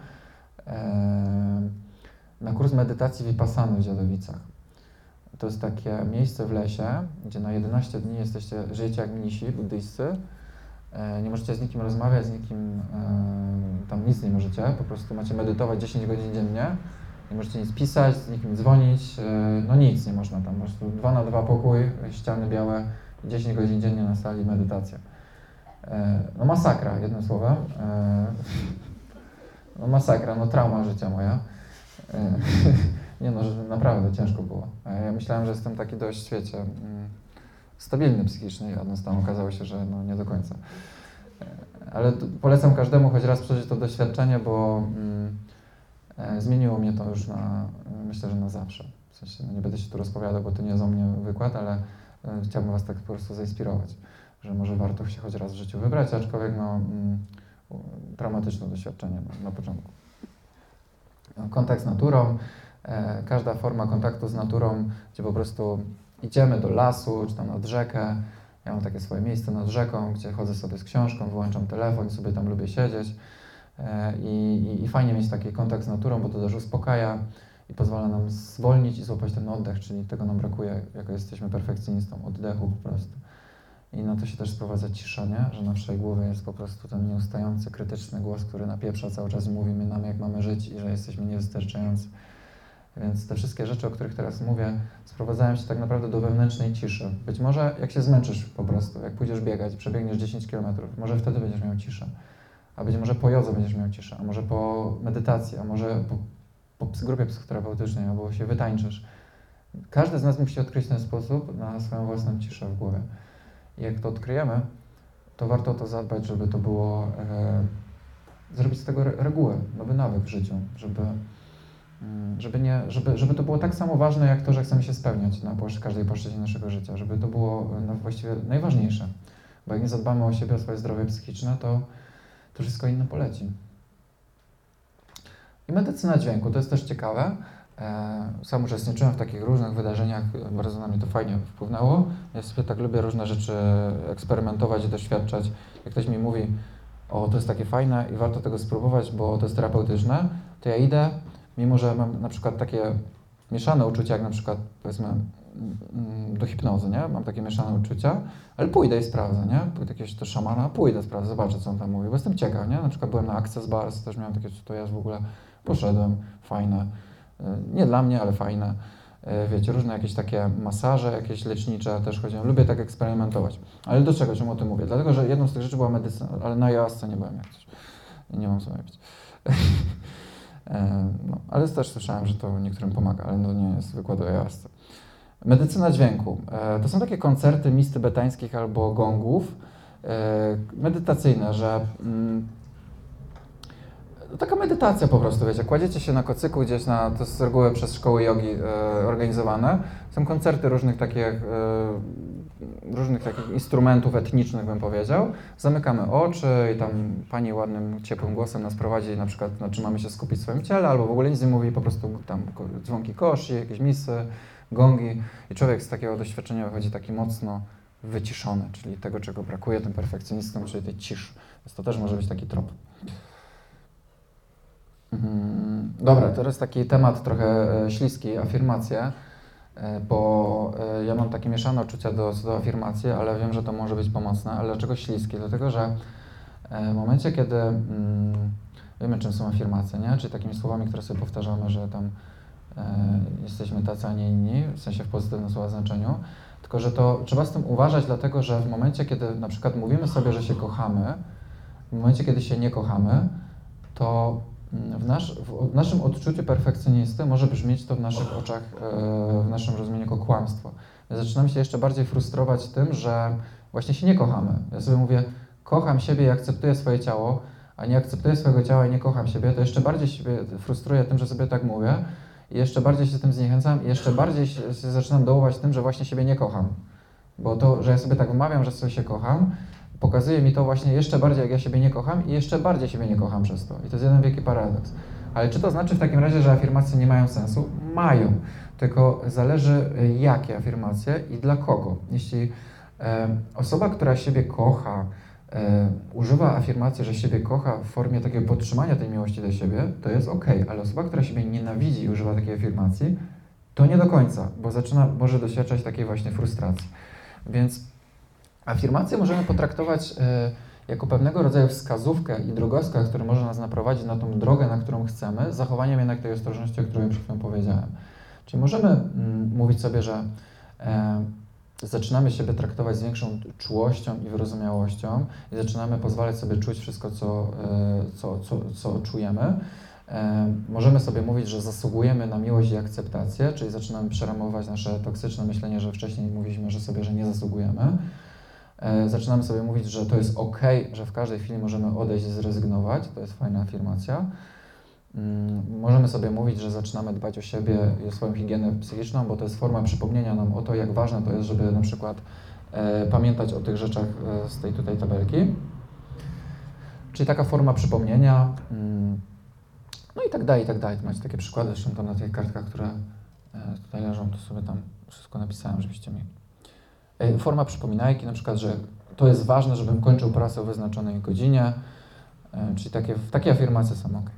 E, na kurs medytacji Vipassany w Dziadowicach. To jest takie miejsce w lesie, gdzie na jedenaście dni jesteście, żyjecie jak mnisi buddyjscy. E, nie możecie z nikim rozmawiać, z nikim, e, tam nic nie możecie, po prostu macie medytować dziesięć godzin dziennie. Nie możecie nic pisać, z nikim dzwonić, e, no nic nie można tam, po prostu dwa na dwa pokój, ściany białe, dziesięć godzin dziennie na sali medytacja. E, no masakra, jednym słowem. E, no masakra, no trauma życia moja. E, nie no, że naprawdę ciężko było. E, ja myślałem, że jestem taki dość, wiecie, mm, stabilny psychicznie, a tam okazało się, że no nie do końca. E, ale polecam każdemu choć raz przeżyć to doświadczenie, bo mm, e, zmieniło mnie to już na, myślę, że na zawsze. W sensie, no nie będę się tu rozpowiadał, bo to nie jest o mnie wykład, ale e, chciałbym Was tak po prostu zainspirować, że może warto się choć raz w życiu wybrać, aczkolwiek no, mm, traumatyczne doświadczenie no, na początku. Kontakt z naturą, e, każda forma kontaktu z naturą, gdzie po prostu idziemy do lasu, czy tam nad rzekę. Ja mam takie swoje miejsce nad rzeką, gdzie chodzę sobie z książką, wyłączam telefon i sobie tam lubię siedzieć. E, i, i, I fajnie mieć taki kontakt z naturą, bo to też uspokaja i pozwala nam zwolnić i złapać ten oddech, czyli tego nam brakuje, jako jesteśmy perfekcjonistą, oddechu po prostu. I na to się też sprowadza cisza, nie? Że na naszej głowie jest po prostu ten nieustający, krytyczny głos, który napieprza cały czas, mówi nam, jak mamy żyć i że jesteśmy niewystarczający. Więc te wszystkie rzeczy, o których teraz mówię, sprowadzają się tak naprawdę do wewnętrznej ciszy. Być może jak się zmęczysz po prostu, jak pójdziesz biegać, przebiegniesz dziesięć kilometrów, może wtedy będziesz miał ciszę. A być może po jodze będziesz miał ciszę, a może po medytacji, a może po, po grupie psychoterapeutycznej, albo się wytańczysz. Każdy z nas musi odkryć ten sposób na swoją własną ciszę w głowie. I jak to odkryjemy, to warto o to zadbać, żeby to było, e, zrobić z tego re regułę, nowy nawyk w życiu, żeby, mm, żeby, nie, żeby, żeby to było tak samo ważne, jak to, że chcemy się spełniać na płasz każdej płaszczyźnie naszego życia, żeby to było no, właściwie najważniejsze, bo jak nie zadbamy o siebie, o swoje zdrowie psychiczne, to, to wszystko inne poleci. I medycyna dźwięku, to jest też ciekawe. Sam uczestniczyłem w takich różnych wydarzeniach, bardzo na mnie to fajnie wpłynęło. Ja sobie tak lubię różne rzeczy eksperymentować i doświadczać. Jak ktoś mi mówi, o to jest takie fajne i warto tego spróbować, bo to jest terapeutyczne, to ja idę, mimo że mam na przykład takie mieszane uczucia, jak na przykład powiedzmy do hipnozy, nie? Mam takie mieszane uczucia, ale pójdę i sprawdzę, nie? Pójdę jakiegoś do szamana, pójdę, sprawdzę, zobaczę, co on tam mówi, bo jestem ciekaw, nie? Na przykład byłem na Access Bars, też miałem takie, co to jest w ogóle, poszedłem, fajne. Nie dla mnie, ale fajne. Wiecie, różne jakieś takie masaże, jakieś lecznicze też chodziłem. Lubię tak eksperymentować. Ale do czego, czemu o tym mówię? Dlatego, że jedną z tych rzeczy była medycyna, ale na ayahuasce nie byłem jak coś. Nie mam co mówić. No, ale też słyszałem, że to niektórym pomaga, ale no nie jest wykładu o ayahuasce. Medycyna dźwięku. To są takie koncerty mist tybetańskich albo gongów medytacyjne, że taka medytacja po prostu, wiecie, kładziecie się na kocyku gdzieś na, to jest z reguły przez szkoły jogi e, organizowane. Są koncerty różnych takich, e, różnych takich instrumentów etnicznych, bym powiedział. Zamykamy oczy i tam pani ładnym, ciepłym głosem nas prowadzi, na przykład, na czym mamy się skupić w swoim ciele, albo w ogóle nic nie mówi, po prostu tam dzwonki koszy, jakieś misy, gongi i człowiek z takiego doświadczenia wychodzi taki mocno wyciszony, czyli tego, czego brakuje tym perfekcjonistom, czyli tej ciszy. Więc to też może być taki trop. Dobra, teraz taki temat trochę śliski, afirmacje, bo ja mam takie mieszane uczucia do, do afirmacji, ale wiem, że to może być pomocne. Ale dlaczego śliskie? Dlatego, że w momencie, kiedy mm, wiemy, czym są afirmacje, nie? Czyli takimi słowami, które sobie powtarzamy, że tam e, jesteśmy tacy, a nie inni, w sensie w pozytywnym słowa znaczeniu, tylko że to trzeba z tym uważać, dlatego że w momencie, kiedy na przykład mówimy sobie, że się kochamy, w momencie, kiedy się nie kochamy, to w, nasz, w naszym odczuciu perfekcjonisty może brzmieć to w naszych oczach, e, w naszym rozumieniu jako kłamstwo. Zaczynamy się jeszcze bardziej frustrować tym, że właśnie się nie kochamy. Ja sobie mówię, kocham siebie i akceptuję swoje ciało, a nie akceptuję swojego ciała i nie kocham siebie, to jeszcze bardziej siebie frustruję tym, że sobie tak mówię i jeszcze bardziej się tym zniechęcam i jeszcze bardziej się, się zaczynam dołować tym, że właśnie siebie nie kocham. Bo to, że ja sobie tak wmawiam, że sobie się kocham, pokazuje mi to właśnie jeszcze bardziej, jak ja siebie nie kocham i jeszcze bardziej siebie nie kocham przez to. I to jest jeden wielki paradoks. Ale czy to znaczy w takim razie, że afirmacje nie mają sensu? Mają. Tylko zależy, jakie afirmacje i dla kogo. Jeśli e, osoba, która siebie kocha, e, używa afirmacji, że siebie kocha w formie takiego podtrzymania tej miłości do siebie, to jest ok, ale osoba, która siebie nienawidzi i używa takiej afirmacji, to nie do końca, bo zaczyna, może doświadczać takiej właśnie frustracji. Więc afirmacje możemy potraktować e, jako pewnego rodzaju wskazówkę i drogowskaz, który może nas naprowadzić na tą drogę, na którą chcemy, z zachowaniem jednak tej ostrożności, o której przed chwilą powiedziałem. Czyli możemy mm, mówić sobie, że e, zaczynamy siebie traktować z większą czułością i wyrozumiałością i zaczynamy pozwalać sobie czuć wszystko, co, e, co, co, co czujemy. E, możemy sobie mówić, że zasługujemy na miłość i akceptację, czyli zaczynamy przeramować nasze toksyczne myślenie, że wcześniej mówiliśmy że sobie, że nie zasługujemy. E, zaczynamy sobie mówić, że to jest ok, że w każdej chwili możemy odejść i zrezygnować. To jest fajna afirmacja. Mm, możemy sobie mówić, że zaczynamy dbać o siebie i o swoją higienę psychiczną, bo to jest forma przypomnienia nam o to, jak ważne to jest, żeby na przykład e, pamiętać o tych rzeczach e, z tej tutaj tabelki. Czyli taka forma przypomnienia. Mm, no i tak dalej, i tak dalej. Macie takie przykłady, zresztą tam na tych kartkach, które e, tutaj leżą, to sobie tam wszystko napisałem, żebyście mi... E, forma przypominajki, na przykład, że to jest ważne, żebym kończył pracę o wyznaczonej godzinie, e, czyli takie, takie afirmacje są ok.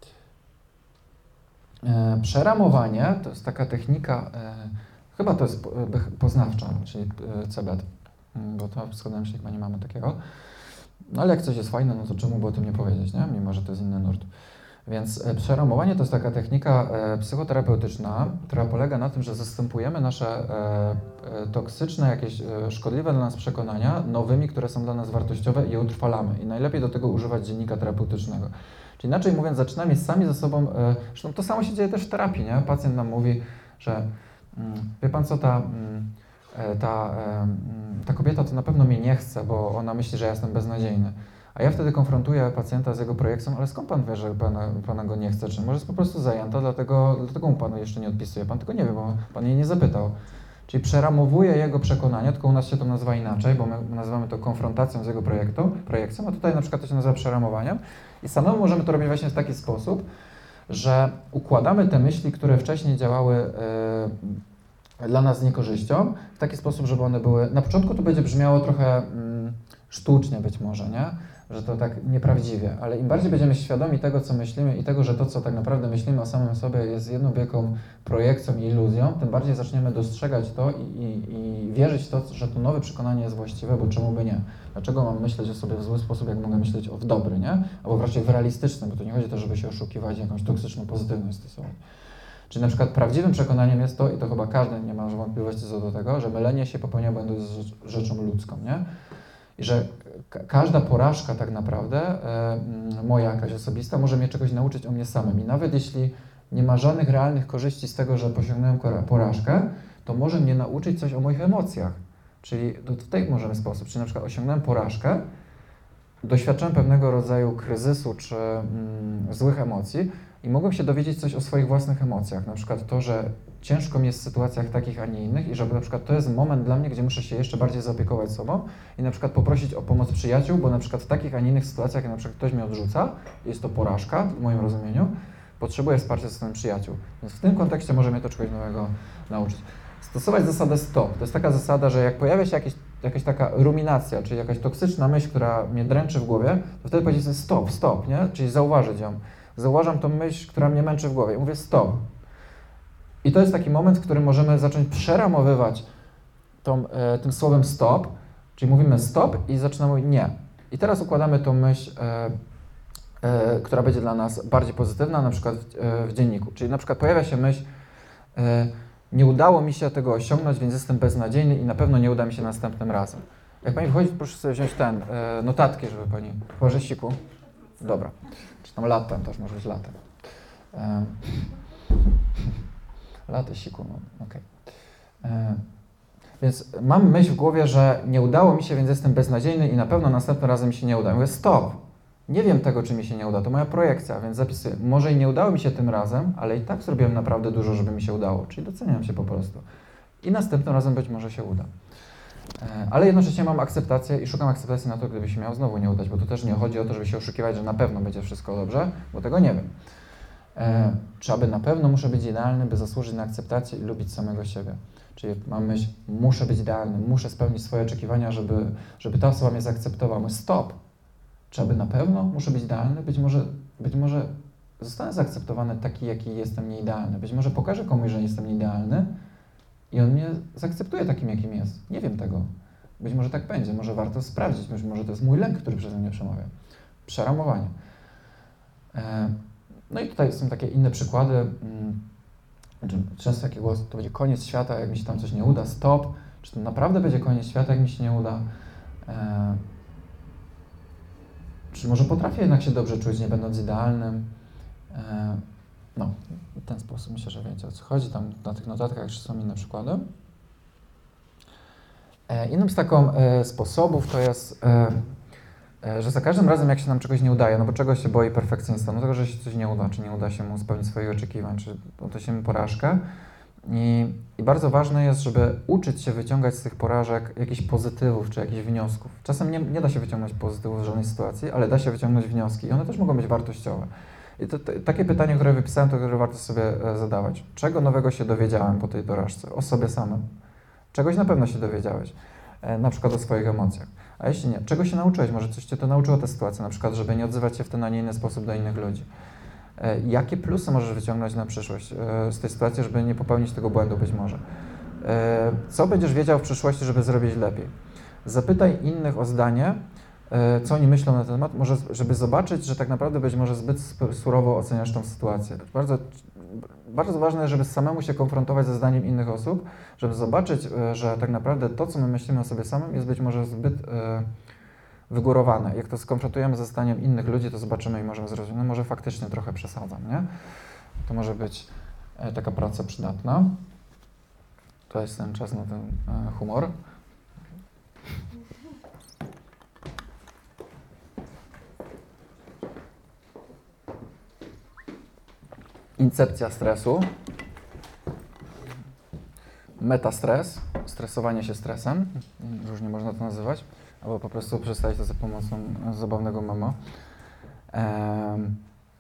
E, przeramowanie to jest taka technika, e, chyba to jest po, e, poznawcza, czyli e, C B T, bo to w wschodnim chyba nie mamy takiego. No ale jak coś jest fajne, no to czemu by o tym nie powiedzieć, nie? Mimo że to jest inny nurt. Więc e, przeramowanie to jest taka technika e, psychoterapeutyczna, która polega na tym, że zastępujemy nasze e, e, toksyczne, jakieś e, szkodliwe dla nas przekonania nowymi, które są dla nas wartościowe i je utrwalamy. I najlepiej do tego używać dziennika terapeutycznego. Czyli inaczej mówiąc, zaczynamy sami ze sobą, e, zresztą to samo się dzieje też w terapii, nie? Pacjent nam mówi, że mm, wie pan co, ta, mm, ta, e, ta kobieta to na pewno mnie nie chce, bo ona myśli, że ja jestem beznadziejny. A ja wtedy konfrontuję pacjenta z jego projekcją, ale skąd pan wie, że pana, pana go nie chce? Czy może jest po prostu zajęta, dlatego, dlatego mu panu jeszcze nie odpisuje? Pan tego nie wie, bo pan jej nie zapytał. Czyli przeramowuje jego przekonania, tylko u nas się to nazywa inaczej, bo my nazywamy to konfrontacją z jego projektu, projekcją, a tutaj na przykład to się nazywa przeramowaniem. I samemu możemy to robić właśnie w taki sposób, że układamy te myśli, które wcześniej działały yy, dla nas z niekorzyścią, w taki sposób, żeby one były... Na początku to będzie brzmiało trochę yy, sztucznie być może, nie? Że to tak nieprawdziwie, ale im bardziej będziemy świadomi tego, co myślimy i tego, że to, co tak naprawdę myślimy o samym sobie jest jedną wielką projekcją i iluzją, tym bardziej zaczniemy dostrzegać to i, i, i wierzyć w to, że to nowe przekonanie jest właściwe, bo czemu by nie? Dlaczego mam myśleć o sobie w zły sposób, jak mogę myśleć o w dobry, nie? Albo raczej w realistyczny, bo to nie chodzi o to, żeby się oszukiwać, jakąś toksyczną pozytywność stosować. Czyli na przykład prawdziwym przekonaniem jest to, i to chyba każdy nie ma wątpliwości co do tego, że mylenie się, popełnienia błędu jest rzeczą ludzką, nie? I że ka- każda porażka tak naprawdę, e, moja jakaś osobista, może mnie czegoś nauczyć o mnie samym. I nawet jeśli nie ma żadnych realnych korzyści z tego, że posiągnąłem kora- porażkę, to może mnie nauczyć coś o moich emocjach. Czyli to w tej możemy sposób, czyli na przykład osiągnąłem porażkę, doświadczyłem pewnego rodzaju kryzysu czy mm, złych emocji i mogłem się dowiedzieć coś o swoich własnych emocjach. Na przykład to, że ciężko mi jest w sytuacjach takich, a nie innych i że na przykład to jest moment dla mnie, gdzie muszę się jeszcze bardziej zaopiekować sobą i na przykład poprosić o pomoc przyjaciół, bo na przykład w takich, a nie innych sytuacjach, jak na przykład ktoś mnie odrzuca, jest to porażka w moim rozumieniu, potrzebuję wsparcia ze strony przyjaciół. Więc w tym kontekście może mnie to czegoś nowego nauczyć. Stosować zasadę stop. To jest taka zasada, że jak pojawia się jakieś, jakaś taka ruminacja, czyli jakaś toksyczna myśl, która mnie dręczy w głowie, to wtedy powiedzieć sobie stop, stop, nie? Czyli zauważyć ją. Zauważam tą myśl, która mnie męczy w głowie i mówię stop. I to jest taki moment, w którym możemy zacząć przeramowywać tą, e, tym słowem stop, czyli mówimy stop i zaczynamy mówić nie. I teraz układamy tą myśl, e, e, która będzie dla nas bardziej pozytywna, na przykład w, e, w dzienniku. Czyli na przykład pojawia się myśl, e, nie udało mi się tego osiągnąć, więc jestem beznadziejny i na pewno nie uda mi się następnym razem. Jak pani wychodzi, proszę sobie wziąć ten, e, notatki, żeby pani po rześciku. Dobra. Czy tam latem, też może być latem. E, Latte siku, no okej. E, Więc mam myśl w głowie, że nie udało mi się, więc jestem beznadziejny i na pewno następnym razem mi się nie uda. Mówię, stop, nie wiem tego, czy mi się nie uda, to moja projekcja, więc zapisuję. Może i nie udało mi się tym razem, ale i tak zrobiłem naprawdę dużo, żeby mi się udało, czyli doceniam się po prostu. I następnym razem być może się uda. E, Ale jednocześnie mam akceptację i szukam akceptacji na to, gdyby się miało znowu nie udać, bo tu też nie chodzi o to, żeby się oszukiwać, że na pewno będzie wszystko dobrze, bo tego nie wiem. E, Czy aby na pewno muszę być idealny, by zasłużyć na akceptację i lubić samego siebie. Czyli mam myśl, muszę być idealny, muszę spełnić swoje oczekiwania, żeby, żeby ta osoba mnie zaakceptowała. Mówię, stop! Czy aby na pewno muszę być idealny? Być może, być może zostanę zaakceptowany taki, jaki jestem nieidealny. Być może pokażę komuś, że jestem nieidealny i on mnie zaakceptuje takim, jakim jest. Nie wiem tego. Być może tak będzie. Może warto sprawdzić. Być może to jest mój lęk, który przeze mnie przemawia. Przeramowanie. E, No i tutaj są takie inne przykłady. Mm, Często taki głos, to będzie koniec świata, jak mi się tam coś nie uda, stop. Czy to naprawdę będzie koniec świata, jak mi się nie uda? E, czy może potrafię jednak się dobrze czuć, nie będąc idealnym? E, no, w ten sposób myślę, że wiecie, o co chodzi. Tam na tych notatkach jeszcze są inne przykłady. E, innym z takich e, sposobów to jest, e, e, że za każdym razem, jak się nam czegoś nie udaje, no bo czego się boi perfekcjonista? No tego, że się coś nie uda, czy nie uda się mu spełnić swoich oczekiwań, czy odniesie mu porażkę. I, I bardzo ważne jest, żeby uczyć się wyciągać z tych porażek jakichś pozytywów, czy jakichś wniosków. Czasem nie, nie da się wyciągnąć pozytywów z żadnej sytuacji, ale da się wyciągnąć wnioski i one też mogą być wartościowe. I to, to, takie pytanie, które wypisałem, to które warto sobie e, zadawać. Czego nowego się dowiedziałem po tej porażce? O sobie samym. Czegoś na pewno się dowiedziałeś, e, na przykład o swoich emocjach. A jeśli nie, czego się nauczyłeś? Może coś Cię to nauczyło ta sytuacja, na przykład, żeby nie odzywać się w ten, a nie inny sposób do innych ludzi. E, jakie plusy możesz wyciągnąć na przyszłość e, z tej sytuacji, żeby nie popełnić tego błędu być może? E, co będziesz wiedział w przyszłości, żeby zrobić lepiej? Zapytaj innych o zdanie, e, co oni myślą na ten temat, może, żeby zobaczyć, że tak naprawdę być może zbyt surowo oceniasz tą sytuację. Bardzo, bardzo ważne jest, żeby samemu się konfrontować ze zdaniem innych osób, żeby zobaczyć, e, że tak naprawdę to, co my myślimy o sobie samym, jest być może zbyt e, wygórowane. Jak to skonfrontujemy ze zdaniem innych ludzi, to zobaczymy i możemy zrozumieć, no może faktycznie trochę przesadzam, nie? To może być e, taka praca przydatna. To jest ten czas na ten e, humor. Incepcja stresu. Metastres, stresowanie się stresem, różnie można to nazywać, albo po prostu przedstawić to za pomocą zabawnego mema. Ehm,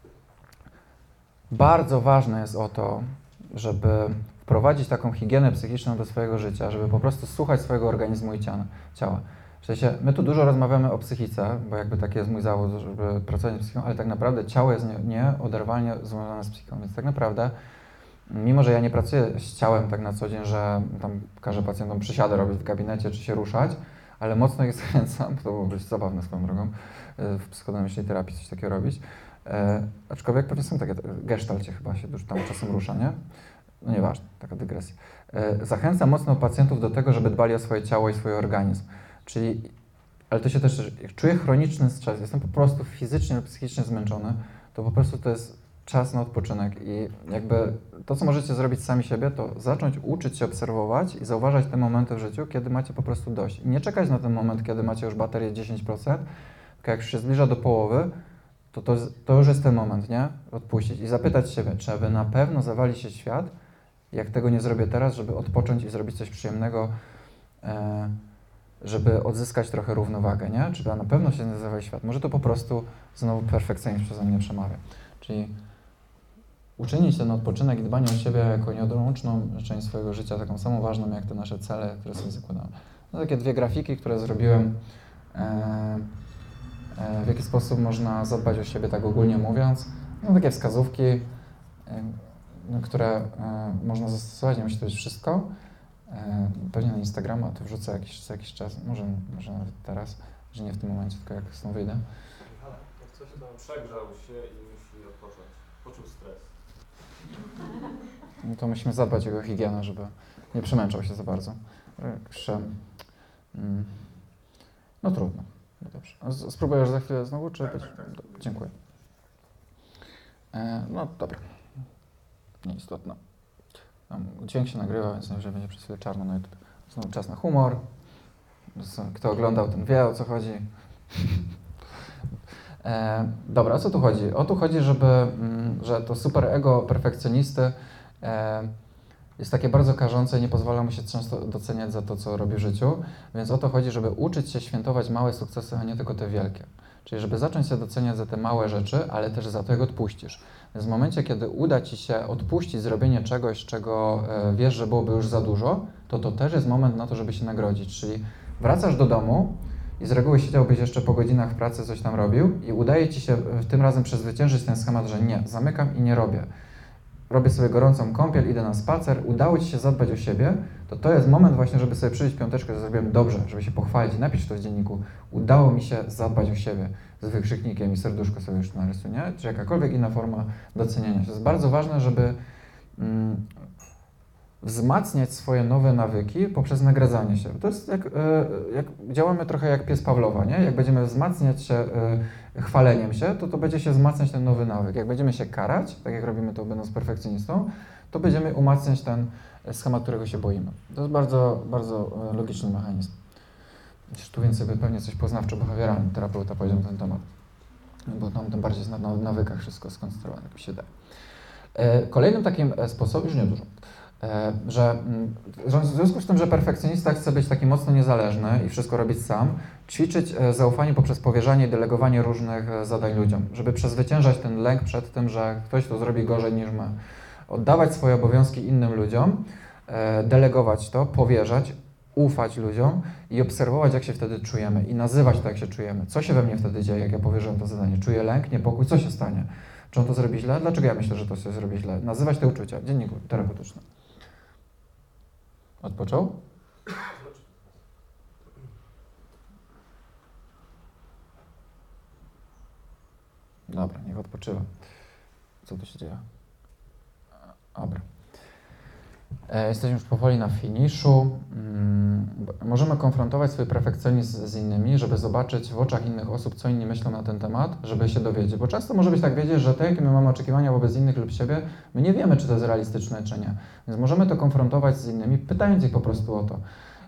bardzo ważne jest o to, żeby wprowadzić taką higienę psychiczną do swojego życia, żeby po prostu słuchać swojego organizmu i ciała. ciała. W sensie, my tu dużo rozmawiamy o psychice, bo jakby taki jest mój zawód, żeby pracować z psychiką, ale tak naprawdę ciało jest nieoderwalnie związane z psychiką, więc tak naprawdę mimo, że ja nie pracuję z ciałem tak na co dzień, że tam każę pacjentom przysiady robić w gabinecie czy się ruszać, ale mocno ich zachęcam, to byłoby dość zabawne swoją drogą, w psychodynamicznej terapii coś takiego robić. E, aczkolwiek pewnie są takie, gestalcie chyba się dużo tam czasem rusza, nie? No nieważne, taka dygresja. E, zachęcam mocno pacjentów do tego, żeby dbali o swoje ciało i swój organizm. Czyli, ale to się też, jak czuję chroniczny stres, jestem po prostu fizycznie lub psychicznie zmęczony, to po prostu to jest czas na odpoczynek i jakby to, co możecie zrobić sami siebie, to zacząć uczyć się obserwować i zauważać te momenty w życiu, kiedy macie po prostu dość. I nie czekać na ten moment, kiedy macie już baterię dziesięć procent, tylko jak już się zbliża do połowy, to, to to już jest ten moment, nie? Odpuścić i zapytać siebie, czy aby na pewno zawali się świat, jak tego nie zrobię teraz, żeby odpocząć i zrobić coś przyjemnego, e, żeby odzyskać trochę równowagę, nie? Czy na pewno się nie zawali świat. Może to po prostu znowu perfekcjonizm przeze mnie przemawia. Czyli uczynić ten odpoczynek i dbanie o siebie jako nieodłączną część swojego życia, taką samą ważną jak te nasze cele, które sobie zakładamy. No, takie dwie grafiki, które zrobiłem, e, e, w jaki sposób można zadbać o siebie, tak ogólnie mówiąc. No, takie wskazówki, e, które e, można zastosować, nie musi to być wszystko. E, pewnie na Instagrama to wrzucę jakiś, co jakiś czas, może, może nawet teraz, że nie w tym momencie, tylko jak stąd wyjdę. Jak coś tam przegrzał się i musi odpocząć. Poczuł stres. No to musimy zadbać o jego higienę, żeby nie przemęczał się za bardzo. Jeszcze, mm, no trudno. No dobrze. A z- Spróbujesz za chwilę znowu, czy... Tak, być- tak, tak. Do- Dziękuję. E, no dobra. Nieistotne. Tam dźwięk się nagrywa, więc najwyżej będzie przez chwilę czarno na YouTube. Znowu czas na humor. Kto oglądał, ten wie, o co chodzi. E, dobra, o co tu chodzi? O tu chodzi, żeby, mm, że to superego perfekcjonisty e, jest takie bardzo karzące i nie pozwala mu się często doceniać za to, co robi w życiu. Więc o to chodzi, żeby uczyć się świętować małe sukcesy, a nie tylko te wielkie. Czyli żeby zacząć się doceniać za te małe rzeczy, ale też za to, jak odpuścisz. Więc w momencie, kiedy uda Ci się odpuścić zrobienie czegoś, czego e, wiesz, że byłoby już za dużo, to to też jest moment na to, żeby się nagrodzić. Czyli wracasz do domu i z reguły siedziałbyś jeszcze po godzinach w pracy, coś tam robił i udaje Ci się e, tym razem przezwyciężyć ten schemat, że nie, zamykam i nie robię. Robię sobie gorącą kąpiel, idę na spacer, udało Ci się zadbać o siebie, to to jest moment właśnie, żeby sobie przyjść piąteczkę, że zrobiłem dobrze, żeby się pochwalić i napisz to w dzienniku. Udało mi się zadbać o siebie z wykrzyknikiem i serduszko sobie już narysuj, nie? Czy jakakolwiek inna forma docenienia się. To jest bardzo ważne, żeby mm, wzmacniać swoje nowe nawyki poprzez nagradzanie się. To jest jak, e, jak działamy trochę jak pies Pawlowa, nie? Jak będziemy wzmacniać się e, chwaleniem się, to to będzie się wzmacniać ten nowy nawyk. Jak będziemy się karać, tak jak robimy to będąc perfekcjonistą, to będziemy umacniać ten schemat, którego się boimy. To jest bardzo, bardzo e, logiczny mechanizm. Chociaż tu więcej by pewnie coś poznawczo-behawioralny terapeuta powiedział na ten temat. Bo tam tym bardziej jest na, na nawykach wszystko skonstruowane, jak mi się daje. E, kolejnym takim e, sposobem, już nie dużo, e, że, mm, że w związku z tym, że perfekcjonista chce być taki mocno niezależny i wszystko robić sam, ćwiczyć e, zaufanie poprzez powierzanie i delegowanie różnych e, zadań ludziom, żeby przezwyciężać ten lęk przed tym, że ktoś to zrobi gorzej niż my. Oddawać swoje obowiązki innym ludziom, e, delegować to, powierzać, ufać ludziom i obserwować, jak się wtedy czujemy i nazywać to, jak się czujemy. Co się we mnie wtedy dzieje, jak ja powierzyłem to zadanie? Czuję lęk, niepokój, co się stanie? Czy on to zrobi źle? Dlaczego ja myślę, że to się zrobi źle? Nazywać te uczucia. Dziennik terapeutyczny. Odpoczął? Dobra, niech odpoczywa. Co tu się dzieje? Dobra. E, Jesteśmy już powoli na finiszu. Mm, Możemy konfrontować swój perfekcjonizm z innymi, żeby zobaczyć w oczach innych osób, co inni myślą na ten temat, żeby się dowiedzieć. Bo często może być tak wiedzieć, że te, jakie my mamy oczekiwania wobec innych lub siebie, my nie wiemy, czy to jest realistyczne, czy nie. Więc możemy to konfrontować z innymi, pytając ich po prostu o to.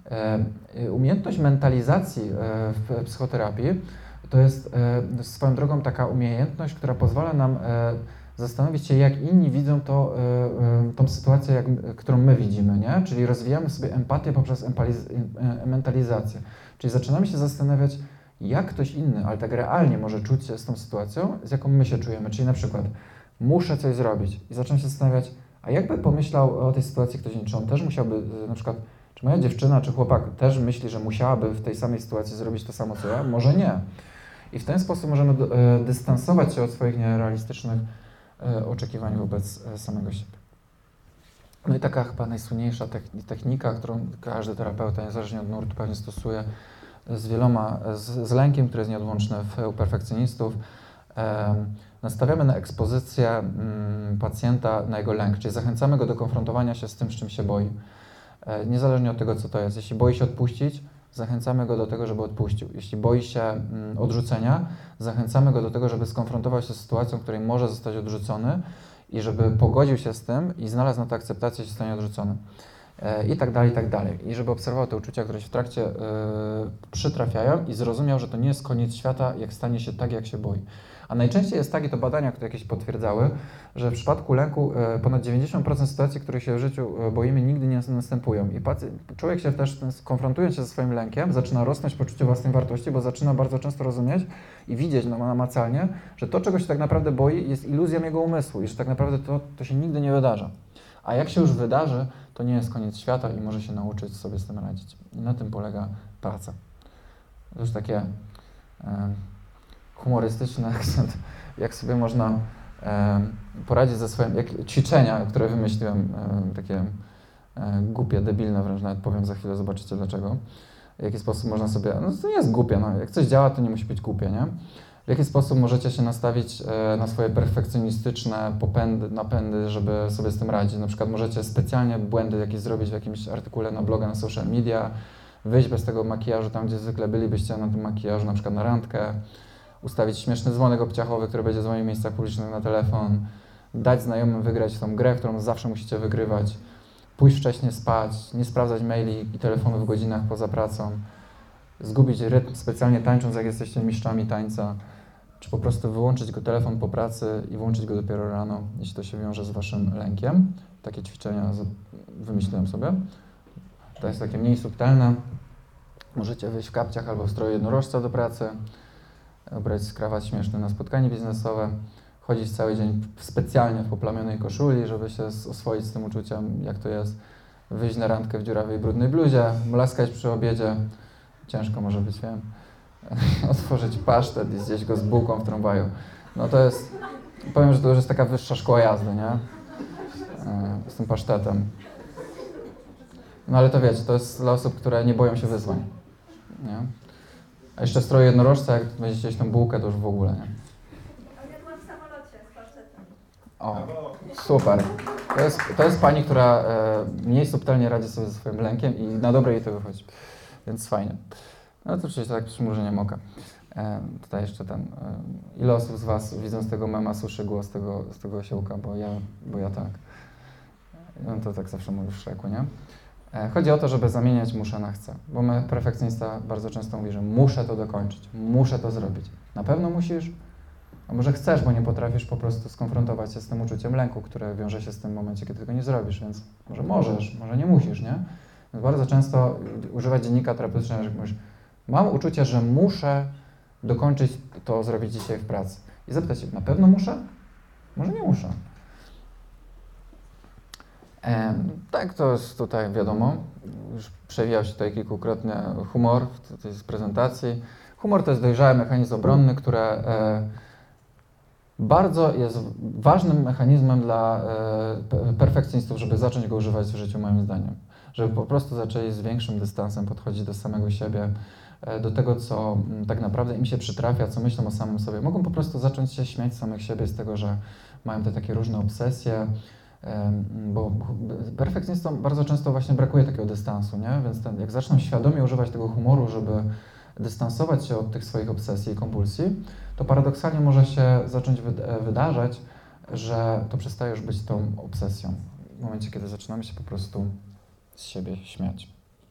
E, Umiejętność mentalizacji e, w psychoterapii to jest e, swoją drogą taka umiejętność, która pozwala nam e, zastanowić się, jak inni widzą to, y, y, tą sytuację, jak, którą my widzimy, nie? Czyli rozwijamy sobie empatię poprzez empaliz- y, mentalizację. Czyli zaczynamy się zastanawiać, jak ktoś inny, ale tak realnie może czuć się z tą sytuacją, z jaką my się czujemy. Czyli na przykład, muszę coś zrobić i zaczynam się zastanawiać, a jakby pomyślał o tej sytuacji ktoś inny, czy on też musiałby, y, na przykład, czy moja dziewczyna, czy chłopak też myśli, że musiałaby w tej samej sytuacji zrobić to samo, co ja? Może nie. I w ten sposób możemy y, dystansować się od swoich nierealistycznych oczekiwań wobec samego siebie. No i taka chyba najsłynniejsza technika, którą każdy terapeuta, niezależnie od nurtu, pewnie stosuje z wieloma, z, z lękiem, który jest nieodłączny w, u perfekcjonistów. E, nastawiamy na ekspozycję mm, pacjenta na jego lęk, czyli zachęcamy go do konfrontowania się z tym, z czym się boi. E, niezależnie od tego, co to jest. Jeśli boi się odpuścić, zachęcamy go do tego, żeby odpuścił. Jeśli boi się mm, odrzucenia, zachęcamy go do tego, żeby skonfrontował się z sytuacją, w której może zostać odrzucony i żeby pogodził się z tym i znalazł na to akceptację, że zostanie odrzucony. E, I tak dalej, i tak dalej. I żeby obserwował te uczucia, które się w trakcie y, przytrafiają i zrozumiał, że to nie jest koniec świata, jak stanie się tak, jak się boi. A najczęściej jest tak, i to badania, które jakieś potwierdzały, że w przypadku lęku y, ponad dziewięćdziesiąt procent sytuacji, których się w życiu y, boimy, nigdy nie następują. I pacjent, człowiek się też, konfrontując się ze swoim lękiem, zaczyna rosnąć poczucie własnej wartości, bo zaczyna bardzo często rozumieć i widzieć namacalnie, że to, czego się tak naprawdę boi, jest iluzją jego umysłu i że tak naprawdę to, to się nigdy nie wydarza. A jak się już wydarzy, to nie jest koniec świata i może się nauczyć sobie z tym radzić. I na tym polega praca. To już takie e, humorystyczny akcent, jak sobie można e, poradzić ze swoim, jak ćwiczenia, które wymyśliłem, e, takie e, głupie, debilne wręcz, nawet powiem za chwilę, zobaczycie dlaczego. W jaki sposób można sobie, no to nie jest głupie, no, jak coś działa, to nie musi być głupie, nie? W jaki sposób możecie się nastawić e, na swoje perfekcjonistyczne popędy, napędy, żeby sobie z tym radzić. Na przykład możecie specjalnie błędy jakieś zrobić w jakimś artykule na bloga, na social media, wyjść bez tego makijażu tam, gdzie zwykle bylibyście na tym makijażu, na przykład na randkę, ustawić śmieszny dzwonek obciachowy, który będzie dzwonił w miejscach publicznych na telefon, dać znajomym wygrać tą grę, którą zawsze musicie wygrywać, pójść wcześniej spać, nie sprawdzać maili i telefonów w godzinach poza pracą, zgubić rytm specjalnie tańcząc, jak jesteście mistrzami tańca, czy po prostu wyłączyć go telefon po pracy i włączyć go dopiero rano, jeśli to się wiąże z waszym lękiem. Takie ćwiczenia z- wymyśliłem sobie. To jest takie mniej subtelne. Możecie wyjść w kapciach albo w stroju jednorożca do pracy, ubrać skrawat śmieszny na spotkanie biznesowe, chodzić cały dzień specjalnie w poplamionej koszuli, żeby się z- oswoić z tym uczuciem, jak to jest wyjść na randkę w dziurawej, brudnej bluzie, mlaskać przy obiedzie. Ciężko może być, wiem. Otworzyć pasztet i zjeść go z bułką w tramwaju. No to jest, powiem, że to już jest taka wyższa szkoła jazdy, nie? E, Z tym pasztetem. No ale to wiecie, to jest dla osób, które nie boją się wyzwań, nie? A jeszcze stroje jednorożca, jak będziecie jeść tą bułkę, to już w ogóle, nie? A ja byłam w samolocie z pasztetem. O, Brawo. super. To jest, to jest pani, która e, mniej subtelnie radzi sobie ze swoim lękiem i na dobre jej to wychodzi. Więc fajnie. No to oczywiście tak przymrużeniem oka. E, tutaj jeszcze ten, e, ile osób z was widząc tego mema słyszy głos tego, z tego osiołka, bo ja, bo ja tak. No to tak zawsze mówię w Szreku, nie? E, chodzi o to, żeby zamieniać muszę na chcę, bo my, perfekcjonista bardzo często mówi, że muszę to dokończyć, muszę to zrobić. Na pewno musisz? A może chcesz, bo nie potrafisz po prostu skonfrontować się z tym uczuciem lęku, które wiąże się z tym momencie, kiedy tego nie zrobisz, więc może możesz, może nie musisz, nie? Więc bardzo często używać dziennika terapeutycznego, że mówisz, mam uczucie, że muszę dokończyć to zrobić dzisiaj w pracy. I zapytać się, na pewno muszę? Może nie muszę. E, tak, to jest tutaj wiadomo. Już przewijał się tutaj kilkukrotnie humor w tej prezentacji. Humor to jest dojrzały mechanizm obronny, który e, bardzo jest ważnym mechanizmem dla e, perfekcjonistów, żeby zacząć go używać w życiu, moim zdaniem. Żeby po prostu zaczęli z większym dystansem podchodzić do samego siebie, e, do tego, co m, tak naprawdę im się przytrafia, co myślą o samym sobie. Mogą po prostu zacząć się śmiać z samych siebie, z tego, że mają te takie różne obsesje, e, bo perfekcjonistom bardzo często właśnie brakuje takiego dystansu, nie? Więc ten, jak zaczną świadomie używać tego humoru, żeby dystansować się od tych swoich obsesji i kompulsji, to paradoksalnie może się zacząć wyd- wydarzać, że to przestaje już być tą obsesją. W momencie, kiedy zaczynamy się po prostu z siebie śmiać.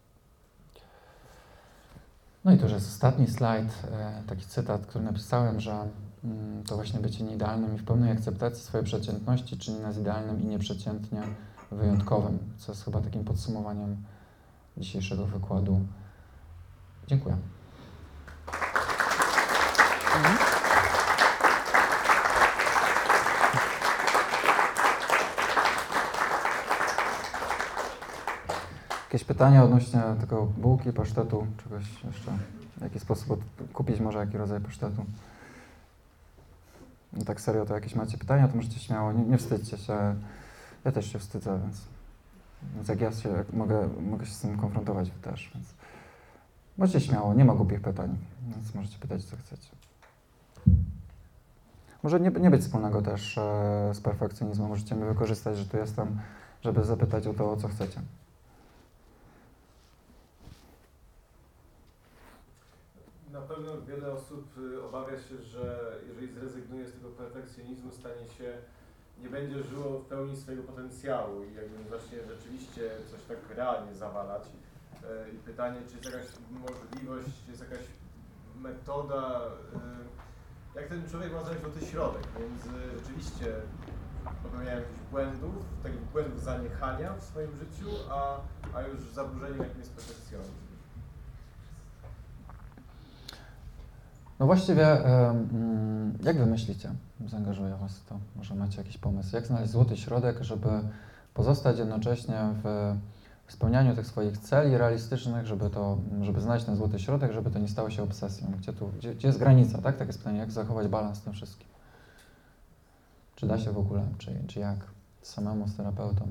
No i to już jest ostatni slajd, e, taki cytat, który napisałem, że mm, to właśnie bycie nieidealnym i w pełnej akceptacji swojej przeciętności czyni nas idealnym i nieprzeciętnie wyjątkowym, co jest chyba takim podsumowaniem dzisiejszego wykładu. Dziękuję. Jakieś pytania odnośnie tego bułki, pasztetu, czegoś jeszcze? W jaki sposób od- kupić może jaki rodzaj pasztetu? No tak serio, to jakieś macie pytania, to możecie śmiało, nie, nie wstydźcie się. Ja też się wstydzę, więc, więc jak ja się jak mogę, mogę się z tym konfrontować, wy też, więc możecie śmiało, nie ma głupich pytań, więc możecie pytać, co chcecie. Może nie, nie być wspólnego też e, z perfekcjonizmem, możecie mnie wykorzystać, że tu jestem, żeby zapytać o to, o co chcecie. Na pewno wiele osób y, obawia się, że jeżeli zrezygnuje z tego perfekcjonizmu, stanie się, nie będzie żyło w pełni swojego potencjału i jakby zacznie rzeczywiście coś tak realnie zawalać. Y, I pytanie, czy jest jakaś możliwość, czy jest jakaś metoda, y, jak ten człowiek ma znaleźć złoty środek między rzeczywiście popełnianiem jakichś błędów, takich błędów zaniechania w swoim życiu, a, a już zaburzeniem, jakim jest perfekcjonizm. No właściwie, em, jak wy myślicie? Zaangażuję was w to. Może macie jakiś pomysł. Jak znaleźć złoty środek, żeby pozostać jednocześnie w spełnianiu tych swoich celi realistycznych, żeby to, żeby znaleźć ten złoty środek, żeby to nie stało się obsesją. Gdzie tu, gdzie, gdzie jest granica, tak? Takie jest pytanie, jak zachować balans w tym wszystkim? Czy da się w ogóle, czy, czy jak? Samemu z terapeutą?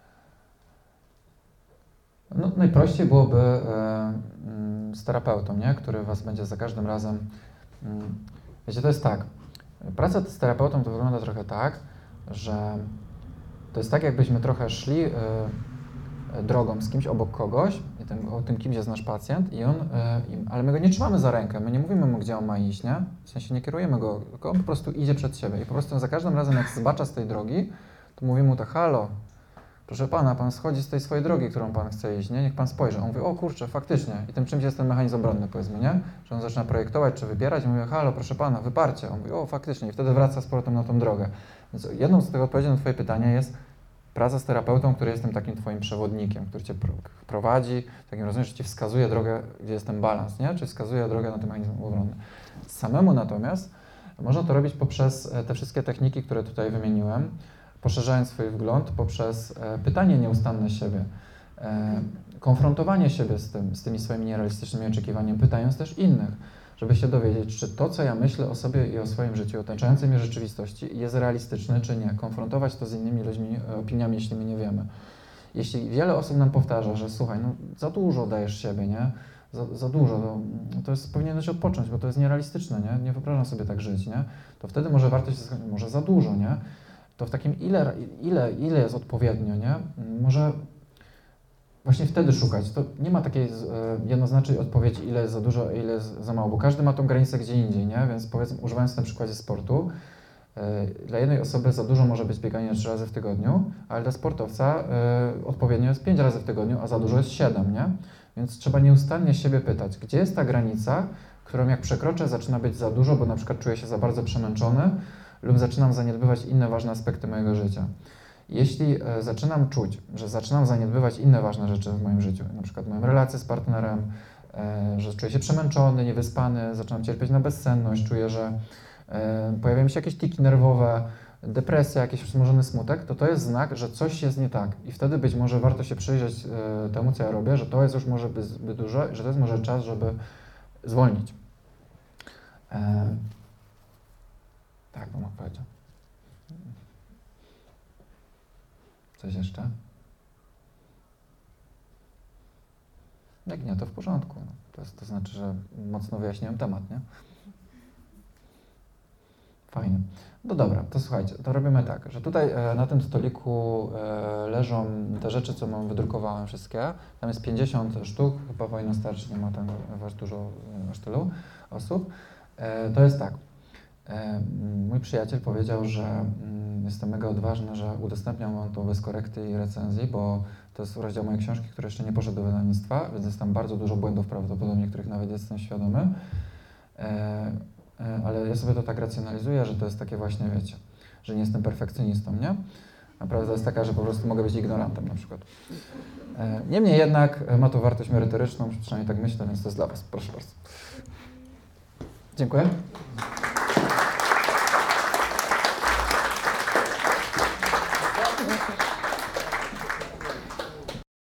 No, najprościej byłoby e, mm, z terapeutą, nie? Który was będzie za każdym razem... mm, Wiecie, to jest tak, praca z terapeutą to wygląda trochę tak, że to jest tak, jakbyśmy trochę szli e, drogą z kimś obok kogoś, i tym, o tym, kim jest nasz pacjent, i on, e, i, ale my go nie trzymamy za rękę, my nie mówimy mu, gdzie on ma iść, nie? W sensie nie kierujemy go, tylko on po prostu idzie przed siebie i po prostu za każdym razem, jak zbacza z tej drogi, to mówimy mu tak, halo, proszę pana, pan schodzi z tej swojej drogi, którą pan chce iść, nie? Niech pan spojrzy. On mówi, o kurczę, faktycznie. I tym czymś jest ten mechanizm obronny, powiedzmy, nie? Że on zaczyna projektować czy wypierać i mówi, halo, proszę pana, wyparcie. On mówi, o faktycznie. I wtedy wraca z powrotem na tą drogę. Więc jedną z tych odpowiedzi na twoje pytanie jest praca z terapeutą, który jest tym takim twoim przewodnikiem, który cię prowadzi, takim rozumiesz, że ci wskazuje drogę, gdzie jest ten balans, nie? Czy wskazuje drogę na ten mechanizm obronny. Samemu natomiast można to robić poprzez te wszystkie techniki, które tutaj wymieniłem, poszerzając swój wgląd poprzez e, pytanie nieustanne siebie, e, konfrontowanie siebie z tym, z tymi swoimi nierealistycznymi oczekiwaniami, pytając też innych, żeby się dowiedzieć, czy to, co ja myślę o sobie i o swoim życiu, otaczającej mnie rzeczywistości, jest realistyczne, czy nie. Konfrontować to z innymi ludźmi, e, opiniami, jeśli my nie wiemy. Jeśli wiele osób nam powtarza, że słuchaj, no za dużo dajesz siebie, nie? Za, za dużo, to, to jest, powinieneś odpocząć, bo to jest nierealistyczne, nie? Nie wyobrażam sobie tak żyć, nie? To wtedy może warto się zastanowić, może za dużo, nie? To w takim ile, ile, ile jest odpowiednio, nie? Może właśnie wtedy szukać. To nie ma takiej e, jednoznacznej odpowiedzi, ile jest za dużo, a ile jest za mało, bo każdy ma tą granicę gdzie indziej, nie? Więc powiedzmy, używając na przykładzie sportu, e, dla jednej osoby za dużo może być bieganie trzy razy w tygodniu, ale dla sportowca e, odpowiednio jest pięć razy w tygodniu, a za dużo jest siedem, nie? Więc trzeba nieustannie siebie pytać, gdzie jest ta granica, którą jak przekroczę, zaczyna być za dużo, bo na przykład czuję się za bardzo przemęczony, lub zaczynam zaniedbywać inne ważne aspekty mojego życia. Jeśli e, zaczynam czuć, że zaczynam zaniedbywać inne ważne rzeczy w moim życiu, na przykład moją relację z partnerem, e, że czuję się przemęczony, niewyspany, zaczynam cierpieć na bezsenność, czuję, że e, pojawiają się jakieś tiki nerwowe, depresja, jakiś wzmożony smutek, to to jest znak, że coś jest nie tak. I wtedy być może warto się przyjrzeć e, temu, co ja robię, że to jest już może by zbyt dużo i że to jest może czas, żeby zwolnić. E, Tak, bym powiedział. Coś jeszcze? Jak nie, to w porządku. No. To, jest, to znaczy, że mocno wyjaśniłem temat, nie? Fajnie. No dobra, to słuchajcie, to robimy tak, że tutaj e, na tym stoliku e, leżą te rzeczy, co mam wydrukowałem wszystkie. Tam jest pięćdziesiąt sztuk, chyba Wojna Starczy nie ma tam aż dużo, aż tylu osób. E, to jest tak. Mój przyjaciel powiedział, że jestem mega odważny, że udostępniam wam to bez korekty i recenzji, bo to jest rozdział mojej książki, który jeszcze nie poszedł do wydawnictwa, więc jest tam bardzo dużo błędów prawdopodobnie, których nawet jestem świadomy. Ale ja sobie to tak racjonalizuję, że to jest takie właśnie, wiecie, że nie jestem perfekcjonistą, nie? A prawda jest taka, że po prostu mogę być ignorantem na przykład. Niemniej jednak ma to wartość merytoryczną, przynajmniej tak myślę, więc to jest dla was. Proszę bardzo. Dziękuję.